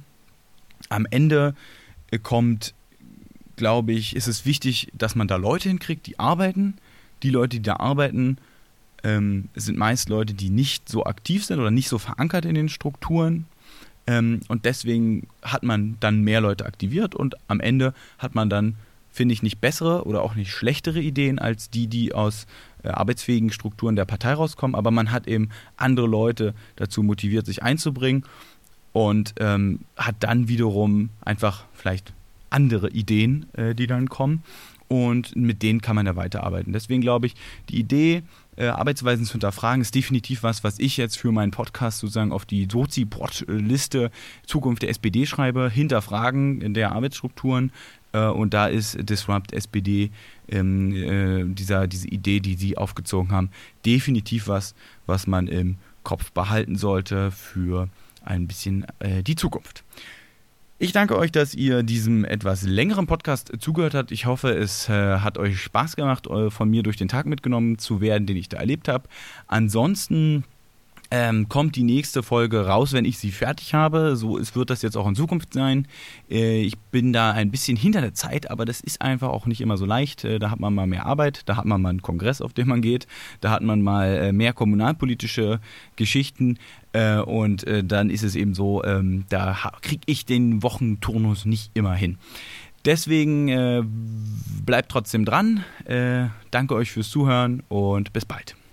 Am Ende äh, kommt, glaube ich, ist es wichtig, dass man da Leute hinkriegt, die arbeiten. Die Leute, die da arbeiten, ähm, sind meist Leute, die nicht so aktiv sind oder nicht so verankert in den Strukturen. Ähm, und deswegen hat man dann mehr Leute aktiviert und am Ende hat man dann, finde ich, nicht bessere oder auch nicht schlechtere Ideen als die, die aus äh, arbeitsfähigen Strukturen der Partei rauskommen. Aber man hat eben andere Leute dazu motiviert, sich einzubringen und ähm, hat dann wiederum einfach vielleicht andere Ideen, äh, die dann kommen. Und mit denen kann man ja weiterarbeiten. Deswegen glaube ich, die Idee, äh, Arbeitsweisen zu hinterfragen, ist definitiv was, was ich jetzt für meinen Podcast sozusagen auf die Sozi-Bot-Liste Zukunft der S P D schreibe. Hinterfragen der Arbeitsstrukturen. Äh, und da ist Disrupt S P D, ähm, äh, dieser, diese Idee, die Sie aufgezogen haben, definitiv was, was man im Kopf behalten sollte für ein bisschen äh, die Zukunft. Ich danke euch, dass ihr diesem etwas längeren Podcast zugehört habt. Ich hoffe, es äh, hat euch Spaß gemacht, äh, von mir durch den Tag mitgenommen zu werden, den ich da erlebt habe. Ansonsten ähm, kommt die nächste Folge raus, wenn ich sie fertig habe. So es wird das jetzt auch in Zukunft sein. Äh, ich bin da ein bisschen hinter der Zeit, aber das ist einfach auch nicht immer so leicht. Äh, da hat man mal mehr Arbeit, da hat man mal einen Kongress, auf den man geht, da hat man mal äh, mehr kommunalpolitische Geschichten. Äh, und äh, dann ist es eben so, ähm, da ha- kriege ich den Wochenturnus nicht immer hin. Deswegen äh, bleibt trotzdem dran. Äh, danke euch fürs Zuhören und bis bald.